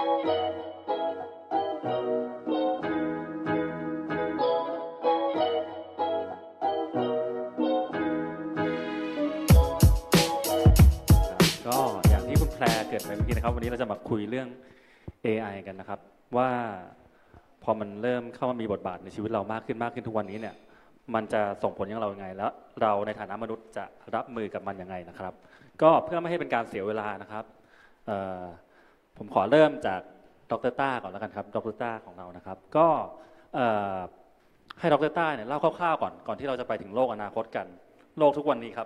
ก็อย่างที่คุณแพรเกิดไปเมื่อกี้นะครับวันนี้เราจะมาคุยเรื่อง AI กันนะครับว่าพอมันเริ่มเข้ามามีบทบาทในชีวิตเรามากขึ้นทุกวันนี้เนี่ยมันจะส่งผลยังเรายังไงแล้วเราในฐานะมนุษย์จะรับมือกับมันยังไงนะครับก็เพื่อไม่ให้เป็นการเสียเวลานะครับผมขอเริ่มจากดร.ต้าก่อนแล้วกันครับดร.ต้าของเรานะครับก็ให้ดร.ต้าเนี่ยเล่าคร่าวๆก่อนที่เราจะไปถึงโลกอนาคตกันโลกทุกวันนี้ครับ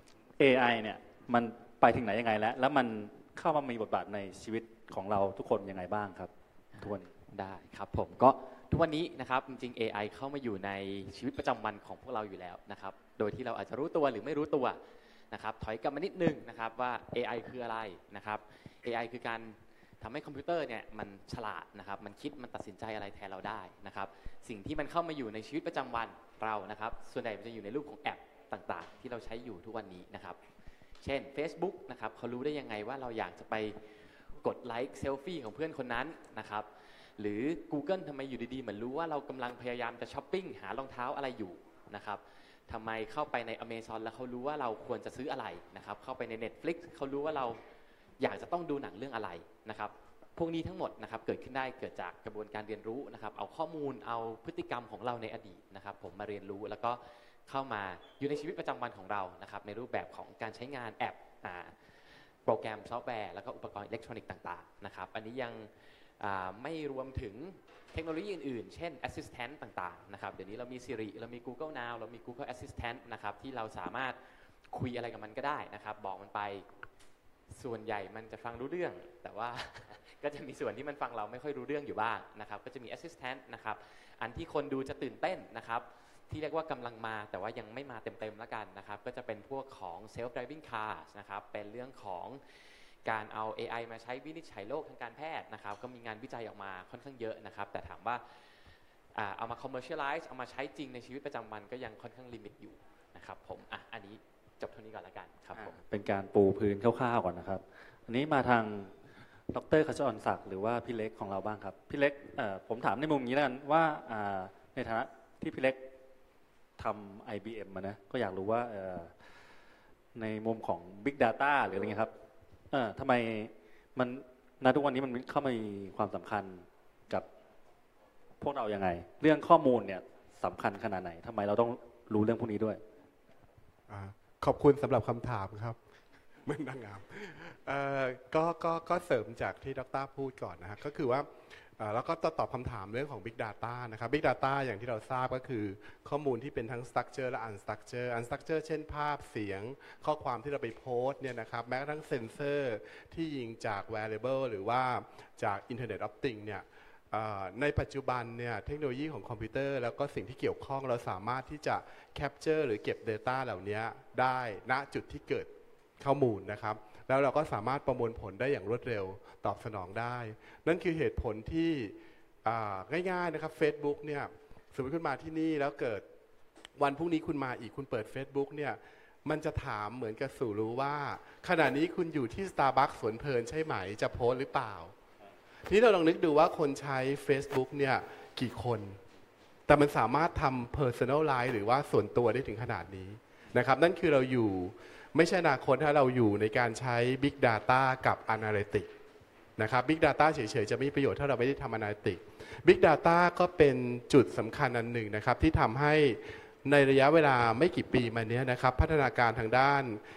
AI เนี่ยมันไปถึงไหนยังไงแล้วมันเข้ามามีบทบาทในชีวิตของเราทุกคนยังไงบ้างครับทุกวันได้ครับผมก็ทุกวันนี้นะครับจริงๆ AI เข้ามาอยู่ในชีวิตประจำวันของพวกเราอยู่แล้วนะครับโดยที่เราอาจจะรู้ตัวหรือไม่รู้ตัวนะครับถอยกลับมานิดนึงนะครับว่า AI คืออะไรนะครับ AI คือการทำให้คอมพิวเตอร์เนี่ยมันฉลาดนะครับมันคิดมันตัดสินใจอะไรแทนเราได้นะครับสิ่งที่มันเข้ามาอยู่ในชีวิตประจำวันเรานะครับส่วนใหญ่มันจะอยู่ในรูปของแอปต่างๆที่เราใช้อยู่ทุกวันนี้นะครับเช่น Facebook นะครับเขารู้ได้ยังไงว่าเราอยากจะไปกดไลค์เซลฟี่ของเพื่อนคนนั้นนะครับหรือ Google ทำไมอยู่ดีๆเหมือนรู้ว่าเรากำลังพยายามจะช้อปปิ้งหารองเท้าอะไรอยู่นะครับทำไมเข้าไปใน Amazon แล้วเขารู้ว่าเราควรจะซื้ออะไรนะครับเข้าไปใน Netflix เขารู้ว่าเราอยากจะต้องดูหนังเรื่องอะไรนะครับพวกนี้ทั้งหมดนะครับเกิดขึ้นได้เกิดจากกระบวนการเรียนรู้นะครับเอาข้อมูลเอาพฤติกรรมของเราในอดีตนะครับผมมาเรียนรู้แล้วก็เข้ามาอยู่ในชีวิตประจำวันของเรานะครับในรูปแบบของการใช้งานแอปโปรแกรมซอฟต์แวร์แล้วก็อุปกรณ์อิเล็กทรอนิกส์ต่างๆนะครับอันนี้ยังไม่รวมถึงเทคโนโลยีอื่นๆเช่น Assistant ต่างๆนะครับเดี๋ยวนี้เรามี Siri เรามี Google Now เรามี Google Assistant นะครับที่เราสามารถคุยอะไรกับมันก็ได้นะครับบอกมันไปส่วนใหญ่มันจะฟังรู้เรื่องแต่ว่า ก็จะมีส่วนที่มันฟังเราไม่ค่อยรู้เรื่องอยู่บ้างนะครับก็จะมี Assistant นะครับอันที่คนดูจะตื่นเต้นนะครับที่เรียกว่ากำลังมาแต่ว่ายังไม่มาเต็มๆแล้วกันนะครับก็จะเป็นพวกของ self driving cars นะครับเป็นเรื่องของการเอา AI มาใช้วินิจฉัยโรคทางการแพทย์นะครับก็มีงานวิจัยออกมาค่อนข้างเยอะนะครับแต่ถามว่าเอามา commercialize เอามาใช้จริงในชีวิตประจำวันก็ยังค่อนข้างลิมิตอยู่นะครับผมอันนี้จบเท่านี้ก่อนละกันครับผมเป็นการปูพื้นคร่าวๆก่อนนะครับอันนี้มาทางดร.ขจรศักดิ์หรือว่าพี่เล็กของเราบ้างครับพี่เล็กผมถามในมุมนี้แล้วกันว่าในฐานะที่พี่เล็กทำ IBM มานะก็อยากรู้ว่าในมุมของ Big Data หรืออะไรเงี้ยครับทำไมมันณทุกวันนี้มันเข้ามามีความสำคัญกับพวกเรายังไงเรื่องข้อมูลเนี่ยสำคัญขนาดไหนทำไมเราต้องรู้เรื่องพวกนี้ด้วยขอบคุณสำหรับคำถามครับมันนางงามก็เสริมจากที่ดร.พูดก่อนนะฮะก็คือว่าแล้วก็ตอบคำถามเรื่องของ Big Data นะครับ Big Data อย่างที่เราทราบก็คือข้อมูลที่เป็นทั้ง Structure และ Unstructure Unstructure เช่นภาพเสียงข้อความที่เราไปโพสต์เนี่ยนะครับแม้กระทั่งเซนเซอร์ที่ยิงจาก Variable หรือว่าจาก Internet of Things เนี่ยในปัจจุบันเนี่ยเทคโนโลยีของคอมพิวเตอร์แล้วก็สิ่งที่เกี่ยวข้องเราสามารถที่จะ Capture หรือเก็บ Data เหล่านี้ได้ณจุดที่เกิดข้อมูลนะครับแล้วเราก็สามารถประมวลผลได้อย่างรวดเร็วตอบสนองได้นั่นคือเหตุผลที่ง่ายๆนะครับ Facebook เนี่ยสมมติคุณมาที่นี่แล้วเกิดวันพรุ่งนี้คุณมาอีกคุณเปิด Facebook เนี่ยมันจะถามเหมือนกับสู่รู้ว่าขณะนี้คุณอยู่ที่ Starbucks สวนเพลินใช่ไหมจะโพสหรือเปล่าทีนี้เราลองนึกดูว่าคนใช้ Facebook เนี่ยกี่คนแต่มันสามารถทำ Personalize หรือว่าส่วนตัวได้ถึงขนาดนี้นะครับนั่นคือเราอยู่ไม่ใช่อนาคตถ้าเราอยู่ในการใช้ Big Data กับ Analytics นะครับ Big Data เฉยๆจะไม่มีประโยชน์ถ้าเราไม่ได้ทำ Analytics Big Data ก็เป็นจุดสำคัญอันหนึ่งนะครับที่ทำให้ในระยะเวลาไม่กี่ปีมานี้นะครับพัฒนาการทางด้าน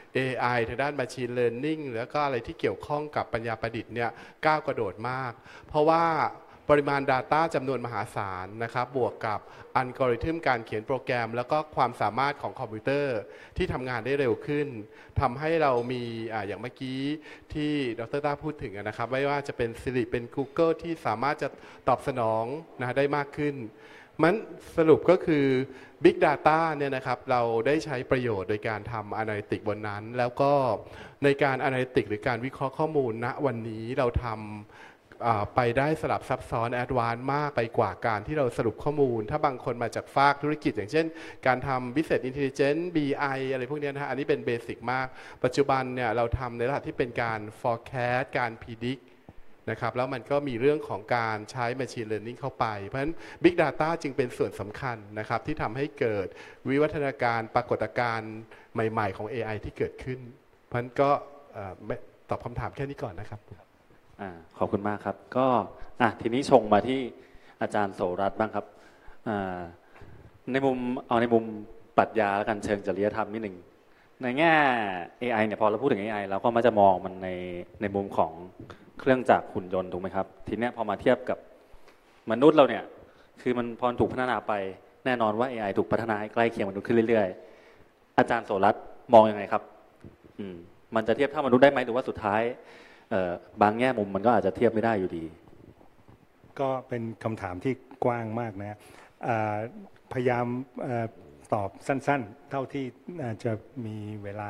AI ทางด้าน Machine Learning แล้วก็อะไรที่เกี่ยวข้องกับปัญญาประดิษฐ์เนี่ยก้าวกระโดดมากเพราะว่าปริมาณ Data จำนวนมหาศาลนะครับบวกกับอัลกอริทึมการเขียนโปรแกรมแล้วก็ความสามารถของคอมพิวเตอร์ที่ทำงานได้เร็วขึ้นทำให้เรามีอย่างเมื่อกี้ที่ดร.ต้าพูดถึงนะครับไม่ว่าจะเป็น Siri เป็น Google ที่สามารถจะตอบสนองได้มากขึ้นมันสรุปก็คือ Big Data เนี่ยนะครับเราได้ใช้ประโยชน์โดยการทำ Analytics บนนั้นแล้วก็ในการ Analytics หรือการวิเคราะห์ข้อมูลณวันนี้เราทำไปได้สลับซับซ้อนแอดวานซ์มากไปกว่าการที่เราสรุปข้อมูลถ้าบางคนมาจากภาคธุรกิจอย่างเช่นการทำ Business Intelligence BI อะไรพวกนี้นะฮะอันนี้เป็นเบสิกมากปัจจุบันเนี่ยเราทำในระดับที่เป็นการ forecast การ predict นะครับแล้วมันก็มีเรื่องของการใช้ Machine Learning เข้าไปเพราะฉะนั้น Big Data จึงเป็นส่วนสำคัญนะครับที่ทำให้เกิดวิวัฒนาการปรากฏการณ์ใหม่ๆของ AI ที่เกิดขึ้นเพราะฉะนั้นก็ตอบคำถามแค่นี้ก่อนนะครับขอบคุณมากครับก็ทีนี้ชงมาที่อาจารย์โสรัตน์บ้างครับในมุมปรัชญาและกันเชิงจริยธรรมนิดหนึ่งในแง่ AI เนี่ยพอเราพูดถึง AI เราก็มักจะมองมันในมุมของเครื่องจักรหุ่นยนต์ถูกไหมครับทีนี้พอมาเทียบกับมนุษย์เราเนี่ยคือมันพอถูกพัฒนาไปแน่นอนว่า AI ถูกพัฒนาให้ใกล้เคียงมนุษย์ขึ้นเรื่อยๆอาจารย์โสรัตน์มองยังไงครับมันจะเทียบเท่ามนุษย์ได้ไหมหรือว่าสุดท้ายบางแง่มุมมันก็อาจจะเทียบไม่ได้อยู่ดีก็เป็นคำถามที่กว้างมากนะพยายามตอบสั้นๆเท่าที่จะมีเวลา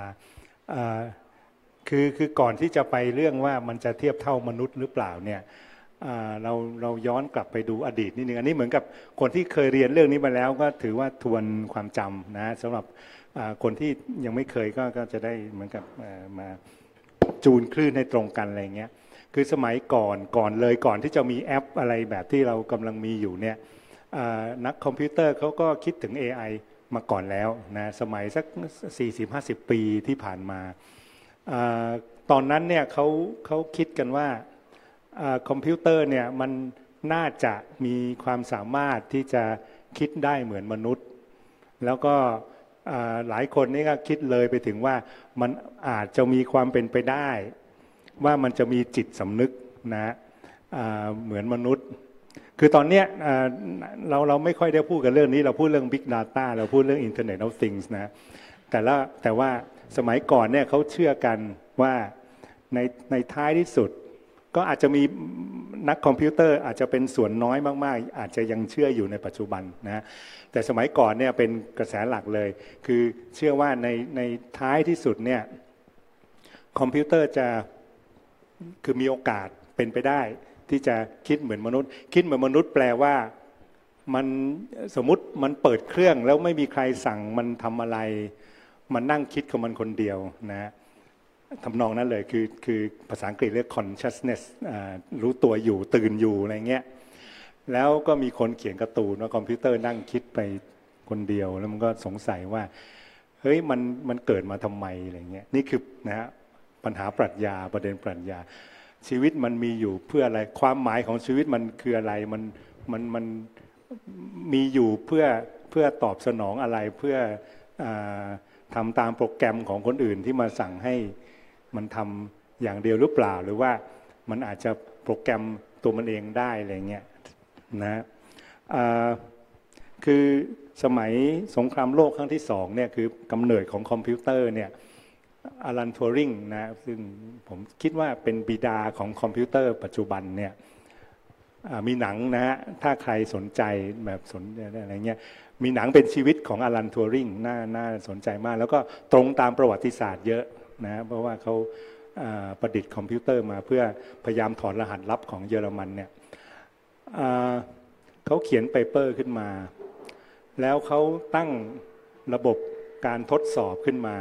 คือก่อนที่จะไปเรื่องว่ามันจะเทียบเท่ามนุษย์หรือเปล่าเนี่ยเราย้อนกลับไปดูอดีตนิดนึงอันนี้เหมือนกับคนที่เคยเรียนเรื่องนี้มาแล้วก็ถือว่าทวนความจำนะสำหรับคนที่ยังไม่เคยก็จะได้เหมือนกับมาจูนคลื่นให้ตรงกันอะไรเงี้ยคือสมัยก่อนที่จะมีแอปอะไรแบบที่เรากำลังมีอยู่เนี่ยนักคอมพิวเตอร์เขาก็คิดถึง AI มาก่อนแล้วนะสมัยสัก 40-50 ปีที่ผ่านมาตอนนั้นเนี่ยเขาคิดกันว่าคอมพิวเตอร์เนี่ยมันน่าจะมีความสามารถที่จะคิดได้เหมือนมนุษย์แล้วก็หลายคนนี่ก็คิดเลยไปถึงว่ามันอาจจะมีความเป็นไปได้ว่ามันจะมีจิตสำนึกนะเหมือนมนุษย์คือตอนเนี้ยเราไม่ค่อยได้พูดกันเรื่องนี้เราพูดเรื่อง Big Data เราพูดเรื่อง Internet of Things นะแต่ว่าสมัยก่อนเนี่ยเขาเชื่อกันว่าในท้ายที่สุดก็อาจจะมีนักคอมพิวเตอร์อาจจะเป็นส่วนน้อยมากๆอาจจะยังเชื่ออยู่ในปัจจุบันนะแต่สมัยก่อนเนี่ยเป็นกระแสหลักเลยคือเชื่อว่าในท้ายที่สุดเนี่ยคอมพิวเตอร์จะคือมีโอกาสเป็นไปได้ที่จะคิดเหมือนมนุษย์คิดเหมือนมนุษย์แปลว่ามันสมมุติมันเปิดเครื่องแล้วไม่มีใครสั่งมันทำอะไรมันนั่งคิดของมันคนเดียวนะทำนองนั้นเลยคือภาษาอังกฤษเรียก consciousness รู้ตัวอยู่ตื่นอยู่อะไรเงี้ยแล้วก็มีคนเขียนการ์ตูนว่าคอมพิวเตอร์นั่งคิดไปคนเดียวแล้วมันก็สงสัยว่าเฮ้ยมันเกิดมาทำไมอะไรเงี้ยนี่คือนะฮะปัญหาปรัชญาประเด็นปรัชญาชีวิตมันมีอยู่เพื่ออะไรความหมายของชีวิตมันคืออะไรมันมีอยู่เพื่อตอบสนองอะไรเพื่อทำตามโปรแกรมของคนอื่นที่มาสั่งให้มันทำอย่างเดียวหรือเปล่าหรือว่ามันอาจจะโปรแกรมตัวมันเองได้อะไรเงี้ยนะคือสมัยสงครามโลกครั้งที่2เนี่ยคือกำเนิดของคอมพิวเตอร์เนี่ยอลัน ทัวริงนะซึ่งผมคิดว่าเป็นบิดาของคอมพิวเตอร์ปัจจุบันเนี่ยมีหนังนะฮะถ้าใครสนใจแบบสนอะไรเงี้ยมีหนังเป็นชีวิตของอลัน ทัวริงน่าสนใจมากแล้วก็ตรงตามประวัติศาสตร์เยอะนะเพราะว่าเขาประดิษฐ์คอมพิวเตอร์มาเพื่อพยายามถอดรหัสลับของเยอรมันเนี่ยเขาเขียนเปเปอร์ขึ้นมาแล้วเขาตั้งระบบการทดสอบขึ้นมา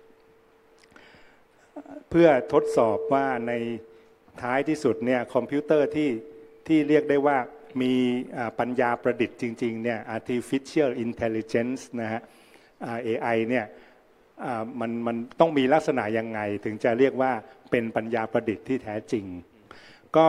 เพื่อทดสอบว่าในท้ายที่สุดเนี่ยคอมพิวเตอร์ที่เรียกได้ว่ามีปัญญาประดิษฐ์จริงๆเนี่ย artificial intelligence นะฮะ AI เนี่ยมันต้องมีลักษณะยังไงถึงจะเรียกว่าเป็นปัญญาประดิษฐ์ที่แท้จริงก็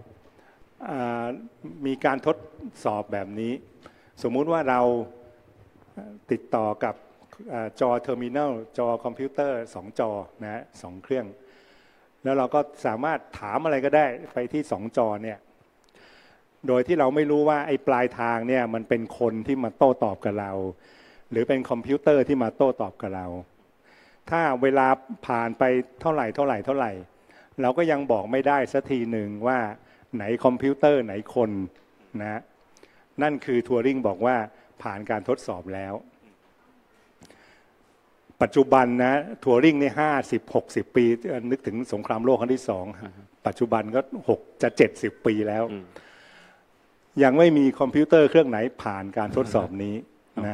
มีการทดสอบแบบนี้สมมุติว่าเราติดต่อกับจอเทอร์มินัลจอคอมพิวเตอร์2จอนะ2เครื่องแล้วเราก็สามารถถามอะไรก็ได้ไปที่2จอเนี่ยโดยที่เราไม่รู้ว่าไอ้ปลายทางเนี่ยมันเป็นคนที่มาโต้ตอบกับเราหรือเป็นคอมพิวเตอร์ที่มาโต้ตอบกับเราถ้าเวลาผ่านไปเท่าไหร่เราก็ยังบอกไม่ได้สักทีหนึ่งว่าไหนคอมพิวเตอร์ไหนคนนะนั่นคือทัวริงบอกว่าผ่านการทดสอบแล้วปัจจุบันนะทัวริงนี่50-60 ปีนึกถึงสงครามโลกครั้งที่2ปัจจุบันก็70 ปีแล้วยังไม่มีคอมพิวเตอร์เครื่องไหนผ่านการทดสอบนี้นะ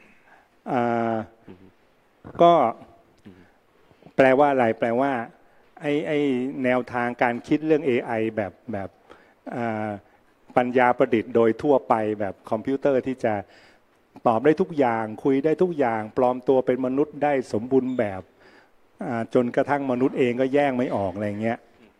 ก็แปลว่าอะไรแปลว่าไอ้แนวทางการคิดเรื่อง AI แบบปัญญาประดิษฐ์โดยทั่วไปแบบคอมพิวเตอร์ที่จะตอบได้ทุกอย่างคุยได้ทุกอย่างปลอมตัวเป็นมนุษย์ได้สมบูรณ์แบบจนกระทั่งมนุษย์เองก็แยกไม่ออกอะไรเงี้ย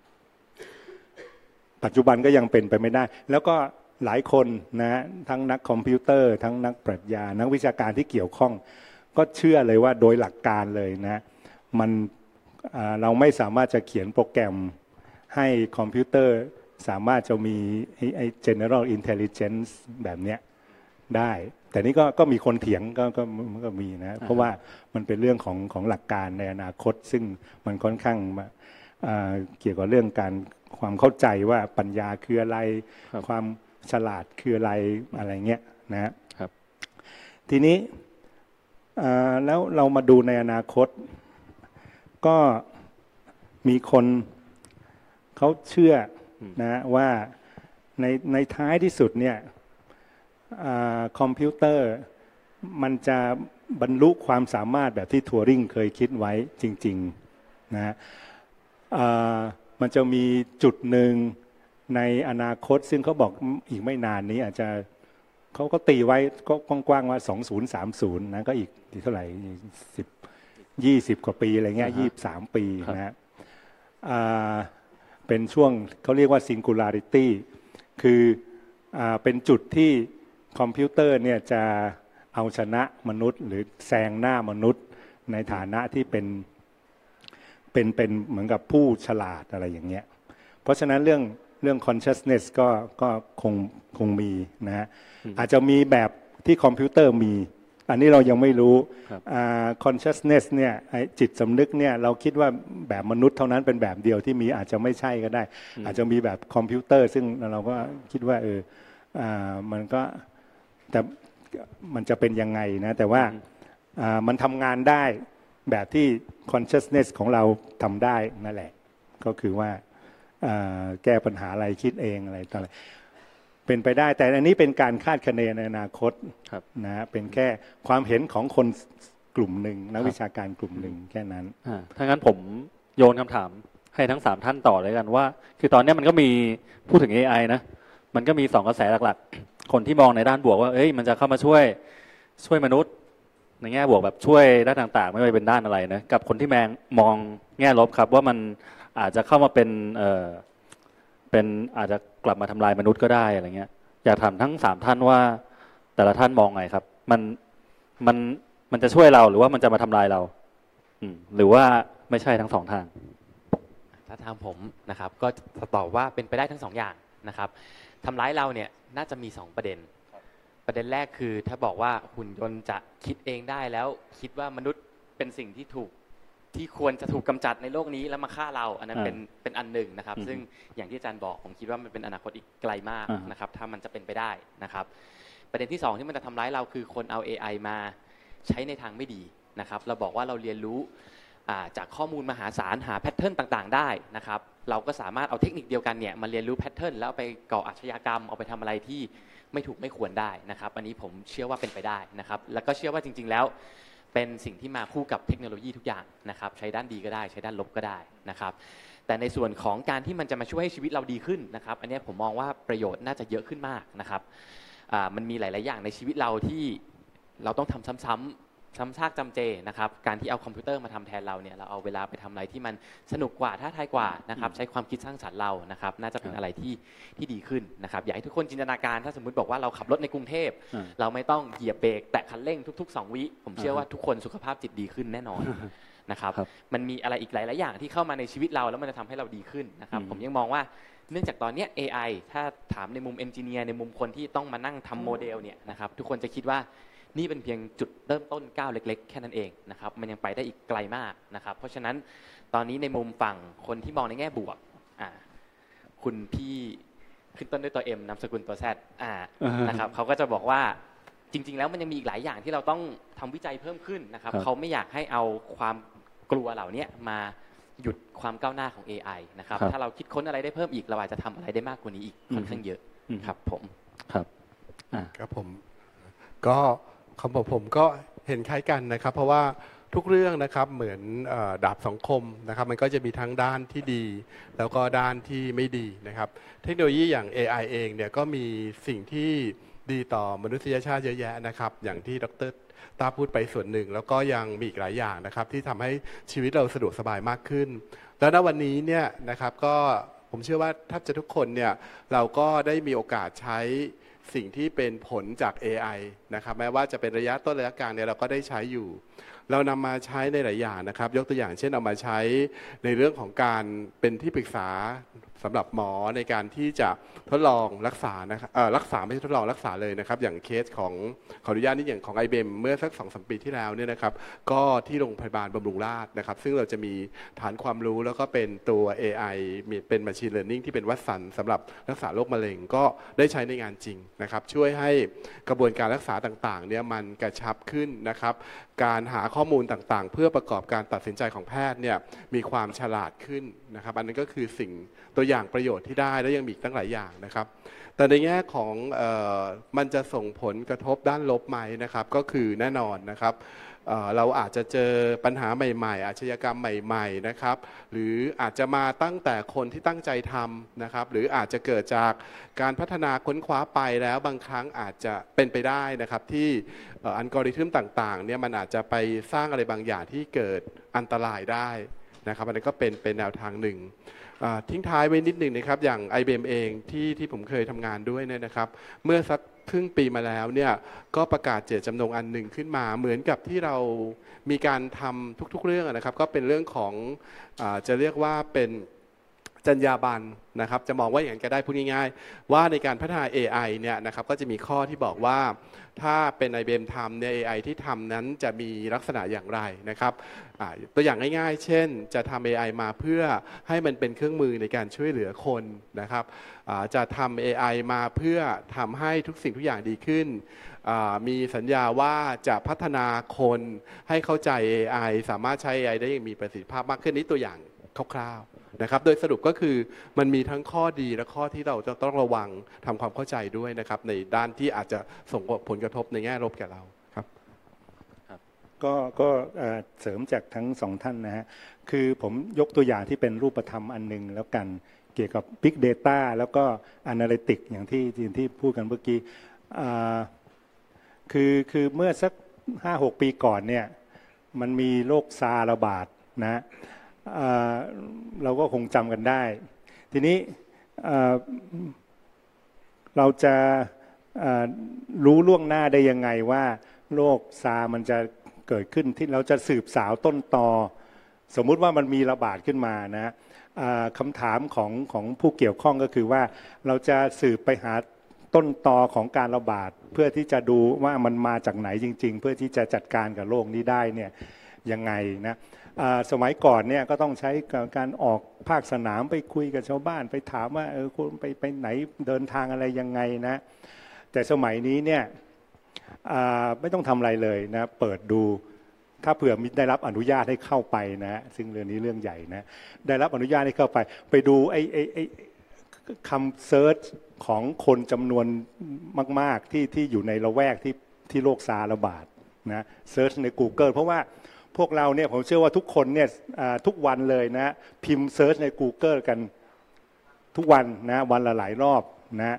ปัจจุบันก็ยังเป็นไปไม่ได้แล้วก็หลายคนนะทั้งนักคอมพิวเตอร์ทั้งนักปรัชญานักวิชาการที่เกี่ยวข้องก็เชื่อเลยว่าโดยหลักการเลยนะมันเราไม่สามารถจะเขียนโปรแกรมให้คอมพิวเตอร์สามารถจะมีไอ้ general intelligence แบบเนี้ยได้แต่นี่ก็มีคนเถียงก็มีนะเพราะว่ามันเป็นเรื่องของหลักการในอนาคตซึ่งมันค่อนข้างเกี่ยวกับเรื่องการความเข้าใจว่าปัญญาคืออะไรความฉลาดคืออะไรเงี้ยนะครับทีนี้แล้วเรามาดูในอนาคตก็มีคนเขาเชื่อนะว่าในท้ายที่สุดเนี่ยคอมพิวเตอร์มันจะบรรลุความสามารถแบบที่ทัวริงเคยคิดไว้จริงๆนะมันจะมีจุดหนึ่งในอนาคตซึ่งเขาบอกอีกไม่นานนี้อาจจะเขาก็ตีไว้ก็กว้างๆว่า2030นะก็อีกเท่าไหร่20 กว่าปีอะไรเงี้ย23 ปีนะเป็นช่วงเขาเรียกว่า singularity คือเป็นจุดที่คอมพิวเตอร์เนี่ยจะเอาชนะมนุษย์หรือแซงหน้ามนุษย์ในฐานะที่เป็นเหมือนกับผู้ฉลาดอะไรอย่างเงี้ยเพราะฉะนั้นเรื่อง consciousness ก็คงมีนะฮะอาจจะมีแบบที่คอมพิวเตอร์มีอันนี้เรายังไม่รู้consciousness เนี่ยจิตสำนึกเนี่ยเราคิดว่าแบบมนุษย์เท่านั้นเป็นแบบเดียวที่มีอาจจะไม่ใช่ก็ได้อาจจะมีแบบคอมพิวเตอร์ซึ่งเราก็คิดว่ามันก็แต่มันจะเป็นยังไงนะแต่ว่ามันทำงานได้แบบที่ consciousness ของเราทำได้นั่นแหละก็คือว่าแก้ปัญหาอะไรคิดเองอะไรต่ออะไรเป็นไปได้แต่อันนี้เป็นการคาดคะเนในอนาคตนะเป็นแค่ความเห็นของคนกลุ่มหนึ่งนักวิชาการกลุ่มหนึ่งแค่นั้นถ้างั้นผมโยนคำถามให้ทั้ง3ท่านต่อเลยกันว่าคือตอนนี้มันก็มีพูดถึง AI นะมันก็มี2กระแสหลักๆคนที่มองในด้านบวกว่าเอ้ยมันจะเข้ามาช่วยมนุษย์ในแง่บวกแบบช่วยด้านต่างๆไม่ว่าเป็นด้านอะไรนะกับคนที่มองแง่ลบครับว่ามันอาจจะเข้ามาเป็นอาจจะกลับมาทำลายมนุษย์ก็ได้อะไรเงี้ยอยากถามทั้ง3ท่านว่าแต่ละท่านมองไงครับมันจะช่วยเราหรือว่ามันจะมาทำลายเราหรือว่าไม่ใช่ทั้ง2ทางถ้าทางผมนะครับก็จะตอบว่าเป็นไปได้ทั้ง2อย่างนะครับทำร้ายเราเนี่ยน่าจะมี2ประเด็นแรกคือถ้าบอกว่าหุ่นยนต์จะคิดเองได้แล้วคิดว่ามนุษย์เป็นสิ่งที่ควรจะถูกกำจัดในโลกนี้แล้วมาฆ่าเราอันนั้นเป็นอันหนึ่งนะครับซึ่งอย่างที่อาจารย์บอกผมคิดว่ามันเป็นอนาคตอีกไกลมากนะครับถ้ามันจะเป็นไปได้นะครับประเด็นที่2ที่มันจะทำร้ายเราคือคนเอา AI มาใช้ในทางไม่ดีนะครับเราบอกว่าเราเรียนรู้จากข้อมูลมหาศาลหาแพทเทิร์นต่างๆได้นะครับเราก็สามารถเอาเทคนิคเดียวกันเนี่ยมาเรียนรู้แพทเทิร์นแล้วไปก่ออาชญากรรมเอาไปทำอะไรที่ไม่ถูกไม่ควรได้นะครับอันนี้ผมเชื่อว่าเป็นไปได้นะครับแล้วก็เชื่อว่าจริงๆแล้วเป็นสิ่งที่มาคู่กับเทคโนโลยีทุกอย่างนะครับใช้ด้านดีก็ได้ใช้ด้านลบก็ได้นะครับแต่ในส่วนของการที่มันจะมาช่วยให้ชีวิตเราดีขึ้นนะครับอันนี้ผมมองว่าประโยชน์น่าจะเยอะขึ้นมากนะครับมันมีหลายๆอย่างในชีวิตเราที่เราต้องทำซ้ำซากจำเจนะครับการที่เอาคอมพิวเตอร์มาทำแทนเราเนี่ยเราเอาเวลาไปทำอะไรที่มันสนุกกว่าท้าทายกว่านะครับใช้ความคิดสร้างสรรค์เรานะครับน่าจะเป็นอะไรที่ดีขึ้นนะครับอยากให้ทุกคนจินตนาการถ้าสมมุติบอกว่าเราขับรถในกรุงเทพเราไม่ต้องเหยียบเบรกแตะคันเร่งทุกๆ2 วิผมเชื่อว่าทุกคนสุขภาพจิตดีขึ้นแน่นอนนะครับมันมีอะไรอีกหลายๆอย่างที่เข้ามาในชีวิตเราแล้วมันจะทำให้เราดีขึ้นนะครับผมยังมองว่าเนื่องจากตอนนี้ AI ถ้าถามในมุมเอนจิเนียร์ในมุมคนที่ต้องมานั่งทำโมเดลเนี่ยนะครับทุกคนจะคิดว่านี่เป็นเพียงจุดเริ่มต้นก้าวเล็กๆแค่นั้นเองนะครับมันยังไปได้อีกไกลมากนะครับเพราะฉะนั้นตอนนี้ในมุมฝั่งคนที่มองในแง่บวกคุณพี่ขึ้นต้นด้วยตัว M นามสกุลตัว Z นะครับเขาก็จะบอกว่าจริงๆแล้วมันยังมีอีกหลายอย่างที่เราต้องทำวิจัยเพิ่มขึ้นนะครับเขาไม่อยากให้เอาความกลัวเหล่านี้มาหยุดความก้าวหน้าของ AI นะครับถ้าเราคิดค้นอะไรได้เพิ่มอีกเราอาจจะทำอะไรได้มากกว่านี้อีกค่อนข้างเยอะครับผมครับผมก็คำบอกผมก็เห็นคล้ายกันนะครับเพราะว่าทุกเรื่องนะครับเหมือนดาบสองคมนะครับมันก็จะมีทั้งด้านที่ดีแล้วก็ด้านที่ไม่ดีนะครับเทคโนโลยีอย่าง AI เองเนี่ยก็มีสิ่งที่ดีต่อมนุษยชาติเยอะแยะนะครับอย่างที่ดร.ตาพูดไปส่วนหนึ่งแล้วก็ยังมีอีกหลายอย่างนะครับที่ทำให้ชีวิตเราสะดวกสบายมากขึ้นแล้วณวันนี้เนี่ยนะครับก็ผมเชื่อว่าแทบจะทุกคนเนี่ยเราก็ได้มีโอกาสใช้สิ่งที่เป็นผลจาก AI นะครับแม้ว่าจะเป็นระยะต้นระยะกลางเนี่ยเราก็ได้ใช้อยู่เรานำมาใช้ในหลายอย่างนะครับยกตัวอย่างเช่นเอามาใช้ในเรื่องของการเป็นที่ปรึกษาสำหรับหมอในการที่จะทดลองรักษานะครับรักษาไม่ใช่ทดลองรักษาเลยนะครับอย่างเคสของขออนุญาตนี่อย่างของ IBM เมื่อสัก 2-3 ปีที่แล้วเนี่ยนะครับก็ที่โรงพยาบาลบำรุงราษฎร์นะครับซึ่งเราจะมีฐานความรู้แล้วก็เป็นตัว AI เป็น Machine Learning ที่เป็นวัดสันสำหรับรักษาโรคมะเร็งก็ได้ใช้ในงานจริงนะครับช่วยให้กระบวนการรักษาต่างๆเนี่ยมันกระชับขึ้นนะครับการหาข้อมูลต่างๆเพื่อประกอบการตัดสินใจของแพทย์เนี่ยมีความฉลาดขึ้นนะครับอันนั้นก็คือสิ่งตัวอย่างประโยชน์ที่ได้และยังมีอีกตั้งหลายอย่างนะครับแต่ในแง่ของมันจะส่งผลกระทบด้านลบไหมนะครับก็คือแน่นอนนะครับเราอาจจะเจอปัญหาใหม่ๆอาชญากรรมใหม่ๆนะครับหรืออาจจะมาตั้งแต่คนที่ตั้งใจทำนะครับหรืออาจจะเกิดจากการพัฒนาค้นคว้าไปแล้วบางครั้งอาจจะเป็นไปได้นะครับที่อัลกอริทึมต่างๆเนี่ยมันอาจจะไปสร้างอะไรบางอย่างที่เกิดอันตรายได้นะครับอันนี้ก็เป็นแนวทางหนึ่งทิ้งท้ายไว้นิดหนึ่งนะครับอย่าง IBM เองที่ผมเคยทำงานด้วยเนี่ยนะครับเมื่อสักครึ่งปีมาแล้วเนี่ยก็ประกาศเจตจำนงอันหนึ่งขึ้นมาเหมือนกับที่เรามีการทำทุกๆเรื่องนะครับก็เป็นเรื่องของจะเรียกว่าเป็นจรรยาบรรณนะครับจะมองว่าอย่างนั้นก็ได้พูดง่ายๆว่าในการพัฒนา AI เนี่ยนะครับก็จะมีข้อที่บอกว่าถ้าเป็น IBM ทำเนี่ย AI ที่ทำนั้นจะมีลักษณะอย่างไรนะครับตัวอย่างง่ายๆเช่นจะทำ AI มาเพื่อให้มันเป็นเครื่องมือในการช่วยเหลือคนนะครับจะทำ AI มาเพื่อทำให้ทุกสิ่งทุกอย่างดีขึ้นมีสัญญาว่าจะพัฒนาคนให้เข้าใจ AI สามารถใช้ AI ได้อย่างมีประสิทธิภาพมากขึ้นนี่ตัวอย่างคร่าวๆนะครับโดยสรุปก็คือมันมีทั้งข้อดีและข้อที่เราจะต้องระวังทำความเข้าใจด้วยนะครับในด้านที่อาจจะส่งผลกระทบในแง่ลบแก่เราครับก็เสริมจากทั้งสองท่านนะฮะคือผมยกตัวอย่างที่เป็นรูปธรรมอันนึงแล้วกันเกี่ยวกับ Big Data แล้วก็ Analytics อย่างที่พูดกันเมื่อกี้คือเมื่อสัก 5-6 ปีก่อนเนี่ยมันมีโรคซาร์ระบาดนะเราก็คงจำกันได้ทีนี้เราจะรู้ล่วงหน้าได้ยังไงว่าโรคซาร์มันจะเกิดขึ้นที่เราจะสืบสาวต้นตอสมมุติว่ามันมีระบาดขึ้นมานะคำถามของผู้เกี่ยวข้องก็คือว่าเราจะสืบไปหาต้นตอของการระบาดเพื่อที่จะดูว่ามันมาจากไหนจริงๆเพื่อที่จะจัดการกับโรคนี้ได้เนี่ยยังไงนะสมัยก่อนเนี่ยก็ต้องใช้การออกภาคสนามไปคุยกับชาวบ้านไปถามว่าคุณไปไหนเดินทางอะไรยังไงนะแต่สมัยนี้เนี่ยไม่ต้องทำอะไรเลยนะเปิดดูถ้าเผื่อได้รับอนุญาตให้เข้าไปนะซึ่งเรื่องนี้เรื่องใหญ่นะได้รับอนุญาตให้เข้าไปดูไอ้คำเซิร์ชของคนจำนวนมากๆที่อยู่ในละแวกที่โรคซาร์ระบาดนะเซิร์ชใน Google เพราะว่าพวกเราเนี่ยผมเชื่อว่าทุกคนเนี่ยทุกวันเลยนะพิมพ์เซิร์ชใน Google กันทุกวันนะวันละหลายรอบนะ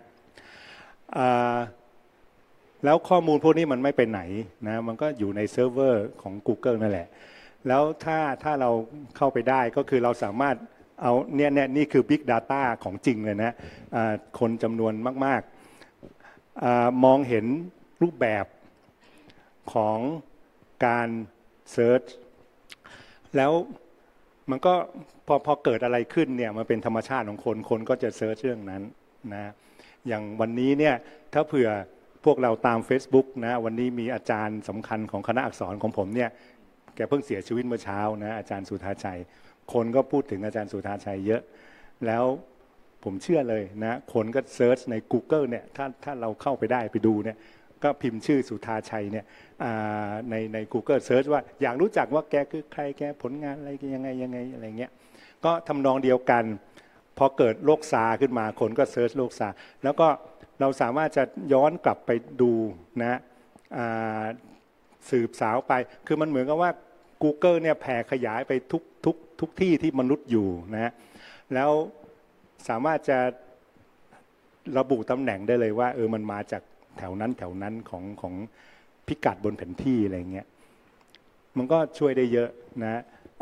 แล้วข้อมูลพวกนี้มันไม่ไปไหนนะมันก็อยู่ในเซิร์ฟเวอร์ของ Google นั่นแหละแล้วถ้าเราเข้าไปได้ก็คือเราสามารถเอานี่คือ Big Data ของจริงเลยนะคนจำนวนมากๆมองเห็นรูปแบบของการเซิร์ชแล้วมันก็พอเกิดอะไรขึ้นเนี่ยมันเป็นธรรมชาติของคนก็จะเซิร์ชเรื่องนั้นนะอย่างวันนี้เนี่ยถ้าเผื่อพวกเราตาม Facebook นะวันนี้มีอาจารย์สำคัญของคณะอักษรของผมเนี่ยแกเพิ่งเสียชีวิตเมื่อเช้านะอาจารย์สุธาชัยคนก็พูดถึงอาจารย์สุธาชัยเยอะแล้วผมเชื่อเลยนะคนก็เซิร์ชใน Google เนี่ยถ้าเราเข้าไปได้ไปดูเนี่ยก็พิมพ์ชื่อสุธาชัยเนี่ยใน Google Search ว่าอยากรู้จักว่าแกคือใครแกผลงานอะไรยังไงอะไรเงี้ยก็ทำนองเดียวกันพอเกิดโรคซาร์ขึ้นมาคนก็เซิร์ชโรคซาร์แล้วก็เราสามารถจะย้อนกลับไปดูนะสืบสาวไปคือมันเหมือนกับว่า Google เนี่ยแผ่ขยายไปทุกที่ที่มนุษย์อยู่นะฮะแล้วสามารถจะระบุตำแหน่งได้เลยว่ามันมาจากแถวนั้นของพิกัดบนแผนที่อะไรเงี้ยมันก็ช่วยได้เยอะนะ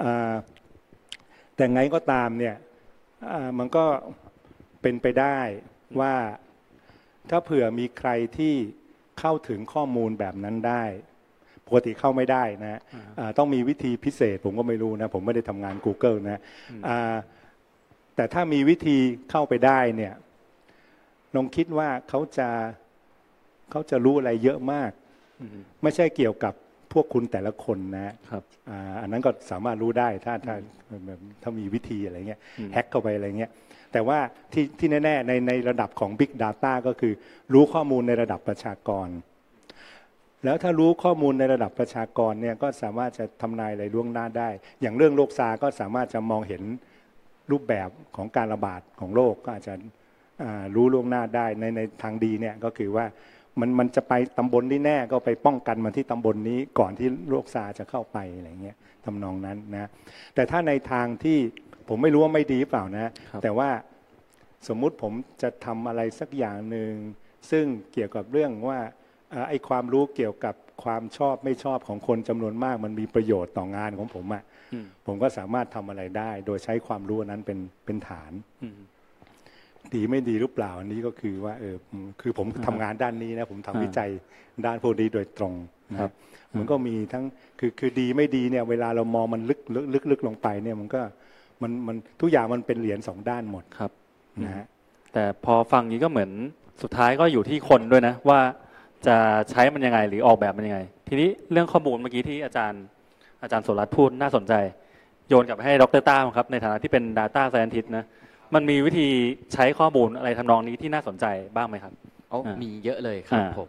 แต่ไงก็ตามเนี่ยมันก็เป็นไปได้ว่าถ้าเผื่อมีใครที่เข้าถึงข้อมูลแบบนั้นได้ปกติเข้าไม่ได้นะต้องมีวิธีพิเศษผมก็ไม่รู้นะผมไม่ได้ทำงาน Google นะแต่ถ้ามีวิธีเข้าไปได้เนี่ยลองคิดว่าเขาจะรู้อะไรเยอะมากไม่ใช่เกี่ยวกับพวกคุณแต่ละคนนะครับอันนั้นก็สามารถรู้ได้ถ้ามีวิธีอะไรเงี้ยแฮ็กเข้าไปอะไรเงี้ยแต่ว่าที่แน่ๆในระดับของ Big Data ก็คือรู้ข้อมูลในระดับประชากรแล้วถ้ารู้ข้อมูลในระดับประชากรเนี่ยก็สามารถจะทำนายอะไรล่วงหน้าได้อย่างเรื่องโรคซาร์ก็สามารถจะมองเห็นรูปแบบของการระบาดของโรคก็อาจจะรู้ล่วงหน้าได้ในทางดีเนี่ยก็คือว่ามันจะไปตำบลนี้แน่ก็ไปป้องกันมันที่ตำบลนี้ก่อนที่โรคซาร์จะเข้าไปอะไรเงี้ยทำนองนั้นนะแต่ถ้าในทางที่ผมไม่รู้ว่าไม่ดีเปล่านะแต่ว่าสมมุติผมจะทำอะไรสักอย่างหนึ่งซึ่งเกี่ยวกับเรื่องว่าไอ้ความรู้เกี่ยวกับความชอบไม่ชอบของคนจำนวนมากมันมีประโยชน์ต่องานของผมผมก็สามารถทำอะไรได้โดยใช้ความรู้นั้นเป็นฐานดีไม่ดีหรือเปล่าอันนี้ก็คือว่าคือผมทำงานด้านนี้นะผมทำวิจัยด้านพวกนี้โดยตรงนะครับมันก็มีทั้งคือดีไม่ดีเนี่ยเวลาเรามองมันลึกลงไปเนี่ยมันก็มันทุกอย่างมันเป็นเหรียญ2ด้านหมดครับนะฮะแต่พอฟังนี้ก็เหมือนสุดท้ายก็อยู่ที่คนด้วยนะว่าจะใช้มันยังไงหรือออกแบบมันยังไงทีนี้เรื่องข้อมูลเมื่อกี้ที่อาจารย์โสรัตน์พูดน่าสนใจโยนกลับไปให้ดร.ต้าครับในฐานะที่เป็น Data Scientist นะมันมีวิธีใช้ข้อมูลอะไรทำนองนี้ที่น่าสนใจบ้างไหมครับมีเยอะเลยครับผม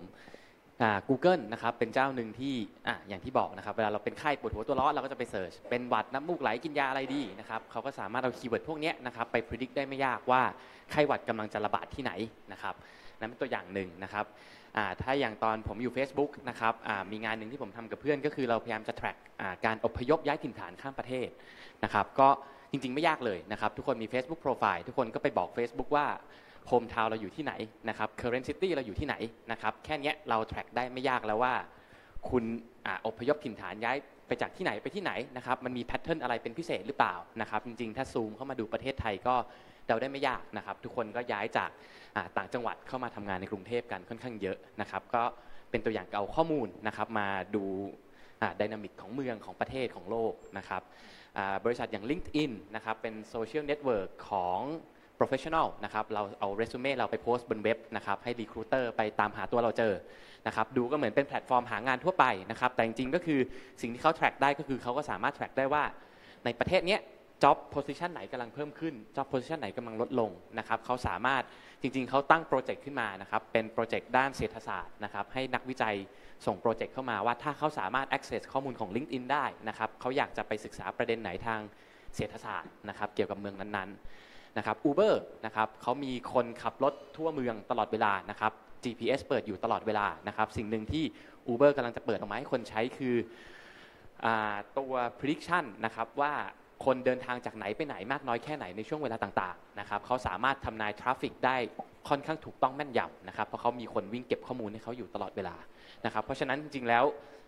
Google นะครับเป็นเจ้าหนึ่งที่อย่างที่บอกนะครับเวลาเราเป็นไข้ปวดหัวตัวร้อนเราก็จะไปเสิร์ชเป็นหวัดน้ำมูกไหลกินยาอะไรดีนะครับเขาก็สามารถเอาคีย์เวิร์ดพวกนี้นะครับไปพิจิตรได้ไม่ยากว่าไข้หวัดกำลังจะระบาดที่ไหนนะครับนั่นเป็นตัวอย่างหนึ่งนะครับถ้าอย่างตอนผมอยู่ Facebook นะครับมีงานหนึ่งที่ผมทำกับเพื่อนก็คือเราพยายามจะ track การอพยพย้ายถิ่นฐานข้ามประเทศนะครับก็จริงๆไม่ยากเลยนะครับทุกคนมี Facebook Profile ทุกคนก็ไปบอก Facebook ว่าโฮมทาวน์เราอยู่ที่ไหนนะครับ current city เราอยู่ที่ไหนนะครับแค่นี้เรา track ได้ไม่ยากแล้วว่าคุณอพยพถิ่นฐานย้ายไปจากที่ไหนไปที่ไหนนะครับมันมีแพทเทิร์นอะไรเป็นพิเศษหรือเปล่านะครับจริงๆถ้าซูมเข้ามาดูประเทศไทยก็เดาได้ไม่ยากนะครับทุกคนก็ย้ายจากต่างจังหวัดเข้ามาทำงานในกรุงเทพกันค่อนข้างเยอะนะครับก็เป็นตัวอย่างเอาข้อมูลนะครับมาดูไดนามิกของเมืองของประเทศของโลกนะครับบริษัทอย่าง LinkedIn นะครับเป็นโซเชียลเน็ตเวิร์กของ professional นะครับเราเอาเรซูเม่เราไปโพสต์บนเว็บนะครับให้ recruiter ไปตามหาตัวเราเจอนะครับดูก็เหมือนเป็นแพลตฟอร์มหางานทั่วไปนะครับแต่จริงๆก็คือสิ่งที่เขา track ได้ก็คือเขาก็สามารถ track ได้ว่าในประเทศนี้ job position ไหนกำลังเพิ่มขึ้น job position ไหนกำลังลดลงนะครับเขาสามารถจริงๆเขาตั้งโปรเจกต์ขึ้นมานะครับเป็นโปรเจกต์ด้านเศรษฐศาสตร์นะครับให้นักวิจัยส่งโปรเจกต์เข้ามาว่าถ้าเขาสามารถ access ข้อมูลของ LinkedIn ได้นะครับเขาอยากจะไปศึกษาประเด็นไหนทางเศรษฐศาสตร์นะครับเกี่ยวกับเมืองนั้นๆนะครับ Uber นะครับเขามีคนขับรถทั่วเมืองตลอดเวลานะครับ GPS เปิดอยู่ตลอดเวลานะครับสิ่งหนึ่งที่ Uber กำลังจะเปิดออกมาให้คนใช้คือตัว prediction นะครับว่าคนเดินทางจากไหนไปไหนมากน้อยแค่ไหนในช่วงเวลาต่างๆนะครับเขาสามารถทำนายทราฟฟิกได้ค่อนข้างถูกต้องแม่นยำนะครับเพราะเขามีคนวิ่งเก็บข้อมูลให้เขาอยู่ตลอดเวลานะครับเพราะฉะนั้นจริงๆแล้ว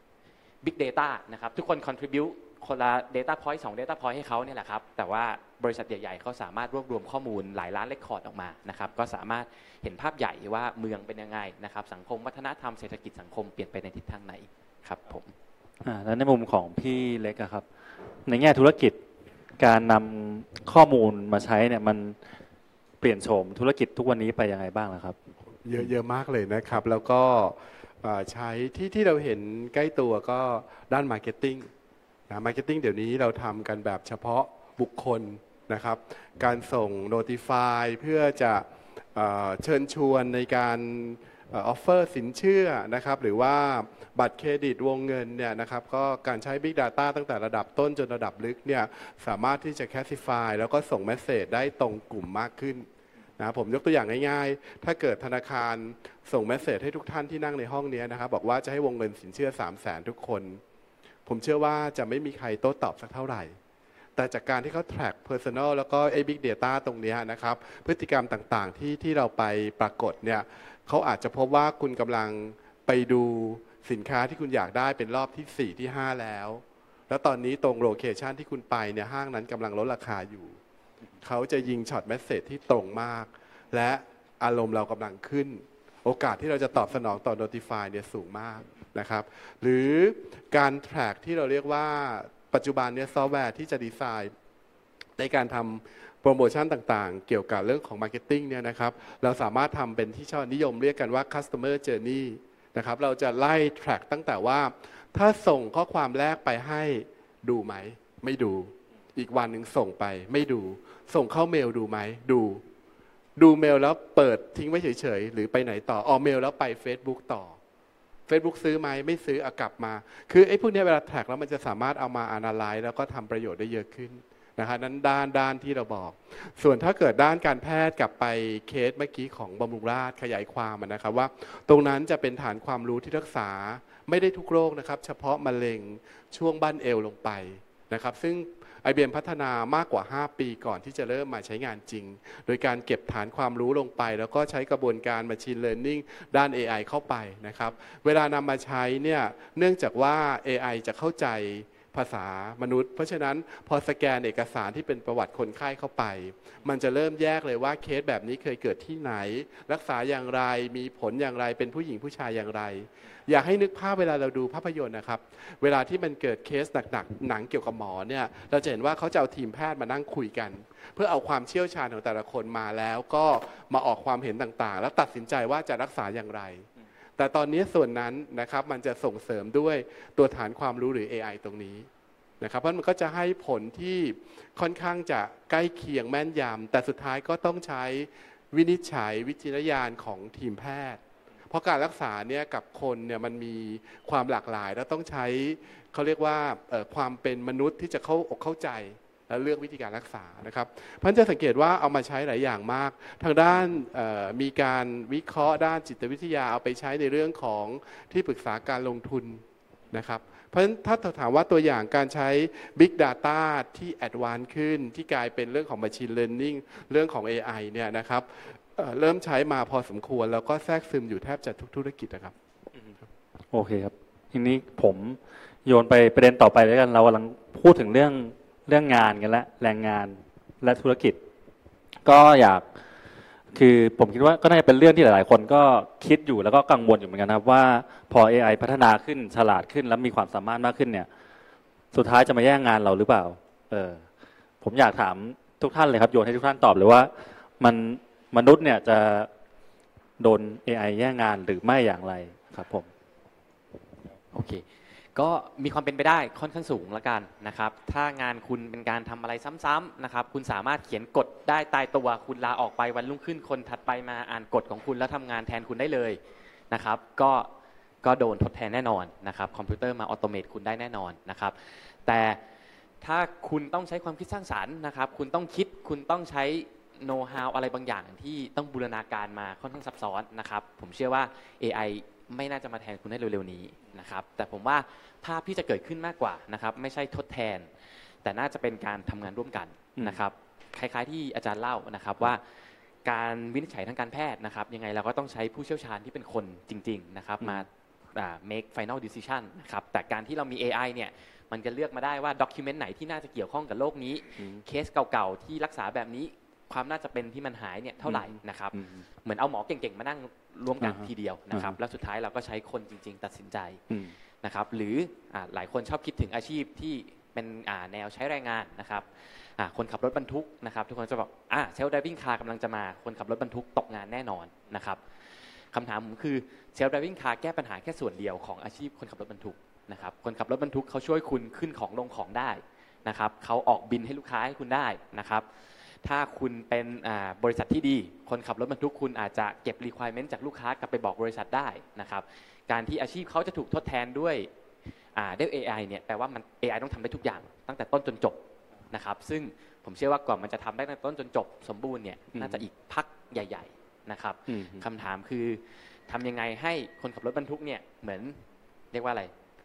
Big Data นะครับทุกคน contribute คนละ Data Point 2 Data Point ให้เขาเนี่ยแหละครับแต่ว่าบริษัทใหญ่ๆเขาสามารถรวบรวมข้อมูลหลายล้านเรคคอร์ดออกมานะครับก็สามารถเห็นภาพใหญ่ว่าเมืองเป็นยังไงนะครับสังคมวัฒนธรรมเศรษฐกิจสังคมเปลี่ยนไปในทิศทางไหนครับผมแล้วในมุมของพี่เล็กครับในแง่ธุรกิจการนำข้อมูลมาใช้เนี่ยมันเปลี่ยนโฉมธุรกิจทุกวันนี้ไปยังไงบ้างล่ะครับเยอะมากเลยนะครับแล้วก็ใช้ที่เราเห็นใกล้ตัวก็ด้านมาร์เก็ตติ้งนะมาร์เก็ตติ้งเดี๋ยวนี้เราทำกันแบบเฉพาะบุคคลนะครับการส่ง notify เพื่อจะเชิญชวนในการออฟเฟอร์สินเชื่อนะครับหรือว่าบัตรเครดิตวงเงินเนี่ยนะครับก็การใช้ Big Data ตั้งแต่ระดับต้นจนระดับลึกเนี่ยสามารถที่จะ classify แล้วก็ส่งเมสเสจได้ตรงกลุ่มมากขึ้นนะผมยกตัวอย่างง่ายๆถ้าเกิดธนาคารส่งเมสเสจให้ทุกท่านที่นั่งในห้องนี้นะครับบอกว่าจะให้วงเงินสินเชื่อ 300,000 ทุกคนผมเชื่อว่าจะไม่มีใครโต้ตอบสักเท่าไหร่แต่จากการที่เขา track personal แล้วก็big data ตรงนี้นะครับพฤติกรรมต่างๆที่เราไปปรากฏเนี่ยเขาอาจจะพบว่าคุณกำลังไปดูสินค้าที่คุณอยากได้เป็นรอบที่4ที่5แล้วตอนนี้ตรงโลเคชันที่คุณไปเนี่ยห้างนั้นกำลังลดราคาอยู่เขาจะยิงช็อตเมสเสจที่ตรงมากและอารมณ์เรากำลังขึ้นโอกาสที่เราจะตอบสนองต่อ notify เนี่ยสูงมากนะครับหรือการ track ที่เราเรียกว่าปัจจุบันเนี่ยซอฟต์แวร์ที่จะดีไซน์ในการทำโปรโมชั่นต่างๆเกี่ยวกับเรื่องของ Marketing เนี่ยนะครับเราสามารถทำเป็นที่ชอบนิยมเรียกกันว่า Customer Journey นะครับเราจะไล่ track ตั้งแต่ว่าถ้าส่งข้อความแรกไปให้ดูไหมไม่ดูอีกวันหนึ่งส่งไปไม่ดูส่งเข้าเมลดูไหมดูเมลแล้วเปิดทิ้งไว้เฉยๆหรือไปไหนต่อเมลแล้วไป Facebook ต่อ Facebook ซื้อไหมไม่ซื้อกลับมาคือไอ้พวกนี้เวลาแท็กแล้วมันจะสามารถเอามา analyze แล้วก็ทำประโยชน์ได้เยอะขึ้นนะคะนั้นด้านที่เราบอกส่วนถ้าเกิดด้านการแพทย์กลับไปเคสเมื่อกี้ของบำรุงราษฎร์ขยายความนะครับว่าตรงนั้นจะเป็นฐานความรู้ที่รักษาไม่ได้ทุกโรคนะครับเฉพาะมะเร็งช่วงบั้นเอวลงไปนะครับซึ่งIBM พัฒนามากกว่า5ปีก่อนที่จะเริ่มมาใช้งานจริงโดยการเก็บฐานความรู้ลงไปแล้วก็ใช้กระบวนการ Machine Learning ด้าน AI เข้าไปนะครับเวลานำมาใช้เนี่ยเนื่องจากว่า AI จะเข้าใจภาษามนุษย์เพราะฉะนั้นพอสแกนเอกสารที่เป็นประวัติคนไข้เข้าไปมันจะเริ่มแยกเลยว่าเคสแบบนี้เคยเกิดที่ไหนรักษาอย่างไรมีผลอย่างไรเป็นผู้หญิงผู้ชายอย่างไรอยากให้นึกภาพเวลาเราดูภาพยนตร์นะครับเวลาที่มันเกิดเคสหนักๆหนังเกี่ยวกับหมอเนี่ยเราจะเห็นว่าเขาจะเอาทีมแพทย์มานั่งคุยกันเพื่อเอาความเชี่ยวชาญของแต่ละคนมาแล้วก็มาออกความเห็นต่างๆแล้วตัดสินใจว่าจะรักษาอย่างไรแต่ตอนนี้ส่วนนั้นนะครับมันจะส่งเสริมด้วยตัวฐานความรู้หรือ AI ตรงนี้นะครับเพราะมันก็จะให้ผลที่ค่อนข้างจะใกล้เคียงแม่นยำแต่สุดท้ายก็ต้องใช้วินิจฉัยวิจารณญาณของทีมแพทย์เพราะการรักษาเนี่ยกับคนเนี่ยมันมีความหลากหลายแล้วต้องใช้เขาเรียกว่าความเป็นมนุษย์ที่จะเข้าใจและเลือกวิธีการรักษานะครับเพราะฉะนั้นจะสังเกตว่าเอามาใช้หลายอย่างมากทางด้านมีการวิเคราะห์ด้านจิตวิทยาเอาไปใช้ในเรื่องของที่ปรึกษาการลงทุนนะครับเพราะฉะนั้นถ้าถามว่าตัวอย่างการใช้ Big Data ที่ Advanced ขึ้นที่กลายเป็นเรื่องของ Machine Learning เรื่องของ AI เนี่ยนะครับเริ่มใช้มาพอสมควรแล้วก็แทรกซึมอยู่แทบจะทุกธุรกิจนะครับโอเคครับทีนี้ผมโยนไปประเด็นต่อไปแล้วกันเรากำลังพูดถึงเรื่องงานกันและแรงงานและธุรกิจก็อยากคือผมคิดว่าก็น่าจะเป็นเรื่องที่หลายๆคนก็คิดอยู่แล้วก็กังวลอยู่เหมือนกันครับว่าพอ AI พัฒนาขึ้นฉลาดขึ้นแล้วมีความสามารถมากขึ้นเนี่ยสุดท้ายจะมาแย่งงานเราหรือเปล่าผมอยากถามทุกท่านเลยครับโยนให้ทุกท่านตอบเลยว่ามันมนุษย์เนี่ยจะโดน AI แย่งงานหรือไม่อย่างไรครับผมโอเคก็มีความเป็นไปได้ค่อนข้างสูงละกันนะครับถ้างานคุณเป็นการทำอะไรซ้ำๆนะครับคุณสามารถเขียนกฎได้ตายตัวคุณลาออกไปวันรุ่งขึ้นคนถัดไปมาอ่านกฎของคุณแล้วทำงานแทนคุณได้เลยนะครับก็โดนทดแทนแน่นอนนะครับคอมพิวเตอร์มาออโตเมตคุณได้แน่นอนนะครับแต่ถ้าคุณต้องใช้ความคิดสร้างสรรค์นะครับคุณต้องคิดคุณต้องใช้โน้ตฮาวอะไรบางอย่างที่ต้องบูรณาการมาค่อนข้างซับซ้อนนะครับผมเชื่อว่า AI ไม่น่าจะมาแทนคุณได้เร็วๆนี้นะครับแต่ผมว่าภาพที่จะเกิดขึ้นมากกว่านะครับไม่ใช่ทดแทนแต่น่าจะเป็นการทำงานร่วมกันนะครับคล้ายๆที่อาจารย์เล่านะครับว่าการวินิจฉัยทางการแพทย์นะครับยังไงเราก็ต้องใช้ผู้เชี่ยวชาญที่เป็นคนจริงๆนะครับมาmake final decision นะครับแต่การที่เรามี AI เนี่ยมันจะเลือกมาได้ว่าด็อกิเมนต์ไหนที่น่าจะเกี่ยวข้องกับโรคนี้เคสเก่าๆที่รักษาแบบนี้ความน่าจะเป็นที่มันหายเนี่ยเท่าไหร่นะครับเหมือนเอาหมอเก่งๆมานั่งรวมกันทีเดียวนะครับแล้วสุดท้ายเราก็ใช้คนจริงๆตัดสินใจนะครับหรือหลายคนชอบคิดถึงอาชีพที่เป็นแนวใช้แรงงานนะครับคนขับรถบรรทุกนะครับทุกคนจะบอกเซลล์ไดวิ่งคาร์กำลังจะมาคนขับรถบรรทุกตกงานแน่นอนนะครับคำถามผมคือเซลล์ไดวิ่งคาร์แก้ปัญหาแค่ส่วนเดียวของอาชีพคนขับรถบรรทุกนะครับคนขับรถบรรทุกเขาช่วยคุณขึ้นของลงของได้นะครับเขาออกบินให้ลูกค้าให้คุณได้นะครับถ้าคุณเป็นบริษัทที่ดีคนขับรถบรรทุกคุณอาจจะเก็บ requirement จากลูกค้ากลับไปบอกบริษัทได้นะครับการที่อาชีพเขาจะถูกทดแทนด้วยAI เนี่ยแปลว่ามัน AI ต้องทำได้ทุกอย่างตั้งแต่ต้นจนจบนะครับซึ่งผมเชื่อว่าก่อนมันจะทำได้ตั้งแต่ต้นจนจบสมบูรณ์เนี่ยน่าจะอีกพักใหญ่ๆนะครับคำถามคือทำยังไงให้คนขับรถบรรทุกเนี่ยเหมือนเรียกว่าอะไร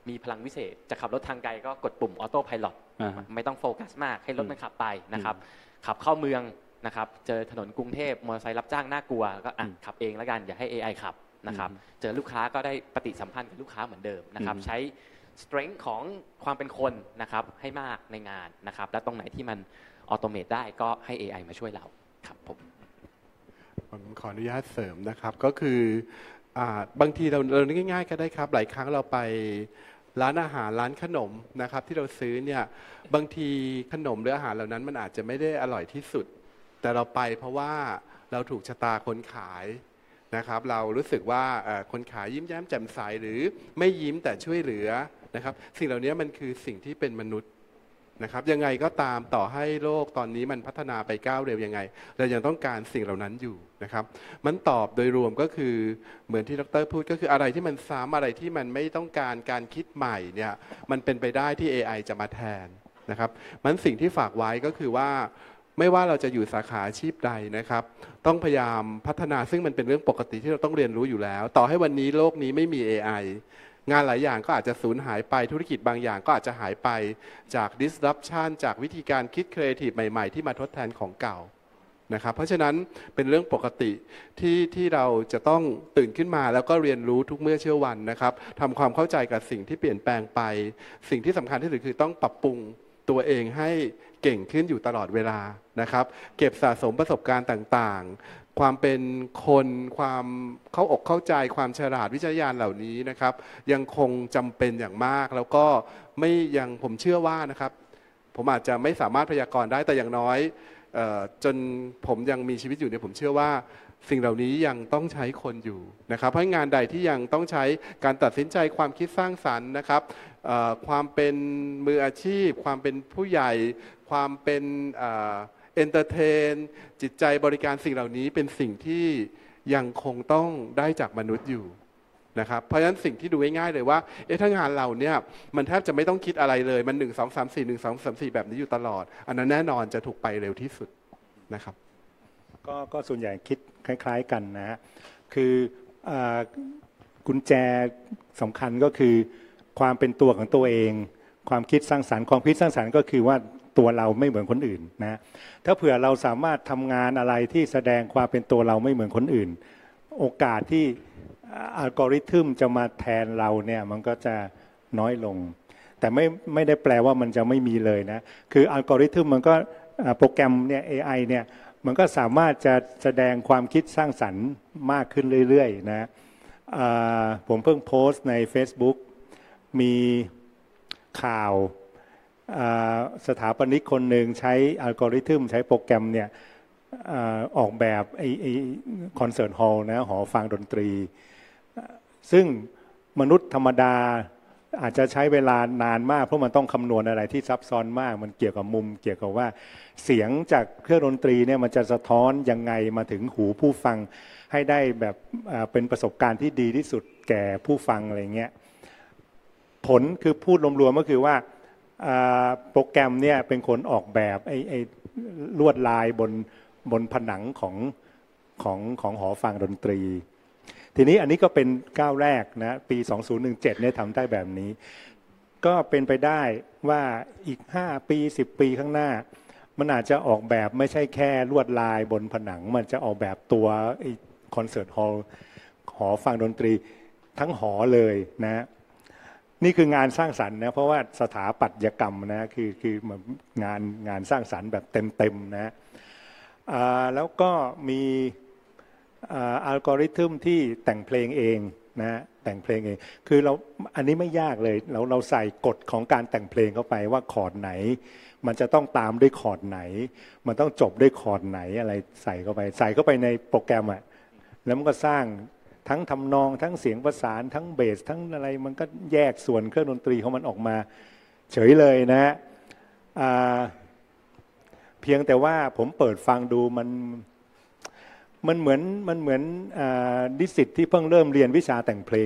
มีพลังวิเศษจะขับรถทางไกลก็กดปุ่มออโต้ไพลอตไม่ต้องโฟกัสมากให้รถมันขับไปนะครับขับเข้าเมืองนะครับเจอถนนกรุงเทพมอเตอร์ไซค์รับจ้างน่ากลัวก็ขับเองแล้วกันอย่าให้ AI ขับนะครับเจอลูกค้าก็ได้ปฏิสัมพันธ์กับลูกค้าเหมือนเดิมนะครับใช้ strength ของความเป็นคนนะครับให้มากในงานนะครับและตรงไหนที่มันออโตเมตได้ก็ให้ AI มาช่วยเราครับผมขออนุญาตเสริมนะครับก็คือบางทีเราง่ายๆก็ได้ครับหลายครั้งเราไปร้านอาหารร้านขนมนะครับที่เราซื้อเนี่ยบางทีขนมหรืออาหารเหล่านั้นมันอาจจะไม่ได้อร่อยที่สุดแต่เราไปเพราะว่าเราถูกชะตาคนขายนะครับเรารู้สึกว่าคนขายยิ้มแย้มแจ่มใสหรือไม่ยิ้มแต่ช่วยเหลือนะครับสิ่งเหล่านี้มันคือสิ่งที่เป็นมนุษย์นะครับยังไงก็ตามต่อให้โลกตอนนี้มันพัฒนาไปก้าวเร็วยังไงเรายังต้องการสิ่งเหล่านั้นอยู่นะครับมันตอบโดยรวมก็คือเหมือนที่ดร.พูดก็คืออะไรที่มันซ้ำอะไรที่มันไม่ต้องการการคิดใหม่เนี่ยมันเป็นไปได้ที่ AI จะมาแทนนะครับมันสิ่งที่ฝากไว้ก็คือว่าไม่ว่าเราจะอยู่สาขาอาชีพใดนะครับต้องพยายามพัฒนาซึ่งมันเป็นเรื่องปกติที่เราต้องเรียนรู้อยู่แล้วต่อให้วันนี้โลกนี้ไม่มี AIงานหลายอย่างก็อาจจะสูญหายไปธุรกิจบางอย่างก็อาจจะหายไปจาก disruption จากวิธีการคิด creative ใหม่ๆที่มาทดแทนของเก่านะครับเพราะฉะนั้นเป็นเรื่องปกติที่เราจะต้องตื่นขึ้นมาแล้วก็เรียนรู้ทุกเมื่อเช้าวันนะครับทำความเข้าใจกับสิ่งที่เปลี่ยนแปลงไปสิ่งที่สำคัญที่สุดคือต้องปรับปรุงตัวเองให้เก่งขึ้นอยู่ตลอดเวลานะครับเก็บสะสมประสบการณ์ต่างๆความเป็นคนความเข้าอกเข้าใจความฉลาดวิจารณญาณเหล่านี้นะครับยังคงจำเป็นอย่างมากแล้วก็ไม่ยังผมเชื่อว่านะครับผมอาจจะไม่สามารถพยากรณ์ได้แต่อย่างน้อยจนผมยังมีชีวิตอยู่เนี่ยผมเชื่อว่าสิ่งเหล่านี้ยังต้องใช้คนอยู่นะครับเพราะงานใดที่ยังต้องใช้การตัดสินใจความคิดสร้างสรรค์นะครับความเป็นมืออาชีพความเป็นผู้ใหญ่ความเป็นเอนเตอร์เทนจิตใจบริการสิ่งเหล่านี้เป็นสิ่งที่ยังคงต้องได้จากมนุษย์อยู่นะครับเพราะฉะนั้นสิ่งที่ดูง่ายๆเลยว่าถ้างานเราเนี่ยมันแทบจะไม่ต้องคิดอะไรเลยมัน1 2 3 4 1 2 3 4แบบนี้อยู่ตลอดอันนั้นแน่นอนจะถูกไปเร็วที่สุดนะครับก็ส่วนใหญ่คิดคล้ายๆกันนะฮะคือกุญแจสำคัญก็คือความเป็นตัวของตัวเองความคิดสร้างสรรค์ความคิดสร้างสรรค์ก็คือว่าตัวเราไม่เหมือนคนอื่นนะถ้าเผื่อเราสามารถทำงานอะไรที่แสดงความเป็นตัวเราไม่เหมือนคนอื่นโอกาสที่อัลกอริทึมจะมาแทนเราเนี่ยมันก็จะน้อยลงแต่ไม่ได้แปลว่ามันจะไม่มีเลยนะคืออัลกอริทึมมันก็โปรแกรมเนี่ย AI เนี่ยมันก็สามารถจะแสดงความคิดสร้างสรรค์มากขึ้นเรื่อยๆนะผมเพิ่งโพสต์ใน Facebook มีข่าวสถาปนิกคนหนึ่งใช้อัลกอริทึมใช้โปรแกรมเนี่ยออกแบบไอ้คอนเสิร์ตฮอลล์นะหอฟังดนตรีซึ่งมนุษย์ธรรมดาอาจจะใช้เวลานานมากเพราะมันต้องคำนวณอะไรที่ซับซ้อนมากมันเกี่ยวกับมุมเกี่ยวกับว่าเสียงจากเครื่องดนตรีเนี่ยมันจะสะท้อนยังไงมาถึงหูผู้ฟังให้ได้แบบเป็นประสบการณ์ที่ดีที่สุดแก่ผู้ฟังอะไรเงี้ยผลคือพูดรวมๆก็คือว่าโปรแกรมเนี่ยเป็นคนออกแบบไอ้ลวดลายบนผนังของหอฟังดนตรีทีนี้อันนี้ก็เป็นก้าวแรกนะปี2017เนี่ยทำได้แบบนี้ก็เป็นไปได้ว่าอีก5 ปี10 ปีข้างหน้ามันอาจจะออกแบบไม่ใช่แค่ลวดลายบนผนังมันจะออกแบบตัวไอ้คอนเสิร์ตฮอลล์หอฟังดนตรีทั้งหอเลยนะนี่คืองานสร้างสรรค์นะเพราะว่าสถาปัตยกรรมนะคือเหมือนงานสร้างสรรค์แบบเต็มๆนะแล้วก็มีอัลกอริทึมที่แต่งเพลงเองนะแต่งเพลงเองคืออันนี้ไม่ยากเลยเราใส่กฎของการแต่งเพลงเข้าไปว่าคอร์ดไหนมันจะต้องตามด้วยคอร์ดไหนมันต้องจบด้วยคอร์ดไหนอะไรใส่เข้าไปในโปรแกรมอะแล้วมันก็สร้างทั้งทำนองทั้งเสียงประสานทั้งเบสทั้งอะไรมันก็แยกส่วนเครื่องดนตรีของมันออกมาเฉยเลยนะเพียงแต่ว่าผมเปิดฟังดูมันเหมือนนิสิตที่เพิ่งเริ่มเรียนวิชาแต่งเพลง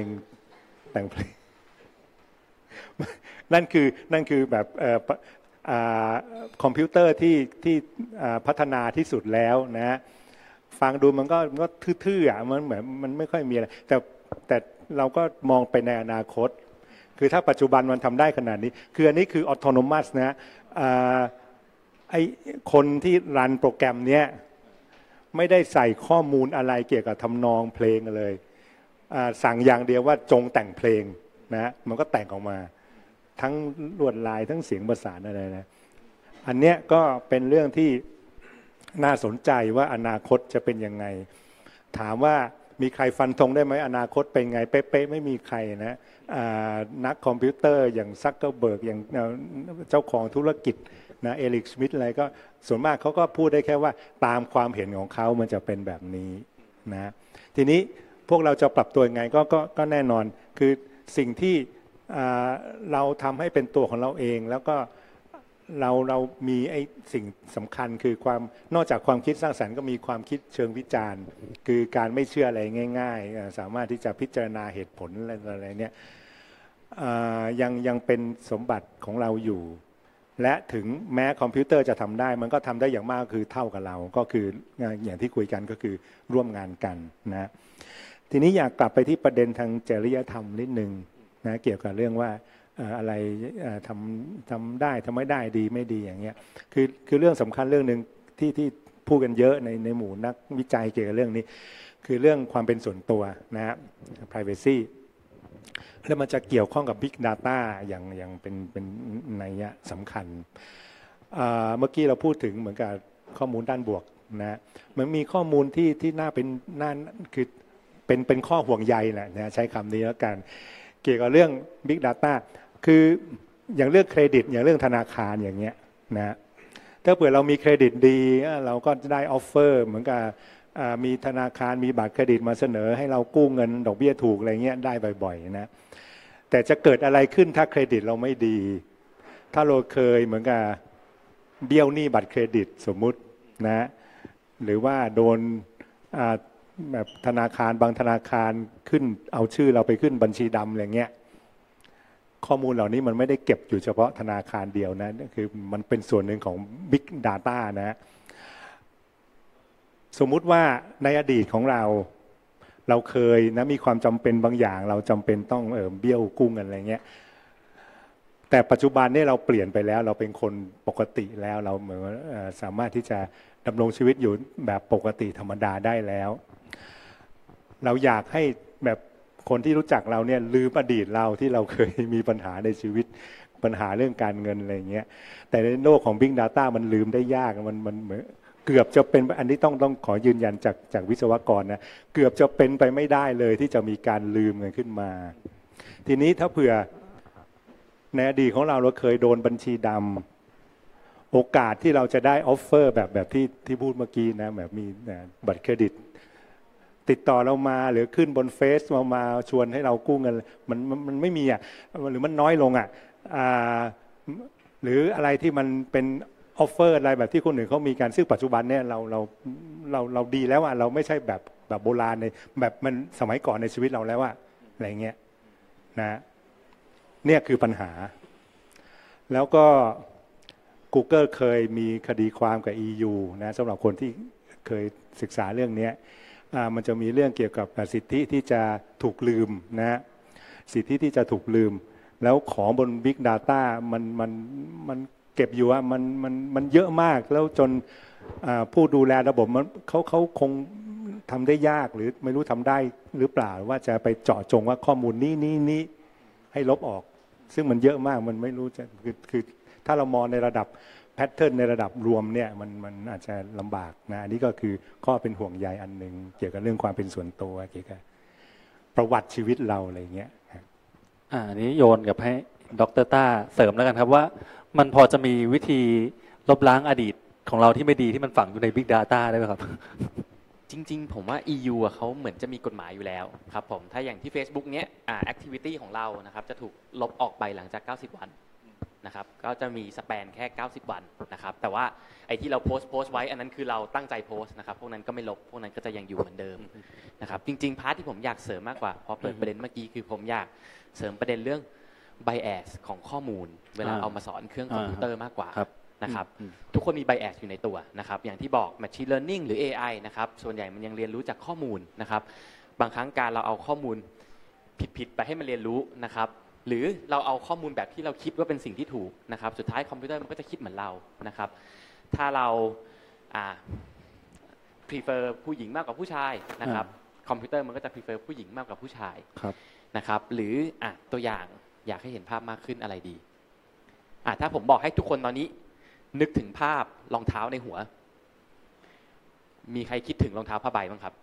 นั่นคือแบบคอมพิวเตอร์ที่พัฒนาที่สุดแล้วนะฟังดูมันก็ทื่อๆมันเหมือนมันไม่ค่อยมีอะไรแต่เราก็มองไปในอนาคตคือถ้าปัจจุบันมันทำได้ขนาดนี้คืออันนี้คือ autonomous นะไอคนที่รันโปรแกรมเนี้ยไม่ได้ใส่ข้อมูลอะไรเกี่ยวกับทำนองเพลงเลยสั่งอย่างเดียวว่าจงแต่งเพลงนะมันก็แต่งออกมาทั้งลวดลายทั้งเสียงประสานอะไรนะอันเนี้ยก็เป็นเรื่องที่น่าสนใจว่าอนาคตจะเป็นยังไงถามว่ามีใครฟันธงได้ไหมอนาคตเป็นไงเป๊ะๆไม่มีใครนะนักคอมพิวเตอร์อย่างซักเกอร์เบิร์กอย่างเจ้าของธุรกิจนะเอริกสมิธอะไรก็ส่วนมากเขาก็พูดได้แค่ว่าตามความเห็นของเขามันจะเป็นแบบนี้นะทีนี้พวกเราจะปรับตัวยังไงก็แน่นอนคือสิ่งที่เราทำให้เป็นตัวของเราเองแล้วก็เรามีไอ้สิ่งสำคัญคือความนอกจากความคิดสร้างสรรค์ก็มีความคิดเชิงวิจารณ์คือการไม่เชื่ออะไรง่ายๆสามารถที่จะพิจารณาเหตุผลอะไรเนี่ยยังเป็นสมบัติของเราอยู่และถึงแม้คอมพิวเตอร์จะทำได้มันก็ทำได้อย่างมากคือเท่ากับเราก็คืออย่างที่คุยกันก็คือร่วมงานกันนะทีนี้อยากกลับไปที่ประเด็นทางจริยธรรมนิดนึงนะเกี่ยวกับเรื่องว่าอะไรทำได้ทำไม่ได้ดีไม่ดีอย่างเงี้ยคือเรื่องสำคัญเรื่องหนึ่งที่พูดกันเยอะในหมู่นักวิจัยเกี่ยวกับเรื่องนี้คือเรื่องความเป็นส่วนตัวนะฮะ privacy แล้วมันจะเกี่ยวข้องกับ Big Data อย่างเป็นนัยสำคัญเมื่อกี้เราพูดถึงเหมือนกับข้อมูลด้านบวกนะมันมีข้อมูลที่น่าคือเป็นข้อห่วงใยแหละนะใช้คำนี้แล้วกันเกี่ยวกับเรื่อง Big Data คืออย่างเรื่องเครดิตอย่างเรื่องธนาคารอย่างเงี้ยนะถ้าเผื่อเรามีเครดิตดีเราก็จะได้ออฟเฟอร์เหมือนกับมีธนาคารมีบัตรเครดิตมาเสนอให้เรากู้เงินดอกเบี้ยถูกอะไรเงี้ยได้บ่อยๆนะแต่จะเกิดอะไรขึ้นถ้าเครดิตเราไม่ดีถ้าเราเคยเหมือนกับเบี้ยวหนี้บัตรเครดิตสมมุตินะหรือว่าโดนแบบธนาคารบางธนาคารขึ้นเอาชื่อเราไปขึ้นบัญชีดำอะไรเงี้ยข้อมูลเหล่านี้มันไม่ได้เก็บอยู่เฉพาะธนาคารเดียวนะคือมันเป็นส่วนหนึ่งของ Big Data นะสมมุติว่าในอดีตของเราเคยนะมีความจำเป็นบางอย่างเราจำเป็นต้องเบี้ยวกู้เงินอะไรเงี้ยแต่ปัจจุบันนี้เราเปลี่ยนไปแล้วเราเป็นคนปกติแล้วเราเหมือนสามารถที่จะดำรงชีวิตอยู่แบบปกติธรรมดาได้แล้วเราอยากให้แบบคนที่รู้จักเราเนี่ยลืมอดีตเราที่เราเคยมีปัญหาในชีวิตปัญหาเรื่องการเงินอะไรเงี้ยแต่ในโลกของ Big Data มันลืมได้ยากมันเหมือนเกือบจะเป็นอันนี้ต้องขอยืนยันจากวิศวกรนะเกือบจะเป็นไปไม่ได้เลยที่จะมีการลืมเงินขึ้นมาทีนี้ถ้าเผื่อในอดีตของเราเคยโดนบัญชีดำโอกาสที่เราจะได้ออฟเฟอร์แบบที่พูดเมื่อกี้นะแบบมีบัตรเครดิตติดต่อเรามาหรือขึ้นบนเฟซมาชวนให้เรากู้เงินมันไม่มีอ่ะหรือมันน้อยลงอ่ะหรืออะไรที่มันเป็นออฟเฟอร์อะไรแบบที่คนอื่นเขามีการซึ่งปัจจุบันเนี่ยเราดีแล้วอ่ะเราไม่ใช่แบบโบราณในแบบมันสมัยก่อนในชีวิตเราแล้วอ่ะอะไรเงี้ยนะเนี่ยคือปัญหาแล้วก็ Google เคยมีคดีความกับ EU นะสำหรับคนที่เคยศึกษาเรื่องนี้มันจะมีเรื่องเกี่ยวกับสิทธิที่จะถูกลืมนะสิทธิที่จะถูกลืมแล้วของบน Big Data มันเก็บอยู่มันเยอะมากแล้วจนผู้ดูแลระบบเขาคงทำได้ยากหรือไม่รู้ทำได้หรือเปล่าว่าจะไปเจาะจงว่าข้อมูลนี้ให้ลบออกซึ่งมันเยอะมากมันไม่รู้จะคือถ้าเรามองในระดับแพทเทิร์นในระดับรวมเนี่ยมันอาจจะลำบากนะอันนี้ก็คือข้อเป็นห่วงใยอันหนึ่งเกี่ยวกับเรื่องความเป็นส่วนตัวเกี่ยวกับประวัติชีวิตเราอะไรเงี้ยอันนี้โยนกับให้ดร.ต้าเสริมแล้วกันครับว่ามันพอจะมีวิธีลบล้างอดีตของเราที่ไม่ดีที่มันฝังอยู่ใน Big Data ได้ไหมครับจริงๆผมว่า EU เขาเหมือนจะมีกฎหมายอยู่แล้วครับผมถ้าอย่างที่ Facebook เนี้ยactivity ของเรานะครับจะถูกลบออกไปหลังจาก90 วันนะครับก็จะมีสแปนแค่90 วันนะครับแต่ว่าไอ้ที่เราโพสต์ไว้อันนั้นคือเราตั้งใจโพสต์นะครับพวกนั้นก็ไม่ลบพวกนั้นก็จะยังอยู่เหมือนเดิมนะครับจริงๆพาร์ทที่ผมอยากเสริมมากกว่าพอเปิดประเด็นเมื่อกี้คือผมอยากเสริมประเด็นเรื่อง bias ของข้อมูลเวลาเอามาสอนเครื่องคอมพิวเตอร์มากกว่านะครับทุกคนมี bias อยู่ในตัวนะครับอย่างที่บอก machine learning หรือ AI นะครับส่วนใหญ่มันยังเรียนรู้จากข้อมูลนะครับบางครั้งการเราเอาข้อมูลผิดๆไปให้มันเรียนรู้นะครับหรือเราเอาข้อมูลแบบที่เราคิดว่าเป็นสิ่งที่ถูกนะครับสุดท้ายคอมพิวเตอร์มันก็จะคิดเหมือนเรานะครับถ้าเราprefer ผู้หญิงมากกว่าผู้ชายนะครับคอมพิวเตอร์มันก็จะ prefer ผู้หญิงมากกว่าผู้ชายนะครับหรือตัวอย่างอยากให้เห็นภาพมากขึ้นอะไรดีถ้าผมบอกให้ทุกคนตอนนี้นึกถึงภาพรองเท้าในหัวมีใครคิดถึงรองเท้าผ้าใบบ้างครับ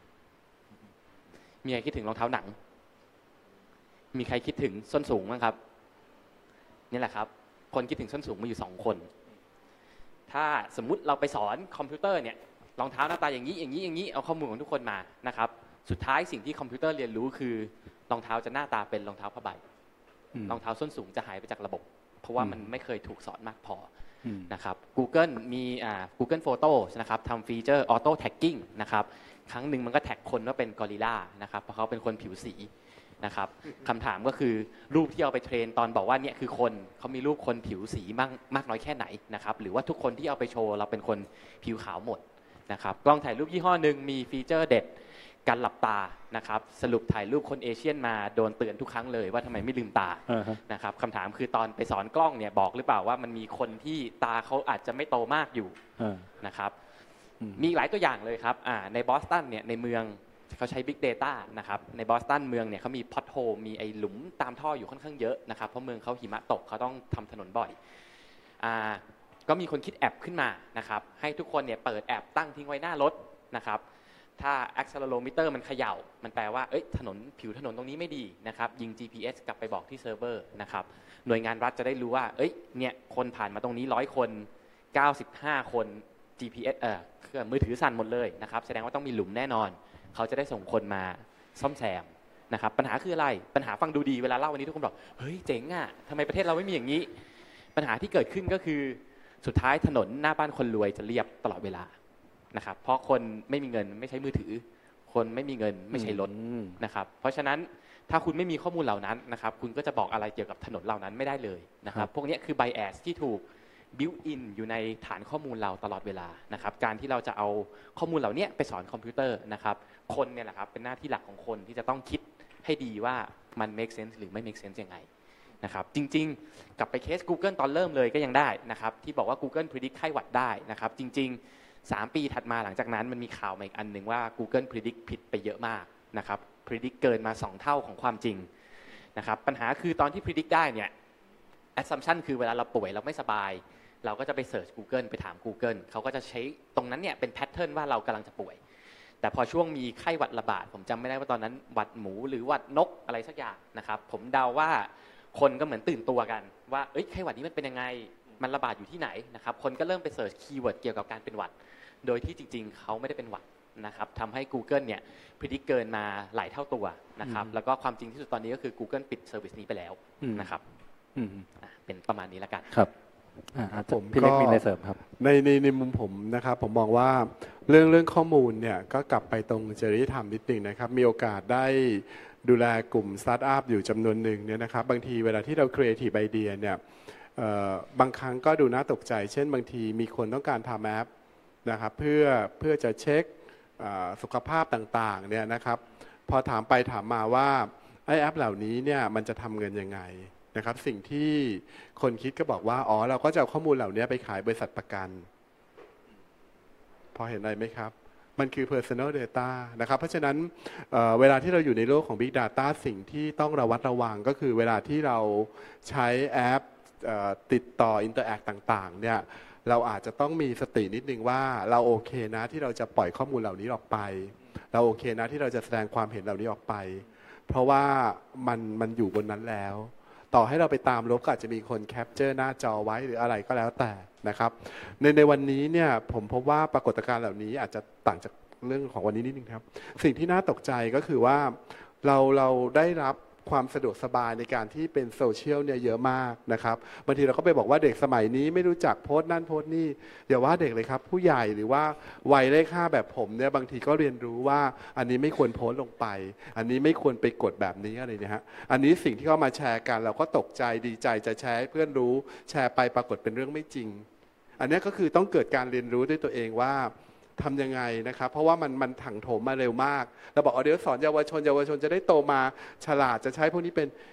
มีใครคิดถึงรองเท้าหนังมีใครคิดถึงส้นสูงบ้างครับนี่แหละครับคนคิดถึงส้นสูงมีอยู่2คนถ้าสมมุติเราไปสอนคอมพิวเตอร์เนี่ยรองเท้าหน้าตาอย่างนี้อย่างนี้อย่างนี้เอาข้อมูลของทุกคนมานะครับสุดท้ายสิ่งที่คอมพิวเตอร์เรียนรู้คือรองเท้าจะหน้าตาเป็นรองเท้าผ้าใบรองเท้าส้นสูงจะหายไปจากระบบเพราะว่ามันไม่เคยถูกสอนมากพอนะครับ Google มีGoogle Photos นะครับทำฟีเจอร์ Auto Tagging นะครับครั้งหนึ่งมันก็แท็กคนว่าเป็นกอริลลานะครับเพราะเขาเป็นคนผิวสีนะครับคำถามก็คือรูปที่เอาไปเทรนตอนบอกว่าเนี่ยคือคนเขามีรูปคนผิวสีมากน้อยแค่ไหนนะครับหรือว่าทุกคนที่เอาไปโชว์เราเป็นคนผิวขาวหมดนะครับกล้องถ่ายรูปยี่ห้อหนึ่งมีฟีเจอร์เด็ดการหลับตานะครับสรุปถ่ายรูปคนเอเชียนมาโดนเตือนทุกครั้งเลยว่าทำไมไม่ลืมตานะครับคำถามคือตอนไปสอนกล้องเนี่ยบอกหรือเปล่าว่ามันมีคนที่ตาเขาอาจจะไม่โตมากอยู่นะครับมีหลายตัวอย่างเลยครับในบอสตันเนี่ยในเมืองเขาใช้ Big Data นะครับในบอสตันเมืองเนี่ยเขามีพอตโฮลมีไอหลุมตามท่ออยู่ค่อนข้างเยอะนะครับเพราะเมืองเขาหิมะตกเขาต้องทำถนนบ่อยก็มีคนคิดแอปขึ้นมานะครับให้ทุกคนเนี่ยเปิดแอปตั้งทิ้งไว้หน้ารถนะครับถ้า accelerometer มันเขย่ามันแปลว่าผิวถนนตรงนี้ไม่ดีนะครับยิง GPS กลับไปบอกที่เซิร์ฟเวอร์นะครับหน่วยงานรัฐจะได้รู้ว่าเนี่ยคนผ่านมาตรงนี้100 คน95 คน GPS เครื่องมือถือสั่นหมดเลยนะครับแสดงว่าต้องมีหลุมแน่นอนเขาจะได้ส่งคนมาซ่อมแซมนะครับปัญหาคืออะไรปัญหาฟังดูดีเวลาเล่าวันนี้ทุกคนบอกเฮ้ยเจ๋งทำไมประเทศเราไม่มีอย่างนี้ปัญหาที่เกิดขึ้นก็คือสุดท้ายถนนหน้าบ้านคนรวยจะเรียบตลอดเวลานะครับเพราะคนไม่มีเงินไม่ใช้มือถือคนไม่มีเงินไม่ใช้รถนะครับเพราะฉะนั้นถ้าคุณไม่มีข้อมูลเหล่านั้นนะครับคุณก็จะบอกอะไรเกี่ยวกับถนนเหล่านั้นไม่ได้เลยนะครับพวกนี้คือ bias ที่ถูก built in อยู่ในฐานข้อมูลเราตลอดเวลานะครับการที่เราจะเอาข้อมูลเหล่านี้ไปสอนคอมพิวเตอร์นะครับคนเนี่ยแหละครับเป็นหน้าที่หลักของคนที่จะต้องคิดให้ดีว่ามัน make sense หรือไม่ make sense ยังไงนะครับจริงๆกลับไปเคส Google ตอนเริ่มเลยก็ยังได้นะครับที่บอกว่า Google predict ไข้หวัดได้นะครับจริงๆ3 ปีถัดมาหลังจากนั้นมันมีข่าวมาอีกอันหนึ่งว่า Google predict ผิดไปเยอะมากนะครับ predict เกินมา2 เท่าของความจริงนะครับปัญหาคือตอนที่ predict ได้เนี่ย assumption คือเวลาเราป่วยเราไม่สบายเราก็จะไปเสิร์ช Google ไปถาม Google เขาก็จะใช้ตรงนั้นเนี่ยเป็น pattern ว่าเรากำลังจะป่วยแต่พอช่วงมีไข้หวัดระบาดผมจำไม่ได้ว่าตอนนั้นหวัดหมูหรือหวัดนกอะไรสักอย่างนะครับผมเดาว่าคนก็เหมือนตื่นตัวกันว่าไข้หวัดนี้มันเป็นยังไงมันระบาดอยู่ที่ไหนนะครับคนก็เริ่มไปเสิร์ชคีย์เวิร์ดเกี่ยวกับการเป็นหวัดโดยที่จริงๆเขาไม่ได้เป็นหวัดนะครับทำให้ Google เนี่ยพิจิตรเกินมาหลายเท่าตัวนะครับแล้วก็ความจริงที่สุดตอนนี้ก็คือ Google ปิดเซอร์วิสนี้ไปแล้วนะครับเป็นประมาณนี้ละกันครับผมพี่เล็กมีอะไรเสริมครับในมุมผมนะครับผมมองว่าเรื่องข้อมูลเนี่ยก็กลับไปตรงจริยธรรมนิดนึงนะครับมีโอกาสได้ดูแลกลุ่มสตาร์ทอัพอยู่จำนวนหนึ่งเนี่ยนะครับบางทีเวลาที่เราครีเอทีฟไอเดียเนี่ยบางครั้งก็ดูน่าตกใจเช่นบางทีมีคนต้องการทำแอปนะครับเพื่อจะเช็คสุขภาพต่างๆเนี่ยนะครับพอถามไปถามมาว่าไอแอปเหล่านี้เนี่ยมันจะทำเงินยังไงนะครับสิ่งที่คนคิดก็บอกว่าเราก็จะเอาข้อมูลเหล่านี้ไปขายบริษัทประกันพอเห็นอะไรไหมครับมันคือ personal data นะครับเพราะฉะนั้นเวลาที่เราอยู่ในโลกของ Big Data สิ่งที่ต้องระวัดระวังก็คือเวลาที่เราใช้แอปติดต่อ interact ต่างๆเนี่ยเราอาจจะต้องมีสตินิดนึงว่าเราโอเคนะที่เราจะปล่อยข้อมูลเหล่านี้ออกไปเราโอเคนะที่เราจะแสดงความเห็นเหล่านี้ออกไปเพราะว่ามันอยู่บนนั้นแล้วต่อให้เราไปตามลบก็อาจจะมีคนแคปเจอร์หน้าจอไว้หรืออะไรก็แล้วแต่นะครับในวันนี้เนี่ยผมพบว่าปรากฏการณ์เหล่านี้อาจจะต่างจากเรื่องของวันนี้นิดนึงครับสิ่งที่น่าตกใจก็คือว่าเราได้รับความสะดวกสบายในการที่เป็นโซเชียลเนี่ยเยอะมากนะครับบางทีเราก็ไปบอกว่าเด็กสมัยนี้ไม่รู้จักโพสต์นั่นโพสต์นี่อย่าว่าเด็กเลยครับผู้ใหญ่หรือว่าวัยเลข5แบบผมเนี่ยบางทีก็เรียนรู้ว่าอันนี้ไม่ควรโพสต์ลงไปอันนี้ไม่ควรไปกดแบบนี้อะไรเนี่ยฮะอันนี้สิ่งที่เขามาแชร์กันเราก็ตกใจดีใจจะแชร์ให้เพื่อนรู้แชร์ไปปรากฏเป็นเรื่องไม่จริงอันนี้ก็คือต้องเกิดการเรียนรู้ด้วยตัวเองว่าทำยังไงนะครับเพราะว่ามันถังโถมมาเร็วมากเราบอกเดี๋ยวสอนเยาวชนจะได้โตมาฉลาดจะใช้พวกนี้เป็น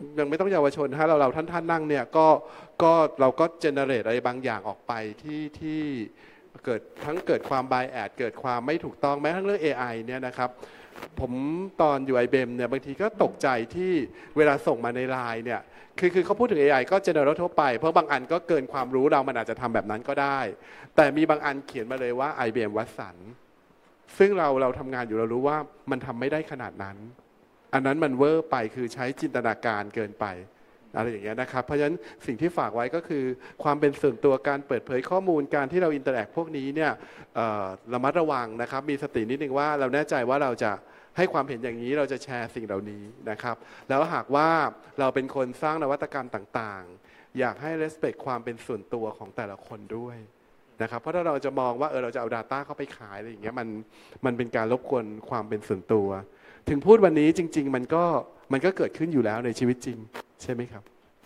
ยังไม่ต้องเยาวชนถ้าเราท่านนั่งเนี่ยก็เราก็เจเนเรตอะไรบางอย่างออกไปที่เกิดความไบแอดเกิดความไม่ถูกต้องแม้ทั้งเรื่อง AI เนี่ยนะครับผมตอนอยู่ IBM เนี่ยบางทีก็ตกใจที่เวลาส่งมาในไลน์เนี่ยคือเขาพูดถึง AI ก็ general ทั่วไปเพราะบางอันก็เกินความรู้เรามันอาจจะทำแบบนั้นก็ได้แต่มีบางอันเขียนมาเลยว่า IBM วัตสันซึ่งเราทำงานอยู่เรารู้ว่ามันทำไม่ได้ขนาดนั้นอันนั้นมันเวอร์ไปคือใช้จินตนาการเกินไปอะไรอย่างเงี้ยนะครับเพราะฉะนั้นสิ่งที่ฝากไว้ก็คือความเป็นส่วนตัวการเปิดเผยข้อมูลการที่เราอินเตอร์แอคพวกนี้เนี่ยระมัดระวังนะครับมีสตินิดนึงว่าเราแน่ใจว่าเราจะให้ความเห็นอย่างนี้เราจะแชร์สิ่งเหล่านี้นะครับแล้วหากว่าเราเป็นคนสร้างนวัตกรรมต่างๆอยากให้ respect ความเป็นส่วนตัวของแต่ละคนด้วยนะครับเพราะถ้าเราจะมองว่าเราจะเอา Data เข้าไปขายอะไรอย่างเงี้ยมันเป็นการรบกวนความเป็นส่วนตัวถึงพูดวันนี้จริงๆมันก็เกิดขึ้นอยู่แล้วในชีวิตจริงใช่ไหมครับ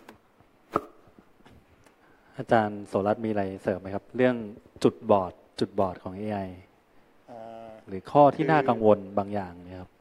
อาจารย์โสรัตน์มีอะไรเสริมไหมครับเรื่องจุดบอดของ AI หรือข้อที่น่ากังวลบางอย่างเนี่ยครับ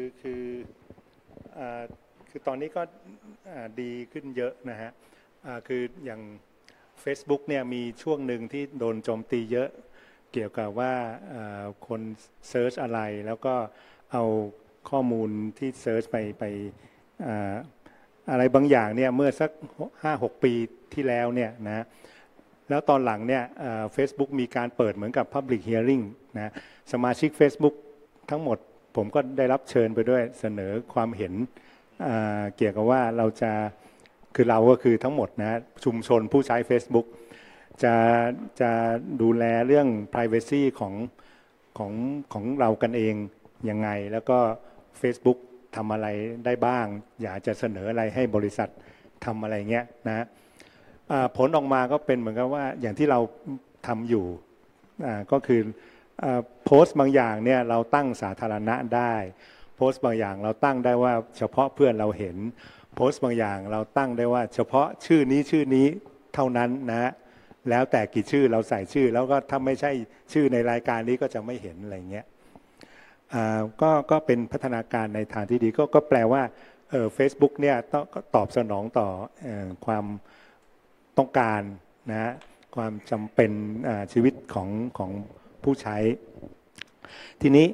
คือตอนนี้ก็ดีขึ้นเยอะนะฮะคืออย่าง Facebook เนี่ยมีช่วงหนึ่งที่โดนโจมตีเยอะเกี่ยวกับว่าคนเซิร์ชอะไรแล้วก็เอาข้อมูลที่เซิร์ชไปอะไรบางอย่างเนี่ยเมื่อสัก 5-6 ปีที่แล้วเนี่ยนะแล้วตอนหลังเนี่ยFacebook มีการเปิดเหมือนกับ Public Hearing นะสมาชิก Facebook ทั้งหมดผมก็ได้รับเชิญไปด้วยเสนอความเห็นเกี่ยวกับว่าเราจะคือเราก็คือทั้งหมดนะชุมชนผู้ใช้ Facebook จะดูแลเรื่อง privacy ของเรากันเองยังไงแล้วก็ Facebook ทำอะไรได้บ้างอยากจะเสนออะไรให้บริษัททำอะไรเงี้ยนะผลออกมาก็เป็นเหมือนกับว่าอย่างที่เราทำอยู่ก็คือโพสต์บางอย่างเนี่ยเราตั้งสาธารณะได้โพสต์บางอย่างเราตั้งได้ว่าเฉพาะเพื่อนเราเห็นโพสต์บางอย่างเราตั้งได้ว่าเฉพาะชื่อนี้เท่านั้นนะแล้วแต่กี่ชื่อเราใส่ชื่อแล้วก็ถ้าไม่ใช่ชื่อในรายการนี้ก็จะไม่เห็นอะไรเงี้ยก็เป็นพัฒนาการในทางที่ดีก็แปลว่าFacebook เนี่ยต้องตอบสนองต่อความต้องการนะความจำเป็นชีวิตของผู้ใช้ทีนี้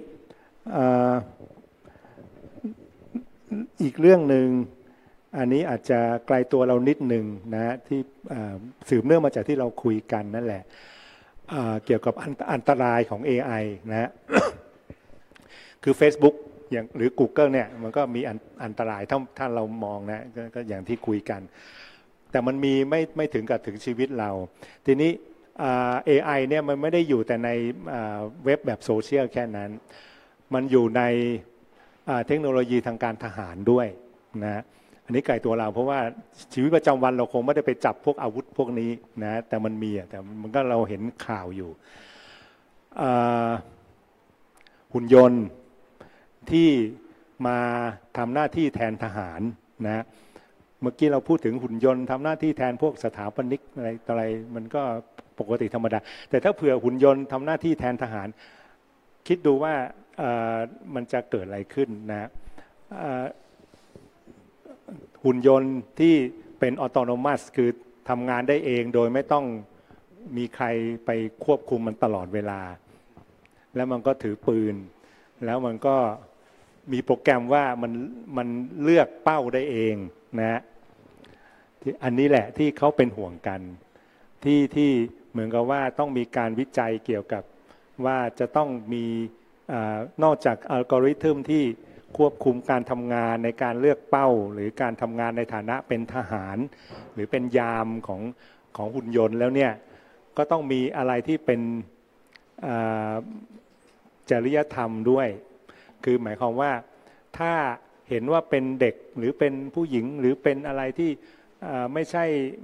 อีกเรื่องหนึ่งอันนี้อาจจะไกลตัวเรานิดหนึ่งนะที่สืบเนื่องมาจากที่เราคุยกันนั่นแหละเกี่ยวกับอันตรายของ AI นะ คือ Facebook อย่างหรือ Google เนี่ยมันก็มีอันตรายถ้าเรามองนะก็อย่างที่คุยกันแต่มันมีไม่ถึงกับถึงชีวิตเราทีนี้AI เนี่ยมันไม่ได้อยู่แต่ในเว็บแบบโซเชียลแค่นั้นมันอยู่ในเทคโนโลยีทางการทหารด้วยนะอันนี้ไกลตัวเราเพราะว่าชีวิตประจำวันเราคงไม่ได้ไปจับพวกอาวุธพวกนี้นะแต่มันมีแต่มันก็เราเห็นข่าวอยู่หุ่นยนต์ที่มาทำหน้าที่แทนทหารนะเมื่อกี้เราพูดถึงหุ่นยนต์ทำหน้าที่แทนพวกสถาปนิกอะไรมันก็ปกติธรรมดาแต่ถ้าเผื่อหุ่นยนต์ทำหน้าที่แทนทหารคิดดูว่ามันจะเกิดอะไรขึ้นนะหุ่นยนต์ที่เป็นออโตโนมัสคือทำงานได้เองโดยไม่ต้องมีใครไปควบคุมมันตลอดเวลาแล้วมันก็ถือปืนแล้วมันก็มีโปรแกรมว่ามันเลือกเป้าได้เองนะอันนี้แหละที่เขาเป็นห่วงกันที่เหมือนกับว่าต้องมีการวิจัยเกี่ยวกับว่าจะต้องมีนอกจากอัลกอริทึมที่ควบคุมการทำงานในการเลือกเป้าหรือการทำงานในฐานะเป็นทหารหรือเป็นยามของหุ่นยนต์แล้วเนี่ยก็ต้องมีอะไรที่เป็นจริยธรรมด้วยคือหมายความว่าถ้าเห็นว่าเป็นเด็กหรือเป็นผู้หญิงหรือเป็นอะไรที่ไม่ใช่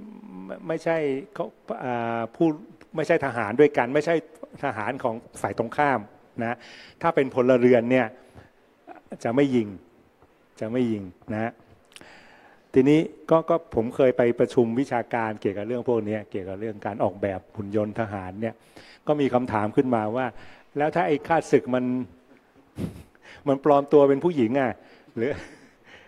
ผู้ไม่ใช่ทหารด้วยกันไม่ใช่ทหารของฝ่ายตรงข้ามนะถ้าเป็นพลเรือนเนี่ยจะไม่ยิงนะทีนี้ก็ผมเคยไปประชุมวิชาการเกี่ยวกับเรื่องพวกนี้เกี่ยวกับเรื่องการออกแบบหุ่นยนต์ทหารเนี่ยก็มีคำถามขึ้นมาว่าแล้วถ้าไอ้ข้าศึกมันปลอมตัวเป็นผู้หญิงอ่ะหรือ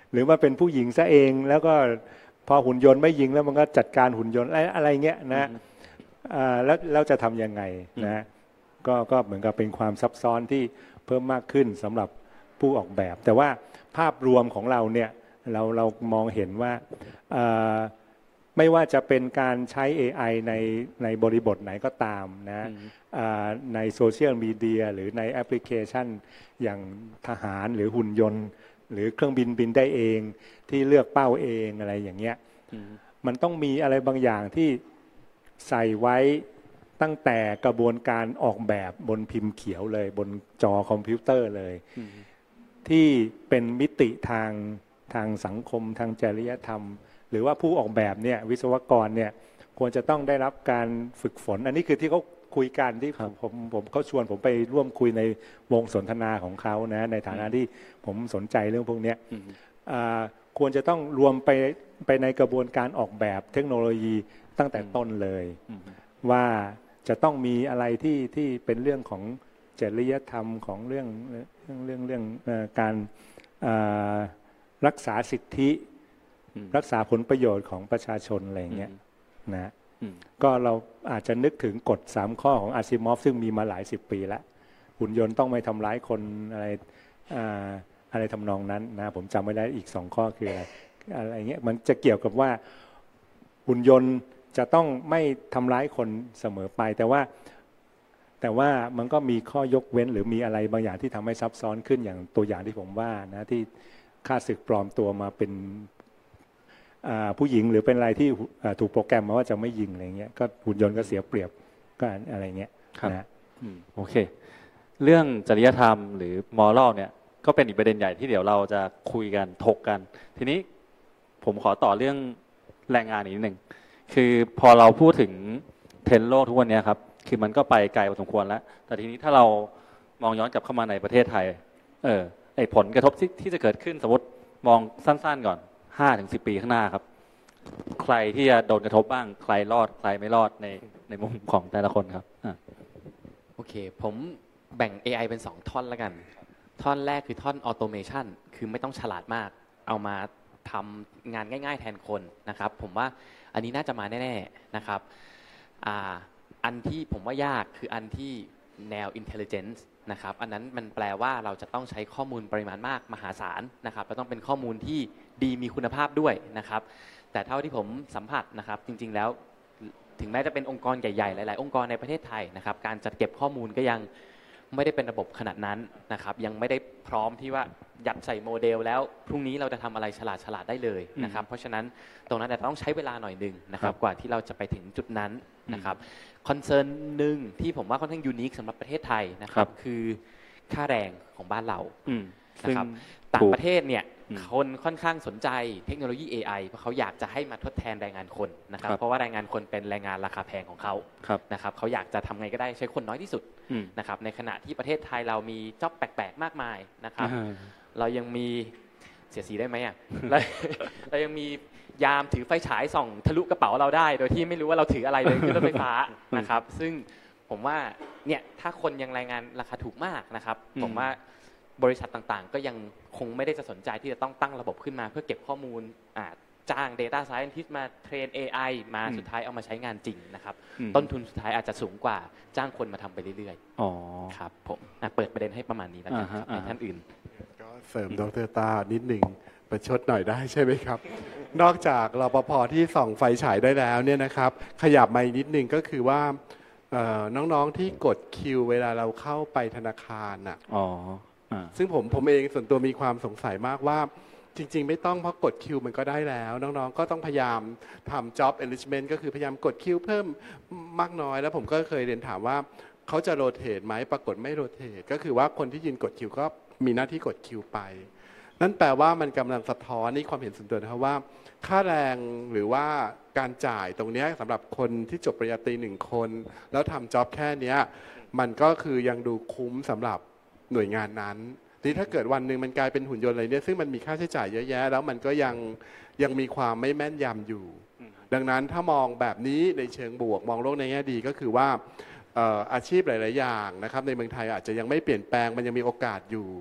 หรือว่าเป็นผู้หญิงซะเองแล้วก็พอหุ่นยนต์ไม่ยิงแล้วมันก็จัดการหุ่นยนต์อะไรเงี้ยนะแล้วจะทำยังไงนะก็เหมือนกับเป็นความซับซ้อนที่เพิ่มมากขึ้นสำหรับผู้ออกแบบแต่ว่าภาพรวมของเราเนี่ยเรามองเห็นว่าไม่ว่าจะเป็นการใช้ AI ในบริบทไหนก็ตามนะในโซเชียลมีเดียหรือในแอปพลิเคชันอย่างทหารหรือหุ่นยนต์หรือเครื่องบินได้เองที่เลือกเป้าเองอะไรอย่างเงี้ยมันต้องมีอะไรบางอย่างที่ใส่ไว้ตั้งแต่กระบวนการออกแบบบนพิมพ์เขียวเลยบนจอคอมพิวเตอร์เลยที่เป็นมิติทางสังคมทางจริยธรรมหรือว่าผู้ออกแบบเนี่ยวิศวกรเนี่ยควรจะต้องได้รับการฝึกฝนอันนี้คือที่เขาคุยกันที่ผมเขาชวนผมไปร่วมคุยในวงสนทนาของเขานะในฐานะที่ผมสนใจเรื่องพวกนี้ควรจะต้องรวมไปในกระบวนการออกแบบเทคโนโลยีตั้งแต่ต้นเลยว่าจะต้องมีอะไรที่เป็นเรื่องของจริยธรรมของเรื่องการรักษาสิทธิรักษาผลประโยชน์ของประชาชนอะไรอย่างเงี้ยนะก็เราอาจจะนึกถึงกฎ3ข้อของอาซิมอฟซึ่งมีมาหลาย10 ปีแล้วหุ่นยนต์ต้องไม่ทำร้ายคนอะไรทำนองนั้นนะผมจำไม่ได้อีก2ข้อคืออะไรเงี้ยมันจะเกี่ยวกับว่าหุ่นยนต์จะต้องไม่ทำร้ายคนเสมอไปแต่ว่ามันก็มีข้อยกเว้นหรือมีอะไรบางอย่างที่ทำให้ซับซ้อนขึ้นอย่างตัวอย่างที่ผมว่านะที่ฆ่าศึกปลอมตัวมาเป็นผู้หญิงหรือเป็นอะไรที่ถูกโปรแกรมมาว่าจะไม่ยิงอะไรเงี้ยก็หุ่นยนต์ก็เสียเปรียบก็อะไรเงี้ยนะโอเคเรื่องจริยธรรมหรือมอรัลเนี่ยก็เป็นอีกประเด็นใหญ่ที่เดี๋ยวเราจะคุยกันถกกันทีนี้ผมขอต่อเรื่องแรงงานอีกนิดหนึ่งคือพอเราพูดถึงเทรนด์โลกทุกวันนี้ครับคือมันก็ไปไกลพอสมควรแล้วแต่ทีนี้ถ้าเรามองย้อนกลับเข้ามาในประเทศไทยไอ้ผลกระทบที่จะเกิดขึ้นสมมติมองสั้นๆก่อน 5-10 ปีข้างหน้าครับใครที่จะโดนกระทบบ้างใครรอดใครไม่รอดในมุมของแต่ละคนครับโอเคผมแบ่ง AI เป็น2ท่อนแล้วกันท่อนแรกคือท่อนออโตเมชันคือไม่ต้องฉลาดมากเอามาทำงานง่ายๆแทนคนนะครับผมว่าอันนี้น่าจะมาแน่ๆนะครับอันที่ผมว่ายากคืออันที่แนว intelligence นะครับอันนั้นมันแปลว่าเราจะต้องใช้ข้อมูลปริมาณมากมหาศาลนะครับแล้วต้องเป็นข้อมูลที่ดีมีคุณภาพด้วยนะครับแต่เท่าที่ผมสัมผัสนะครับจริงๆแล้วถึงแม้จะเป็นองค์กรใหญ่ๆหลายๆองค์กรในประเทศไทยนะครับการจัดเก็บข้อมูลก็ยังไม่ได้เป็นระบบขนาดนั้นนะครับยังไม่ได้พร้อมที่ว่ายัดใส่โมเดลแล้วพรุ่งนี้เราจะทำอะไรฉลาดได้เลยนะครับเพราะฉะนั้นตรงนั้นจะต้องใช้เวลาหน่อยนึงนะครับกว่าที่เราจะไปถึงจุดนั้นนะครับคอนเซิร์นหนึ่งที่ผมว่าค่อนข้างยูนิคสำหรับประเทศไทยนะครับคือค่าแรงของบ้านเรานะครับต่างประเทศเนี่ยคนค่อนข้างสนใจเทคโนโลยี AI เพราะเขาอยากจะให้มาทดแทนแรงงานคนนะครับเพราะว่าแรงงานคนเป็นแรงงานราคาแพงของเขานะครับเขาอยากจะทำไงก็ได้ใช้คนน้อยที่สุดนะครับในขณะที่ประเทศไทยเรามีจ็อบแปลกๆมากมายนะครับเรายังมีเสียสีได้ไหมอ่ะเรายังมียามถือไฟฉายส่องทะลุกระเป๋าเราได้โดยที่ไม่รู้ว่าเราถืออะไรเลยคือรถไฟฟ้านะครับซึ่งผมว่าเนี่ยถ้าคนยังรายงานราคาถูกมากนะครับผมว่าบริษัทต่างๆก็ยังคงไม่ได้จะสนใจที่จะต้องตั้งระบบขึ้นมาเพื่อเก็บข้อมูลจ้าง Data Scientist มาเทรน AI มาสุดท้ายเอามาใช้งานจริงนะครับต้นทุนสุดท้ายอาจจะสูงกว่าจ้างคนมาทำไปเรื่อยๆครับผมเปิดประเด็นให้ประมาณนี้แล้วกันในท่านอื่นก็เสริมดร.ตานิดหนึ่งประชดหน่อยได้ใช่ไหมครับนอกจากรปภ.ที่ส่องไฟฉายได้แล้วเนี่ยนะครับขยับมานิดหนึ่งก็คือว่าน้องๆที่กดคิวเวลาเราเข้าไปธนาคารน่ะซึ่งผมเองส่วนตัวมีความสงสัยมากว่าจริงๆไม่ต้องเพราะกดคิวมันก็ได้แล้วน้องๆก็ต้องพยายามทำ job enrichment ก็คือพยายามกดคิวเพิ่มมากน้อยแล้วผมก็เคยเรียนถามว่าเขาจะโรเตทไหมปรากฏไม่โรเตทก็คือว่าคนที่ยืนกดคิวก็มีหน้าที่กดคิวไปนั่นแปลว่ามันกำลังสะท้อนนี่ความเห็นส่วนตัวนะครับว่าค่าแรงหรือว่าการจ่ายตรงนี้สำหรับคนที่จบปริญญาตรี1 คนแล้วทำ job แค่นี้มันก็คือยังดูคุ้มสำหรับหน่วยงานนั้นทีถ้าเกิดวันหนึ่งมันกลายเป็นหุ่นยนต์อะไรเนี่ยซึ่งมันมีค่าใช้จ่ายเยอะแยะแล้วมันก็ยังมีความไม่แม่นยำอยู่ดังนั้นถ้ามองแบบนี้ในเชิงบวกมองโลกในแง่ดีก็คือว่าอาชีพหลายๆอย่างนะครับในเมืองไทยอาจจะยังไม่เปลี่ยนแปลงมันยังมีโอกาสอยู่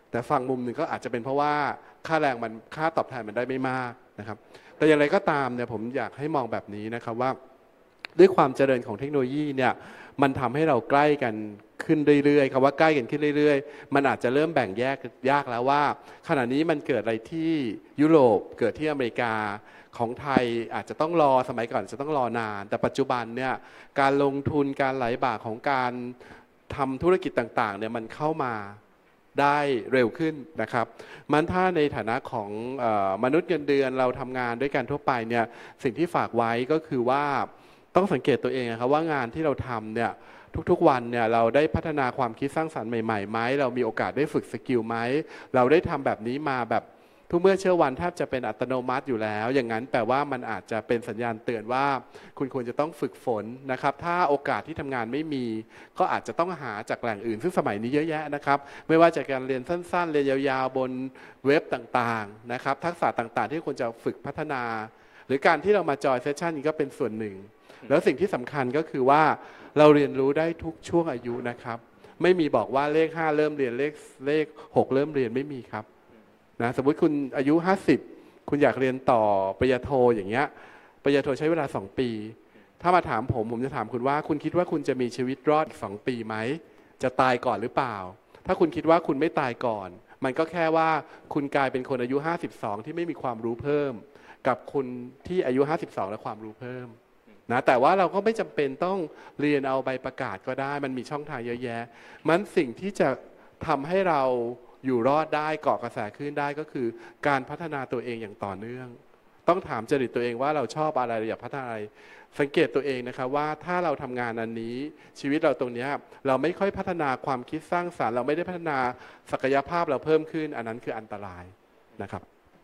แต่ฟังมุมหนึ่งก็อาจจะเป็นเพราะว่าค่าแรงมันค่าตอบแทนมันได้ไม่มากนะครับแต่อย่างไรก็ตามเนี่ยผมอยากให้มองแบบนี้นะครับว่าด้วยความเจริญของเทคโนโลยีเนี่ยมันทำให้เราใกล้กันขึ้นเรื่อยๆคำว่าใกล้กันขึ้นเรื่อยๆมันอาจจะเริ่มแบ่งแยกยากแล้วว่าขณะนี้มันเกิดอะไรที่ยุโรปเกิดที่อเมริกาของไทยอาจจะต้องรอสมัยก่อนจะต้องรอนานแต่ปัจจุบันเนี่ยการลงทุนการไหลบ่าของการทำธุรกิจต่างๆเนี่ยมันเข้ามาได้เร็วขึ้นนะครับมันถ้าในฐานะของมนุษย์เงินเดือนเราทำงานด้วยกันทั่วไปเนี่ยสิ่งที่ฝากไว้ก็คือว่าต้องสังเกตตัวเองนะครับว่างานที่เราทำเนี่ยทุกๆวันเนี่ยเราได้พัฒนาความคิดสร้างสรรค์ใหม่ๆไหมเรามีโอกาสได้ฝึกสกิลไหมเราได้ทำแบบนี้มาแบบทุกเมื่อเชื่อวันแทบจะเป็นอัตโนมัติอยู่แล้วอย่างนั้นแปลว่ามันอาจจะเป็นสัญญาณเตือนว่าคุณควรจะต้องฝึกฝนนะครับถ้าโอกาสที่ทำงานไม่มีก็อาจจะต้องหาจากแหล่งอื่นซึ่งสมัยนี้เยอะแยะนะครับไม่ว่าจะการเรียนสั้นๆเรียนยาวๆบนเว็บต่างๆนะครับทักษะต่างๆที่ควรจะฝึกพัฒนาหรือการที่เรามาจอยเซสชันนี้ก็เป็นส่วนหนึ่งแล้วสิ่งที่สำคัญก็คือว่าเราเรียนรู้ได้ทุกช่วงอายุนะครับไม่มีบอกว่าเลข5เริ่มเรียนเลข6เริ่มเรียนไม่มีครับนะสมมุติคุณอายุ50คุณอยากเรียนต่อปริญญาโทอย่างเงี้ยปริญญาโทใช้เวลา2ปีถ้ามาถามผมจะถามคุณว่าคุณคิดว่าคุณจะมีชีวิตรอดอีก2ปีไหมจะตายก่อนหรือเปล่าถ้าคุณคิดว่าคุณไม่ตายก่อนมันก็แค่ว่าคุณกลายเป็นคนอายุ52ที่ไม่มีความรู้เพิ่มกับคุณที่อายุ52และความรู้เพิ่มนะแต่ว่าเราก็ไม่จำเป็นต้องเรียนเอาใบประกาศก็ได้มันมีช่องทางเยอะแยะมันสิ่งที่จะทำให้เราอยู่รอดได้เกาะกระแสขึ้นได้ก็คือการพัฒนาตัวเองอย่างต่อเนื่องต้องถามจริตตัวเองว่าเราชอบอะไรเราอยากพัฒนาอะไรสังเกตตัวเองนะครับว่าถ้าเราทำงานอันนี้ชีวิตเราตรงนี้เราไม่ค่อยพัฒนาความคิดสร้างสรรค์เราไม่ได้พัฒนาศักยภาพเราเพิ่มขึ้นอันนั้นคืออันตรายนะครับ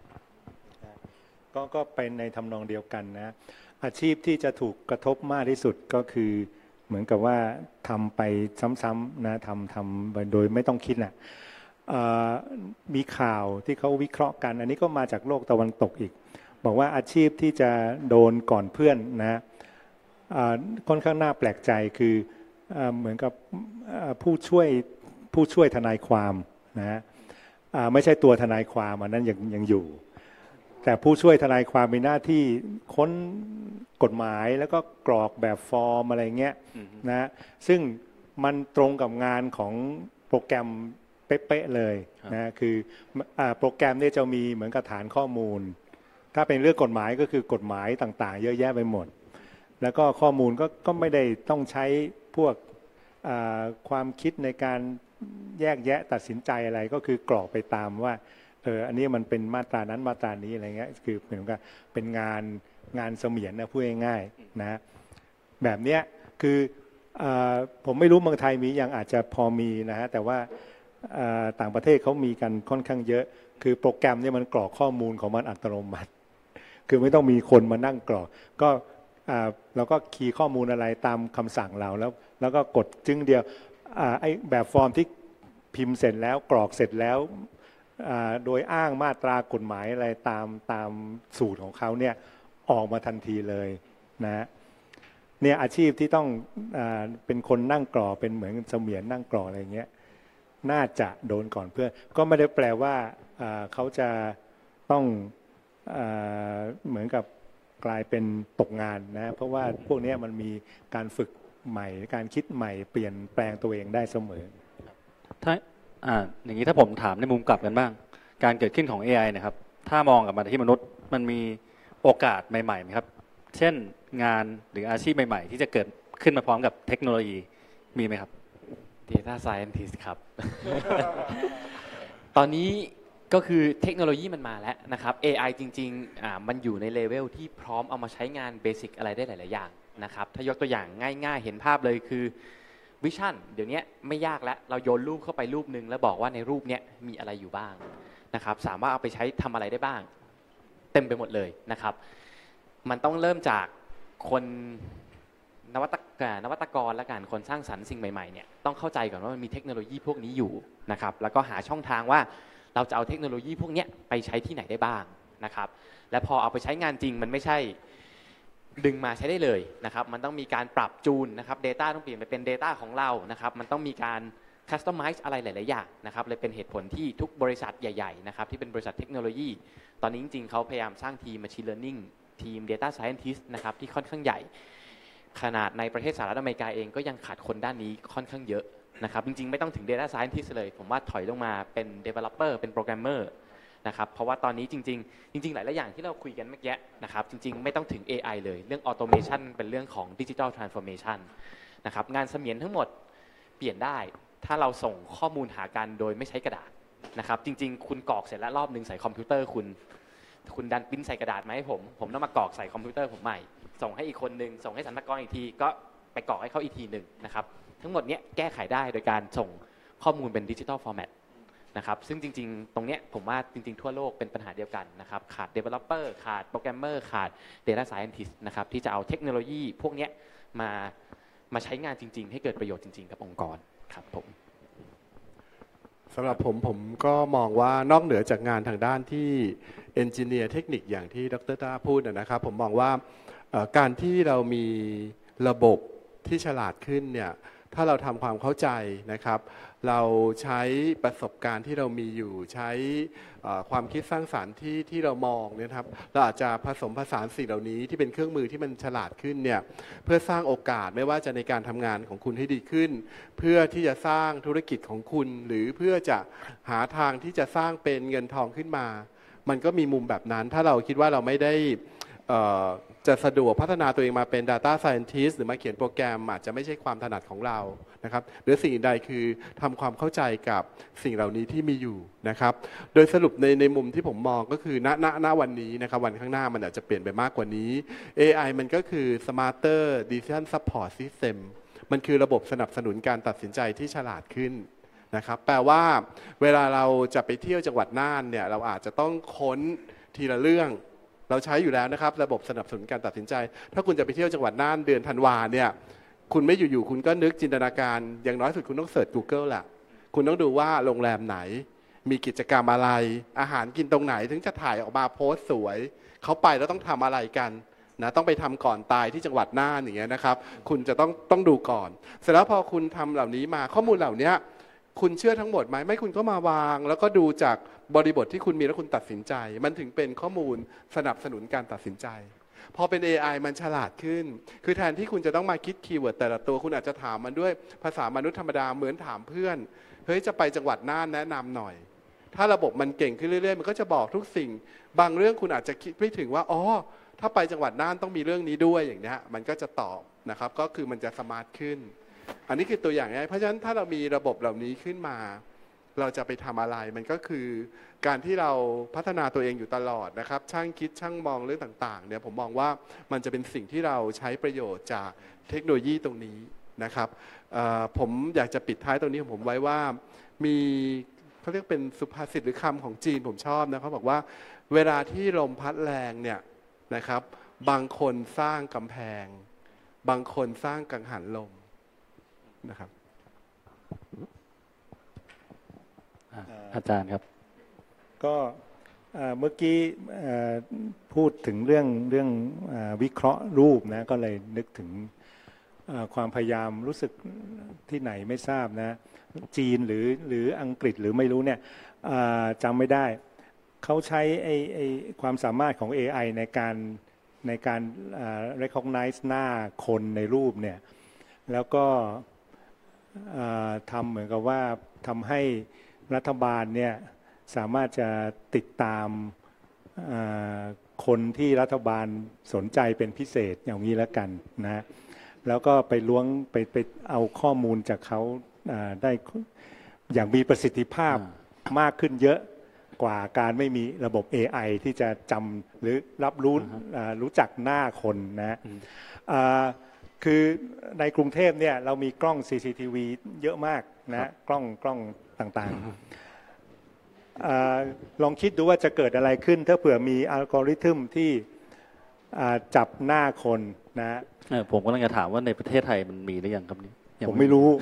ก็เป็นในทำนองเดียวกันนะอาชีพที่จะถูกกระทบมากที่สุดก็คือเหมือนกับว่าทำไปซ้ำๆนะทำโดยไม่ต้องคิดน่ะมีข่าวที่เขาวิเคราะห์กันอันนี้ก็มาจากโลกตะวันตกอีกบอกว่าอาชีพที่จะโดนก่อนเพื่อนนะค่อนข้างน่าแปลกใจคือเหมือนกับผู้ช่วยทนายความนะไม่ใช่ตัวทนายความอันนั้นยังอยู่แต่ผู้ช่วยทนายความมีหน้าที่ค้นกฎหมายแล้วก็กรอกแบบฟอร์มอะไรเงี้ยนะซึ่งมันตรงกับงานของโปรแกรมเป๊ะๆเลยนะคือโปรแกรมเนี่ยจะมีเหมือนกับฐานข้อมูลถ้าเป็นเรื่องกฎหมายก็คือกฎหมายต่างๆเยอะแยะไปหมดแล้วก็ข้อมูลก็ไม่ได้ต้องใช้พวกความคิดในการแยกแยะตัดสินใจอะไรก็คือกรอกไปตามว่าอันนี้มันเป็นมาตรานั้นมาตรานี้อะไรเงี้ยคือเหมือนกับเป็นงานเสมียนนะพูดง่ายๆนะแบบเนี้ยคือผมไม่รู้เมืองไทยมีอย่างอาจจะพอมีนะฮะแต่ว่าต่างประเทศเขามีกันค่อนข้างเยอะคือโปรแกรมเนี่ยมันกรอกข้อมูลของมันอัตโนมัติคือไม่ต้องมีคนมานั่งกรอกก็เราก็คีย์ข้อมูลอะไรตามคำสั่งเราแล้วก็กดจึ้งเดียวไอ้แบบฟอร์มที่พิมพ์เสร็จแล้วกรอกเสร็จแล้วโดยอ้างมาตรากฎหมายอะไรตามสูตรของเขาเนี่ยออกมาทันทีเลยนะเนี่ยอาชีพที่ต้องเป็นคนนั่งกรอกเป็นเหมือนเสมียนนั่งกรอกอะไรเงี้ยน่าจะโดนก่อนเพื่อนก็ไม่ได้แปลว่าเขาจะต้องเหมือนกับกลายเป็นตกงานนะเพราะว่าพวกนี้มันมีการฝึกใหม่การคิดใหม่เปลี่ยนแปลงตัวเองได้เสมอถ้าอย่างนี้ถ้าผมถามในมุมกลับกันบ้างการเกิดขึ้นของ AI นะครับถ้ามองกลับมาที่มนุษย์มันมีโอกาสใหม่ๆไหมครับเช่นงานหรืออาชีพใหม่ๆที่จะเกิดขึ้นมาพร้อมกับเทคโนโลยีมีไหมครับ Data Scientist ครับ ตอนนี้ก็คือเทคโนโลยีมันมาแล้วนะครับ AI จริงๆมันอยู่ในเลเวลที่พร้อมเอามาใช้งานเบสิกอะไรได้หลายๆอย่างนะครับถ้ายกตัวอย่างง่ายๆเห็นภาพเลยคือวิชั่นเดี๋ยวนี้ไม่ยากแล้วเราโยนรูปเข้าไปรูปนึงแล้วบอกว่าในรูปนี้มีอะไรอยู่บ้างนะครับสามารถเอาไปใช้ทำอะไรได้บ้างเต็มไปหมดเลยนะครับมันต้องเริ่มจากคนนวัตกรและการคนสร้างสรรค์สิ่งใหม่ๆเนี่ยต้องเข้าใจก่อนว่ามันมีเทคโนโลยีพวกนี้อยู่นะครับแล้วก็หาช่องทางว่าเราจะเอาเทคโนโลยีพวกนี้ไปใช้ที่ไหนได้บ้างนะครับและพอเอาไปใช้งานจริงมันไม่ใช่ดึงมาใช้ได้เลยนะครับมันต้องมีการปรับจูนนะครับ Data ต้องเปลี่ยนไปเป็น Data ของเรานะครับมันต้องมีการ customize อะไรหลายๆอย่างนะครับเลยเป็นเหตุผลที่ทุกบริษัทใหญ่ๆนะครับที่เป็นบริษัทเทคโนโลยีตอนนี้จริงๆเขาพยายามสร้างทีม machine learning ทีม data scientist นะครับที่ค่อนข้างใหญ่ขนาดในประเทศสหรัฐอเมริกาเองก็ยังขาดคนด้านนี้ค่อนข้างเยอะนะครับจริงๆไม่ต้องถึง data scientist เลยผมว่าถอยลงมาเป็น developer เป็น programmer นะครับเพราะว่าตอนนี้จริงๆหลายๆอย่างที่เราคุยกันเมื่อกี้นะครับจริงๆไม่ต้องถึง AI เลยเรื่อง automation เป็นเรื่องของ digital transformation นะครับงานเสมียนทั้งหมดเปลี่ยนได้ถ้าเราส่งข้อมูลหากันโดยไม่ใช้กระดาษนะครับจริงๆคุณกรอกเสร็จแล้วรอบนึงใส่คอมพิวเตอร์คุณดันปริ้นใส่กระดาษมาให้ผมต้องมากรอกใส่คอมพิวเตอร์ผมใหม่ส่งให้อีกคนนึงส่งให้สรรพากรอีกทีก็ไปกรอกให้เขาอีกทีนึงนะครับทั้งหมดนี้แก้ไขได้โดยการส่งข้อมูลเป็นดิจิทัลฟอร์แมตนะครับซึ่งจริงๆตรงนี้ผมว่าจริงๆทั่วโลกเป็นปัญหาเดียวกันนะครับขาด developer ขาดโปรแกรมเมอร์ขาด data scientist นะครับที่จะเอาเทคโนโลยีพวกนี้มาใช้งานจริงๆให้เกิดประโยชน์จริงๆกับองค์กรครับผมสำหรับผมก็มองว่านอกเหนือจากงานทางด้านที่เอนจิเนียร์เทคนิคอย่างที่ดร.ต้าพูดนะครับผมมองว่าการที่เรามีระบบที่ฉลาดขึ้นเนี่ยถ้าเราทำความเข้าใจนะครับเราใช้ประสบการณ์ที่เรามีอยู่ใช้ความคิดสร้างสรรค์ที่เรามองนะครับเราอาจจะผสมผสานสิ่งเหล่านี้ที่เป็นเครื่องมือที่มันฉลาดขึ้นเนี่ยเพื่อสร้างโอกาสไม่ว่าจะในการทำงานของคุณให้ดีขึ้นเพื่อที่จะสร้างธุรกิจของคุณหรือเพื่อจะหาทางที่จะสร้างเป็นเงินทองขึ้นมามันก็มีมุมแบบนั้นถ้าเราคิดว่าเราไม่ได้จะสะดวกพัฒนาตัวเองมาเป็น Data Scientist หรือมาเขียนโปรแกรมอาจจะไม่ใช่ความถนัดของเรานะครับหรือสิ่งใดคือทำความเข้าใจกับสิ่งเหล่านี้ที่มีอยู่นะครับโดยสรุปในมุมที่ผมมองก็คือณวันนี้นะครับวันข้างหน้ามันอาจจะเปลี่ยนไปมากกว่านี้ AI มันก็คือ Smarter Decision Support System มันคือระบบสนับสนุนการตัดสินใจที่ฉลาดขึ้นนะครับแปลว่าเวลาเราจะไปเที่ยวจังหวัดน่านเนี่ยเราอาจจะต้องค้นทีละเรื่องเราใช้อยู่แล้วนะครับระบบสนับสนุนการตัดสินใจถ้าคุณจะไปเที่ยวจังหวัดน่านเดือนธันวาเนี่ยคุณไม่อยู่ๆคุณก็นึกจินตนาการอย่างน้อยสุดคุณต้องเสิร์ช Google แหละคุณต้องดูว่าโรงแรมไหนมีกิจกรรมอะไรอาหารกินตรงไหนถึงจะถ่ายออกมาโพสต์สวยเขาไปแล้วต้องทำอะไรกันนะต้องไปทำก่อนตายที่จังหวัดน่านอย่างเงี้ยนะครับคุณจะต้องดูก่อนเสร็จแล้วพอคุณทำเหล่านี้มาข้อมูลเหล่านี้คุณเชื่อทั้งหมดไหมไม่คุณก็มาวางแล้วก็ดูจากบริบทที่คุณมีแล้วคุณตัดสินใจมันถึงเป็นข้อมูลสนับสนุนการตัดสินใจพอเป็น AI มันฉลาดขึ้นคือแทนที่คุณจะต้องมาคิดคีย์เวิร์ดแต่ละตัวคุณอาจจะถามมันด้วยภาษามนุษย์ธรรมดาเหมือนถามเพื่อนเฮ้ยจะไปจังหวัดน่านแนะนำหน่อยถ้าระบบมันเก่งขึ้นเรื่อยๆมันก็จะบอกทุกสิ่งบางเรื่องคุณอาจจะคิดไม่ถึงว่าอ๋อถ้าไปจังหวัดน่านต้องมีเรื่องนี้ด้วยอย่างนี้มันก็จะตอบนะครับก็คือมันจะสมาร์ทขึ้นอันนี้คือตัวอย่างง่ายเพราะฉะนั้นถ้าเรามีระบบเหล่านี้ขึ้นมาเราจะไปทำอะไรมันก็คือการที่เราพัฒนาตัวเองอยู่ตลอดนะครับช่างคิดช่างมองเรื่องต่างๆเนี่ยผมมองว่ามันจะเป็นสิ่งที่เราใช้ประโยชน์จากเทคโนโลยีตรงนี้นะครับผมอยากจะปิดท้ายตรงนี้ของผมไว้ว่ามีเขาเรียกเป็นสุภาษิตหรือคำของจีนผมชอบนะเขาบอกว่าเวลาที่ลมพัดแรงเนี่ยนะครับบางคนสร้างกำแพงบางคนสร้างกังหันลมนะครับอาจารย์ครับก็เมื่อกี้พูดถึงเรื่องวิเคราะห์รูปนะก็เลยนึกถึงความพยายามรู้สึกที่ไหนไม่ทราบนะจีนหรืออังกฤษหรือไม่รู้เนี่ยจำไม่ได้เขาใช้ไอ้ความสามารถของ AI ในการrecognize หน้าคนในรูปเนี่ยแล้วก็ทำเหมือนกับว่าทำให้รัฐบาลเนี่ยสามารถจะติดตามคนที่รัฐบาลสนใจเป็นพิเศษอย่างนี้แล้วกันนะแล้วก็ไปล้วงไปเอาข้อมูลจากเขาได้อย่างมีประสิทธิภาพมากขึ้นเยอะกว่าการไม่มีระบบ AI ที่จะจำหรือรับรู้จักหน้าคนนะคือในกรุงเทพเนี่ยเรามีกล้อง CCTV เยอะมากนะกล้องต่างๆลองคิดดูว่าจะเกิดอะไรขึ้นถ้าเผื่อมีอัลกอริทึมที่จับหน้าคนนะผมกำลังจะถามว่าในประเทศไทยมันมีหรือยังครับนี่ผมไม่รู้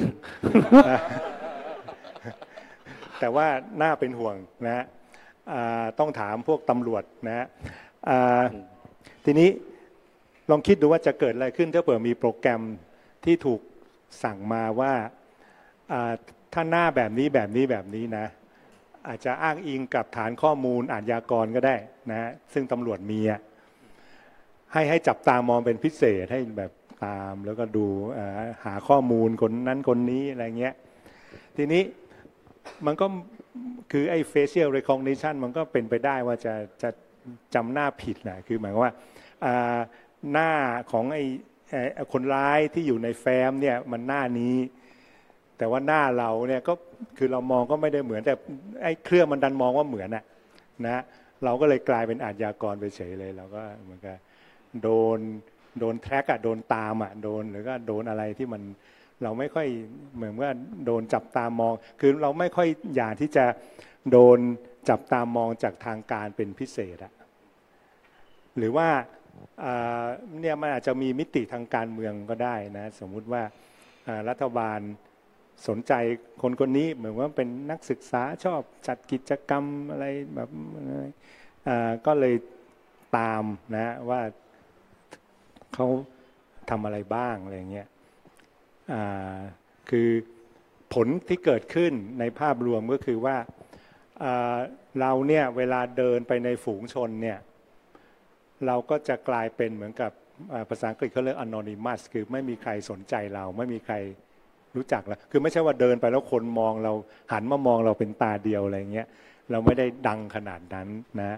แต่ว่าน่าเป็นห่วงนะต้องถามพวกตำรวจนะทีนี้ลองคิดดูว่าจะเกิดอะไรขึ้นถ้าเผื่อมีโปรแกรมที่ถูกสั่งมาว่าถ้าหน้าแบบนี้นะอาจจะอ้างอิงกับฐานข้อมูลอาชญากรก็ได้นะซึ่งตำรวจมีให้จับตามองเป็นพิเศษให้แบบตามแล้วก็ดูหาข้อมูลคนนั้นคนนี้อะไรเงี้ยทีนี้มันก็คือไอ้ facial recognition มันก็เป็นไปได้ว่าจะจำหน้าผิดนะคือหมายว่าหน้าของไอ้คนร้ายที่อยู่ในแฟ้มเนี่ยมันหน้านี้แต่ว่าหน้าเราเนี่ยก็คือเรามองก็ไม่ได้เหมือนแต่ไอ้เครื่องมันดันมองว่าเหมือนนะเราก็เลยกลายเป็นอาชญากรไปเฉยเลยเราก็เหมือนกับโดนแทร็กโดนตามโดนหรือก็โดนอะไรที่มันเราไม่ค่อยเหมือนว่าโดนจับตามองคือเราไม่ค่อยอยากที่จะโดนจับตามองจากทางการเป็นพิเศษหรือว่าเนี่ยมันอาจจะมีมิติทางการเมืองก็ได้นะสมมุติว่ารัฐบาลสนใจคนคนนี้เหมือนว่าเป็นนักศึกษาชอบจัดกิจกรรมอะไรแบบก็เลยตามนะว่าเขาทำอะไรบ้างอะไรเงี้ยคือผลที่เกิดขึ้นในภาพรวมก็คือว่าเราเนี่ยเวลาเดินไปในฝูงชนเนี่ยเราก็จะกลายเป็นเหมือนกับภาษาอังกฤษเขาเรียก anonymous คือไม่มีใครสนใจเราไม่มีใครรู้จักเราคือไม่ใช่ว่าเดินไปแล้วคนมองเราหันมามองเราเป็นตาเดียวอะไรเงี้ยเราไม่ได้ดังขนาดนั้นนะ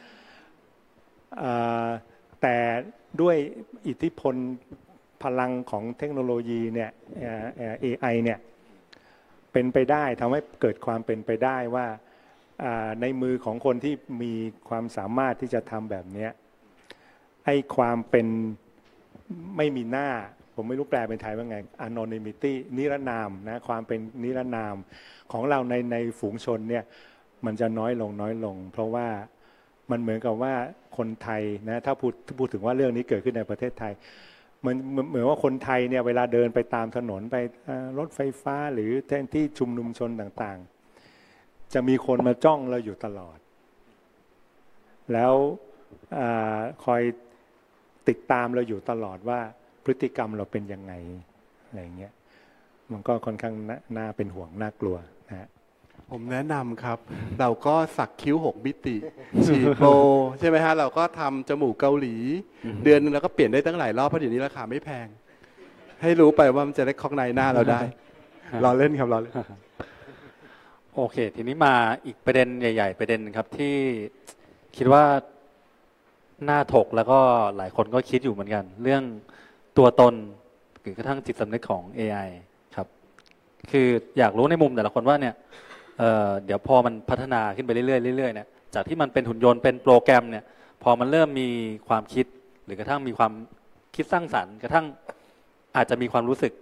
แต่ด้วยอิทธิพลพลังของเทคโนโลยีเนี่ย AI เนี่ยเป็นไปได้ทำให้เกิดความเป็นไปได้ว่าในมือของคนที่มีความสามารถที่จะทำแบบนี้ไอ้ความเป็นไม่มีหน้าผมไม่รู้แปลเป็นไทยว่าไง anonymity นิรนามนะความเป็นนิรนามของเราในฝูงชนเนี่ยมันจะน้อยลงเพราะว่ามันเหมือนกับว่าคนไทยนะถ้าพูดถึงว่าเรื่องนี้เกิดขึ้นในประเทศไทยเหมือนว่าคนไทยเนี่ยเวลาเดินไปตามถนนไปรถไฟฟ้าหรือที่ชุมนุมชนต่างๆจะมีคนมาจ้องเราอยู่ตลอดแล้วคอยติดตามเราอยู่ตลอดว่าพฤติกรรมเราเป็นยังไงอะไรเงี้ยมันก็ค่อนข้างน่าเป็นห่วงน่ากลัวนะผมแนะนำครับเราก็สักคิ้ว6 มิติฉีดโบใช่ไหมฮะเราก็ทำจมูกเกาหลีเดือนนึงเราก็เปลี่ยนได้ตั้งหลายรอบเพราะเดี๋ยวนี้ราคาไม่แพงให้รู้ไปว่ามันจะได้คอกในหน้าเราได้รอเล่นครับรอเล่นโอเคทีนี้มาอีกประเด็นใหญ่ๆประเด็นครับที่คิดว่าน่าถกแล้วก็หลายคนก็คิดอยู่เหมือนกันเรื่องตัวตนหรือกระทั่งจิตสำนึกของ AI ครับคืออยากรู้ในมุมแต่ละคนว่าเนี่ยเดี๋ยวพอมันพัฒนาขึ้นไปเรื่อยๆเรื่อยๆเนี่ยจากที่มันเป็นหุ่นยนต์เป็นโปรแกรมเนี่ยพอมันเริ่มมีความคิดหรือกระทั่งมีความคิดสร้างสรรค์กระทั่งอาจจะมีความรู้สึก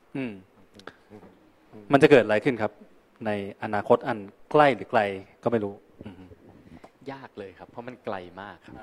มันจะเกิดอะไรขึ้นครับในอนาคตอันใกล้หรือไกลก็ไม่รู้ยากเลยครับเพราะมันไกลมากครับ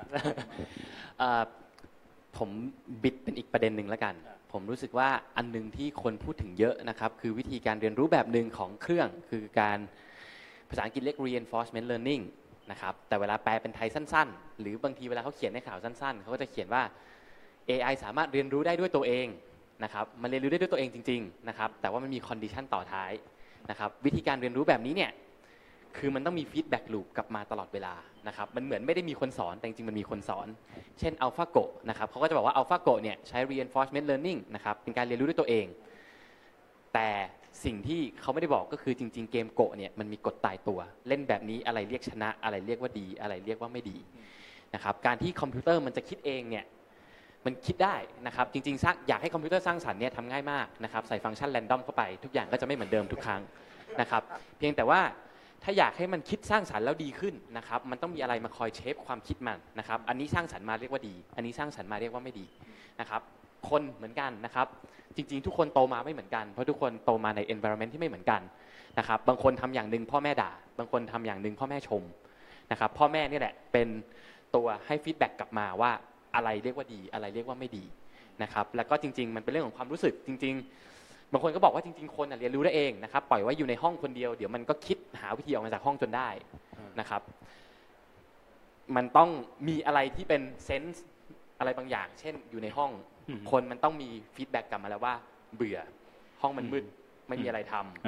ผมบิดเป็นอีกประเด็นหนึ่งแล้วกันผมรู้สึกว่าอันนึงที่คนพูดถึงเยอะนะครับคือวิธีการเรียนรู้แบบหนึ่งของเครื่องคือการภาษาอังกฤษเรียก reinforcement learning นะครับแต่เวลาแปลเป็นไทยสั้นๆหรือบางทีเวลาเขาเขียนในข่าวสั้นๆเขาก็จะเขียนว่า AI สามารถเรียนรู้ได้ด้วยตัวเองนะครับมันเรียนรู้ได้ด้วยตัวเองจริงๆนะครับแต่ว่ามันมี condition ต่อท้ายนะครับวิธีการเรียนรู้แบบนี้เนี่ยคือมันต้องมี feedback loop กลับมาตลอดเวลานะครับมันเหมือนไม่ได้มีคนสอนแต่จริงๆมันมีคนสอนเช่น AlphaGo นะครับเขาก็จะบอกว่า AlphaGo เนี่ยใช้ reinforcement learning นะครับเป็นการเรียนรู้ด้วยตัวเองแต่สิ่งที่เขาไม่ได้บอกก็คือจริงๆเกมโกะเนี่ยมันมีกฎตายตัวเล่นแบบนี้อะไรเรียกชนะอะไรเรียกว่าดีอะไรเรียกว่าไม่ดีนะครับการที่คอมพิวเตอร์มันจะคิดเองเนี่ยมันคิดได้นะครับจริงๆอยากให้คอมพิวเตอร์สร้างสรรค์เนี่ยทำง่ายมากนะครับใส่ฟังก์ชัน random เข้าไปทุกอย่างก็จะไม่เหมือนเดิมทุกครั้งนะครับเพียงแต่ว่าถ้าอยากให้มันคิดสร้างสรรค์แล้วดีขึ้นนะครับมันต้องมีอะไรมาคอยเชฟความคิดมันนะครับอันนี้สร้างสรรค์มาเรียกว่าดีอันนี้สร้างสรรค์มาเรียกว่าไม่ดีนะครับคนเหมือนกันนะครับจริงๆทุกคนโตมาไม่เหมือนกันเพราะทุกคนโตมาใน environment ที่ไม่เหมือนกันนะครับบางคนทำอย่างหนึ่งพ่อแม่ด่าบางคนทำอย่างหนึ่งพ่อแม่ชมนะครับพ่อแม่นี่แหละเป็นตัวให้ฟีดแบ็กกลับมาว่าอะไรเรียกว่าดีอะไรเรียกว่าไม่ดีนะครับแล้วก็จริงๆมันเป็นเรื่องของความรู้สึกจริงๆบางคนก็บอกว่าจริงๆคนเรียนรู้ได้เองนะครับปล่อยไว้อยู่ในห้องคนเดียวเดี๋ยวมันก็คิดหาวิธีออกมาจากห้องจนได้นะครับมันต้องมีอะไรที่เป็นเซนส์อะไรบางอย่างเช่นอยู่ในห้องคนมันต้องมีฟีดแบ็กกลับมาแล้วว่าเบื่อห้องมันมืดไม่มีอะไรท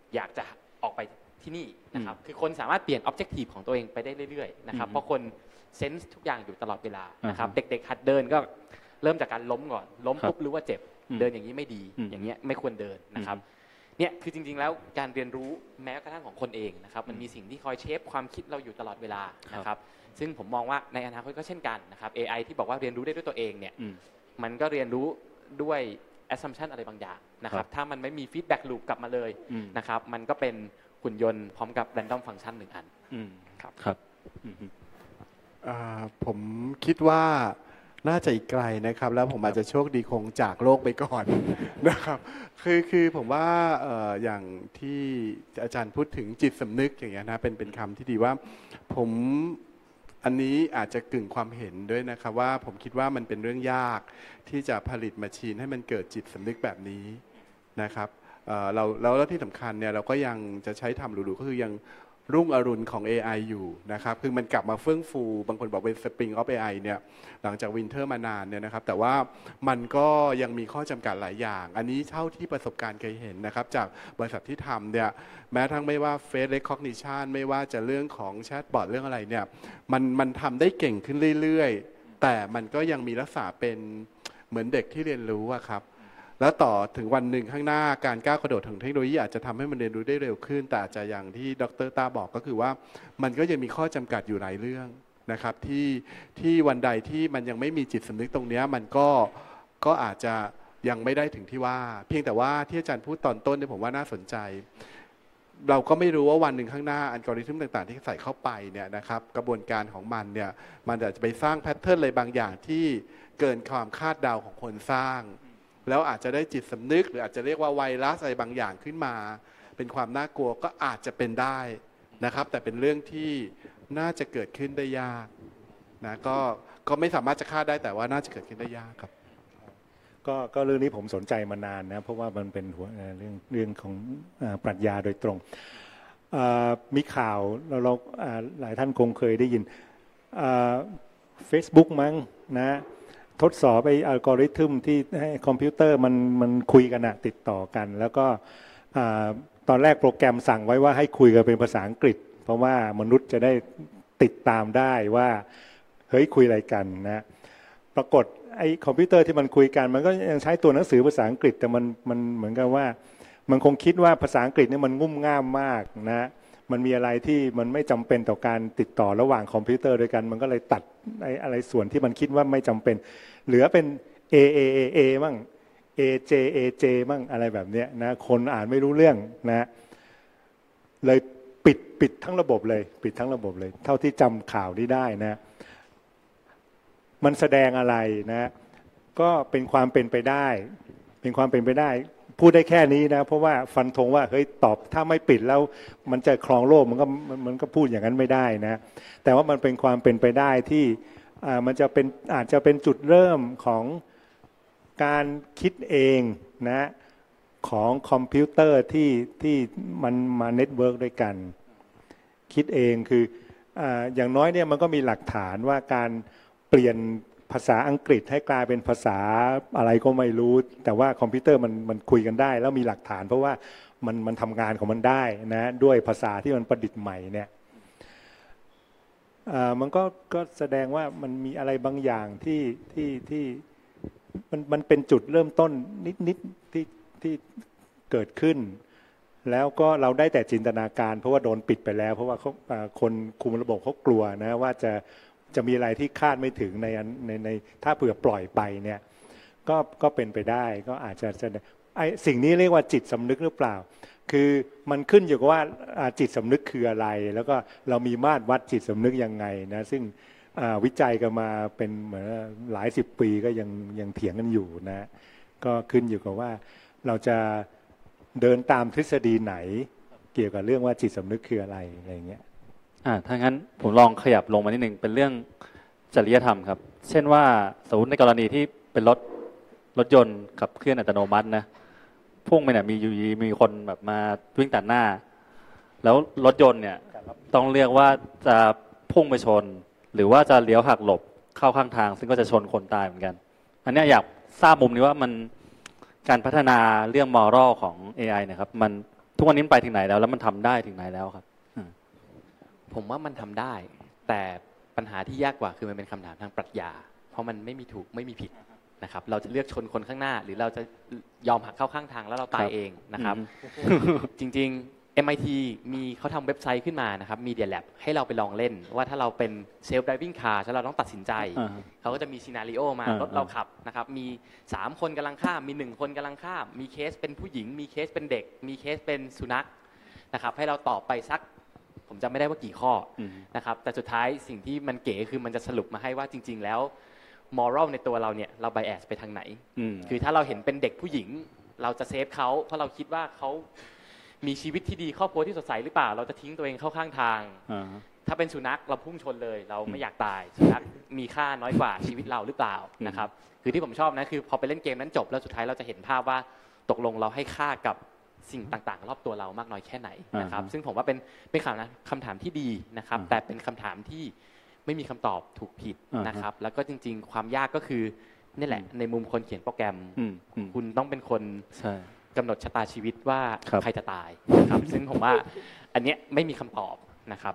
อยากจะออกไปที่นี่นะครับคือคนสามารถเปลี่ยน objective ของตัวเองไปได้เรื่อยๆนะครับเพราะคนเซนส์ทุกอย่างอยู่ตลอดเวลานะครับเด็กๆหัดเดินก็เริ่มจากการล้มก่อนล้มปุ๊บรู้ว่าเจ็บเดินอย่างนี้ไม่ดีอย่างเงี้ยไม่ควรเดินนะครับเนี่ยคือจริงๆแล้วการเรียนรู้แม้กระทั่งของคนเองนะครับมันมีสิ่งที่คอยเชฟความคิดเราอยู่ตลอดเวลานะครับซึ่งผมมองว่าในอนาคตก็เช่นกันนะครับ AI ที่บอกว่าเรียนรู้ได้ด้วยตัวเองเนี่ยมันก็เรียนรู้ด้วย assumption อะไรบางอย่างนะครับถ้ามันไม่มี feedback loop กลับมาเลยนะครับมันก็เป็นหุ่นยนต์พร้อมกับ random function 1 อันครับครับผมคิดว่าน่าจะอีกไกลนะครับแล้วผมอาจจะโชคดีคงจากโลกไปก่อนนะครับคือผมว่าอย่างที่อาจารย์พูดถึงจิตสำนึกอย่างเงี้ยนะเป็นคำที่ดีว่าผมอันนี้อาจจะกึ่งความเห็นด้วยนะครับว่าผมคิดว่ามันเป็นเรื่องยากที่จะผลิตแมชชีนให้มันเกิดจิตสำนึกแบบนี้นะครับแล้วที่สำคัญเนี่ยเราก็ยังจะใช้ทำหรูๆก็คือยังรุ่งอรุณของ AI อยู่นะครับคือมันกลับมาเฟื่องฟูบางคนบอกเป็น Spring of AI เนี่ยหลังจากวินเทอร์มานานเนี่ยนะครับแต่ว่ามันก็ยังมีข้อจำกัดหลายอย่างอันนี้เท่าที่ประสบการณ์เคยเห็นนะครับจากบริษัทที่ทำเนี่ยแม้ทั้งไม่ว่า Face Recognition ไม่ว่าจะเรื่องของแชทบอทเรื่องอะไรเนี่ยมันทำได้เก่งขึ้นเรื่อยๆแต่มันก็ยังมีลักษณะเป็นเหมือนเด็กที่เรียนรู้อะครับแล้วต่อถึงวันหนึ่งข้างหน้าการก้าวกระโดดของเทคโนโลยีอาจจะทำให้มันเรียนรู้ได้เร็วขึ้นแต่อาจจะอย่างที่ดร.ต้าบอกก็คือว่ามันก็ยังมีข้อจำกัดอยู่หลายเรื่องนะครับที่วันใดที่มันยังไม่มีจิตสำนึกตรงนี้มันก็อาจจะยังไม่ได้ถึงที่ว่าเพียงแต่ว่าที่อาจารย์พูดตอนต้นเนี่ยผมว่าน่าสนใจเราก็ไม่รู้ว่าวันหนึ่งข้างหน้าอัลกอริทึมต่างๆที่ใส่เข้าไปเนี่ยนะครับกระบวนการของมันเนี่ยมันอาจจะไปสร้างแพทเทิร์นอะไรบางอย่างที่เกินความคาดเดาของคนสร้างแล้วอาจจะได้จิตสำนึกหรืออาจจะเรียกว่าไวรัสอะไรบางอย่างขึ้นมาเป็นความน่ากลัวก็อาจจะเป็นได้นะครับแต่เป็นเรื่องที่น่าจะเกิดขึ้นได้ยากนะก็ไม่สามารถจะคาดได้แต่ว่าน่าจะเกิดขึ้นได้ยากครับก็เรื่องนี้ผมสนใจมานานนะเพราะว่ามันเป็นเรื่องของปรัชญาโดยตรงมีข่าวเราหลายท่านคงเคยได้ยิน Facebook มั้งนะทดสอบไอ้อัลกอริทึมที่ให้คอมพิวเตอร์มันคุยกันนะติดต่อกันแล้วก็ตอนแรกโปรแกรมสั่งไว้ว่าให้คุยกันเป็นภาษาอังกฤษเพราะว่ามนุษย์จะได้ติดตามได้ว่าเฮ้ยคุยอะไรกันนะปรากฏไอ้คอมพิวเตอร์ที่มันคุยกันมันก็ยังใช้ตัวหนังสือภาษาอังกฤษแต่มันเหมือนกับว่ามันคงคิดว่าภาษาอังกฤษนี่มันงุ่มง่ามมากนะมันมีอะไรที่มันไม่จำเป็นต่อการติดต่อระหว่างคอมพิวเตอร์ด้วยกันมันก็เลยตัดอะไรส่วนที่มันคิดว่าไม่จำเป็นเหลือเป็น A มั่ง AJ มั่งอะไรแบบนี้นะคนอ่านไม่รู้เรื่องนะเลยปิดทั้งระบบเลยปิดทั้งระบบเลยเท่าที่จำข่าวนี้ได้นะมันแสดงอะไรนะก็เป็นความเป็นไปได้เป็นความเป็นไปได้พูดได้แค่นี้นะเพราะว่าฟันธงว่าเฮ้ยตอบถ้าไม่ปิดแล้วมันจะครองโลกมันก็พูดอย่างนั้นไม่ได้นะแต่ว่ามันเป็นความเป็นไปได้ที่มันจะเป็นอาจจะเป็นจุดเริ่มของการคิดเองนะของคอมพิวเตอร์ที่มันมาเน็ตเวิร์กด้วยกันคิดเองคืออย่างน้อยเนี่ยมันก็มีหลักฐานว่าการเปลี่ยนภาษาอังกฤษให้กลายเป็นภาษาอะไรก็ไม่รู้แต่ว่าคอมพิวเตอร์มันคุยกันได้แล้วมีหลักฐานเพราะว่ามันทำงานของมันได้นะด้วยภาษาที่มันประดิษฐ์ใหม่เนี่ยมันก็แสดงว่ามันมีอะไรบางอย่างที่มันเป็นจุดเริ่มต้นนิดที่เกิดขึ้นแล้วก็เราได้แต่จินตนาการเพราะว่าโดนปิดไปแล้วเพราะว่าคนคุมระบบเขากลัวนะว่าจะมีอะไรที่คาดไม่ถึงในถ้าเผื่อปล่อยไปเนี่ยก็เป็นไปได้ก็อาจจะไอ้สิ่งนี้เรียกว่าจิตสำนึกหรือเปล่าคือมันขึ้นอยู่กับว่าจิตสำนึกคืออะไรแล้วก็เรามีมาตรวัดจิตสำนึกยังไงนะซึ่งวิจัยกันมาเป็นเหมือนหลาย10 ปีก็ยังเถียงกันอยู่นะก็ขึ้นอยู่กับว่าเราจะเดินตามทฤษฎีไหนเกี่ยวกับเรื่องว่าจิตสำนึกคืออะไรอย่างเงี้ยถ้างั้นผมลองขยับลงมานิดนึงเป็นเรื่องจริยธรรมครับเช่นว่าสมมติในกรณีที่เป็นรถยนต์ขับเคลื่อนอัตโนมัตินะพุ่งไปเนี่ยมีคนแบบมาวิ่งตัดหน้าแล้วรถยนต์เนี่ยต้องเรียกว่าจะพุ่งไปชนหรือว่าจะเลี้ยวหักหลบเข้าข้างทางซึ่งก็จะชนคนตายเหมือนกันอันนี้อยากทราบมุมนี้ว่ามันการพัฒนาเรื่องมอรัลของ AI นะครับมันทุกวันนี้มันไปถึงไหนแล้วมันทำได้ถึงไหนแล้วครับผมว่ามันทำได้แต่ปัญหาที่ยากกว่าคือมันเป็นคำถามทางปรัชญาเพราะมันไม่มีถูกไม่มีผิดนะครับเราจะเลือกชนคนข้างหน้าหรือเราจะยอมหักเข้าข้างทางแล้วเราตายเองนะครับจริงๆ MIT มีเขาทำเว็บไซต์ขึ้นมานะครับ Media Lab ให้เราไปลองเล่นว่าถ้าเราเป็น Self Driving Car แล้วเราต้องตัดสินใจเขาก็จะมีซีนาริโอมารถเราขับนะครับมี3คนกำลังข้ามมี1คนกำลังข้ามมีเคสเป็นผู้หญิงมีเคสเป็นเด็กมีเคสเป็นสุนัขนะครับให้เราตอบไปสักผมจำไม่ได้ว่ากี่ข้อนะครับแต่สุดท้ายสิ่งที่มันเก๋คือมันจะสรุปมาให้ว่าจริงๆแล้วมอรัลในตัวเราเนี่ยเราไบแอสไปทางไหนคือถ้าเราเห็นเป็นเด็กผู้หญิงเราจะเซฟเขาเพราะเราคิดว่าเขามีชีวิตที่ดีครอบครัวที่สดใสหรือเปล่าเราจะทิ้งตัวเองเข้าข้างทางถ้าเป็นสุนัขเราพุ่งชนเลยเราไม่อยากตายสุนัขมีค่าน้อยกว่าชีวิตเราหรือเปล่านะครับคือที่ผมชอบนะคือพอไปเล่นเกมนั้นจบแล้วสุดท้ายเราจะเห็นภาพว่าตกลงเราให้ค่ากับสิ่งต่างๆรอบตัวเรามากน้อยแค่ไหนนะครับซึ่งผมว่าเป็นคำถามที่ดีนะครับแต่เป็นคำถามที่ไม่มีคำตอบถูกผิดนะครับแล้วก็จริงๆความยากก็คือนี่แหละในมุมคนเขียนโปรแกรมคุณต้องเป็นคนกำหนดชะตาชีวิตว่าใครจะตายนะครับซึ่งผมว่าอันเนี้ยไม่มีคำตอบนะครับ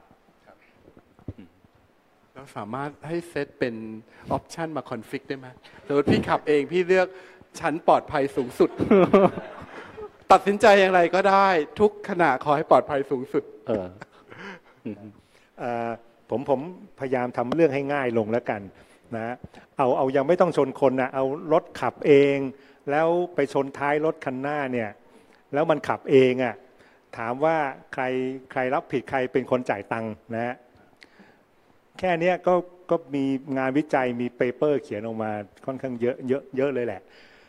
เราสามารถให้เซตเป็นออปชันมาคอนฟิกได้ไหมสมมติพี่ขับเองพี่เลือกชั้นปลอดภัยสูงสุด ตัดสินใจอย่างไรก็ได้ทุกขณะขอให้ปลอดภัยสูงสุดผมพยายามทำเรื่องให้ง่ายลงแล้วกันนะเอายังไม่ต้องชนคนนะเอารถขับเองแล้วไปชนท้ายรถคันหน้าเนี่ยแล้วมันขับเองอ่ะถามว่าใครรับผิดใครเป็นคนจ่ายตังค์นะแค่นี้ก็มีงานวิจัยมีเปเปอร์เขียนออกมาค่อนข้างเยอะเลยแหละ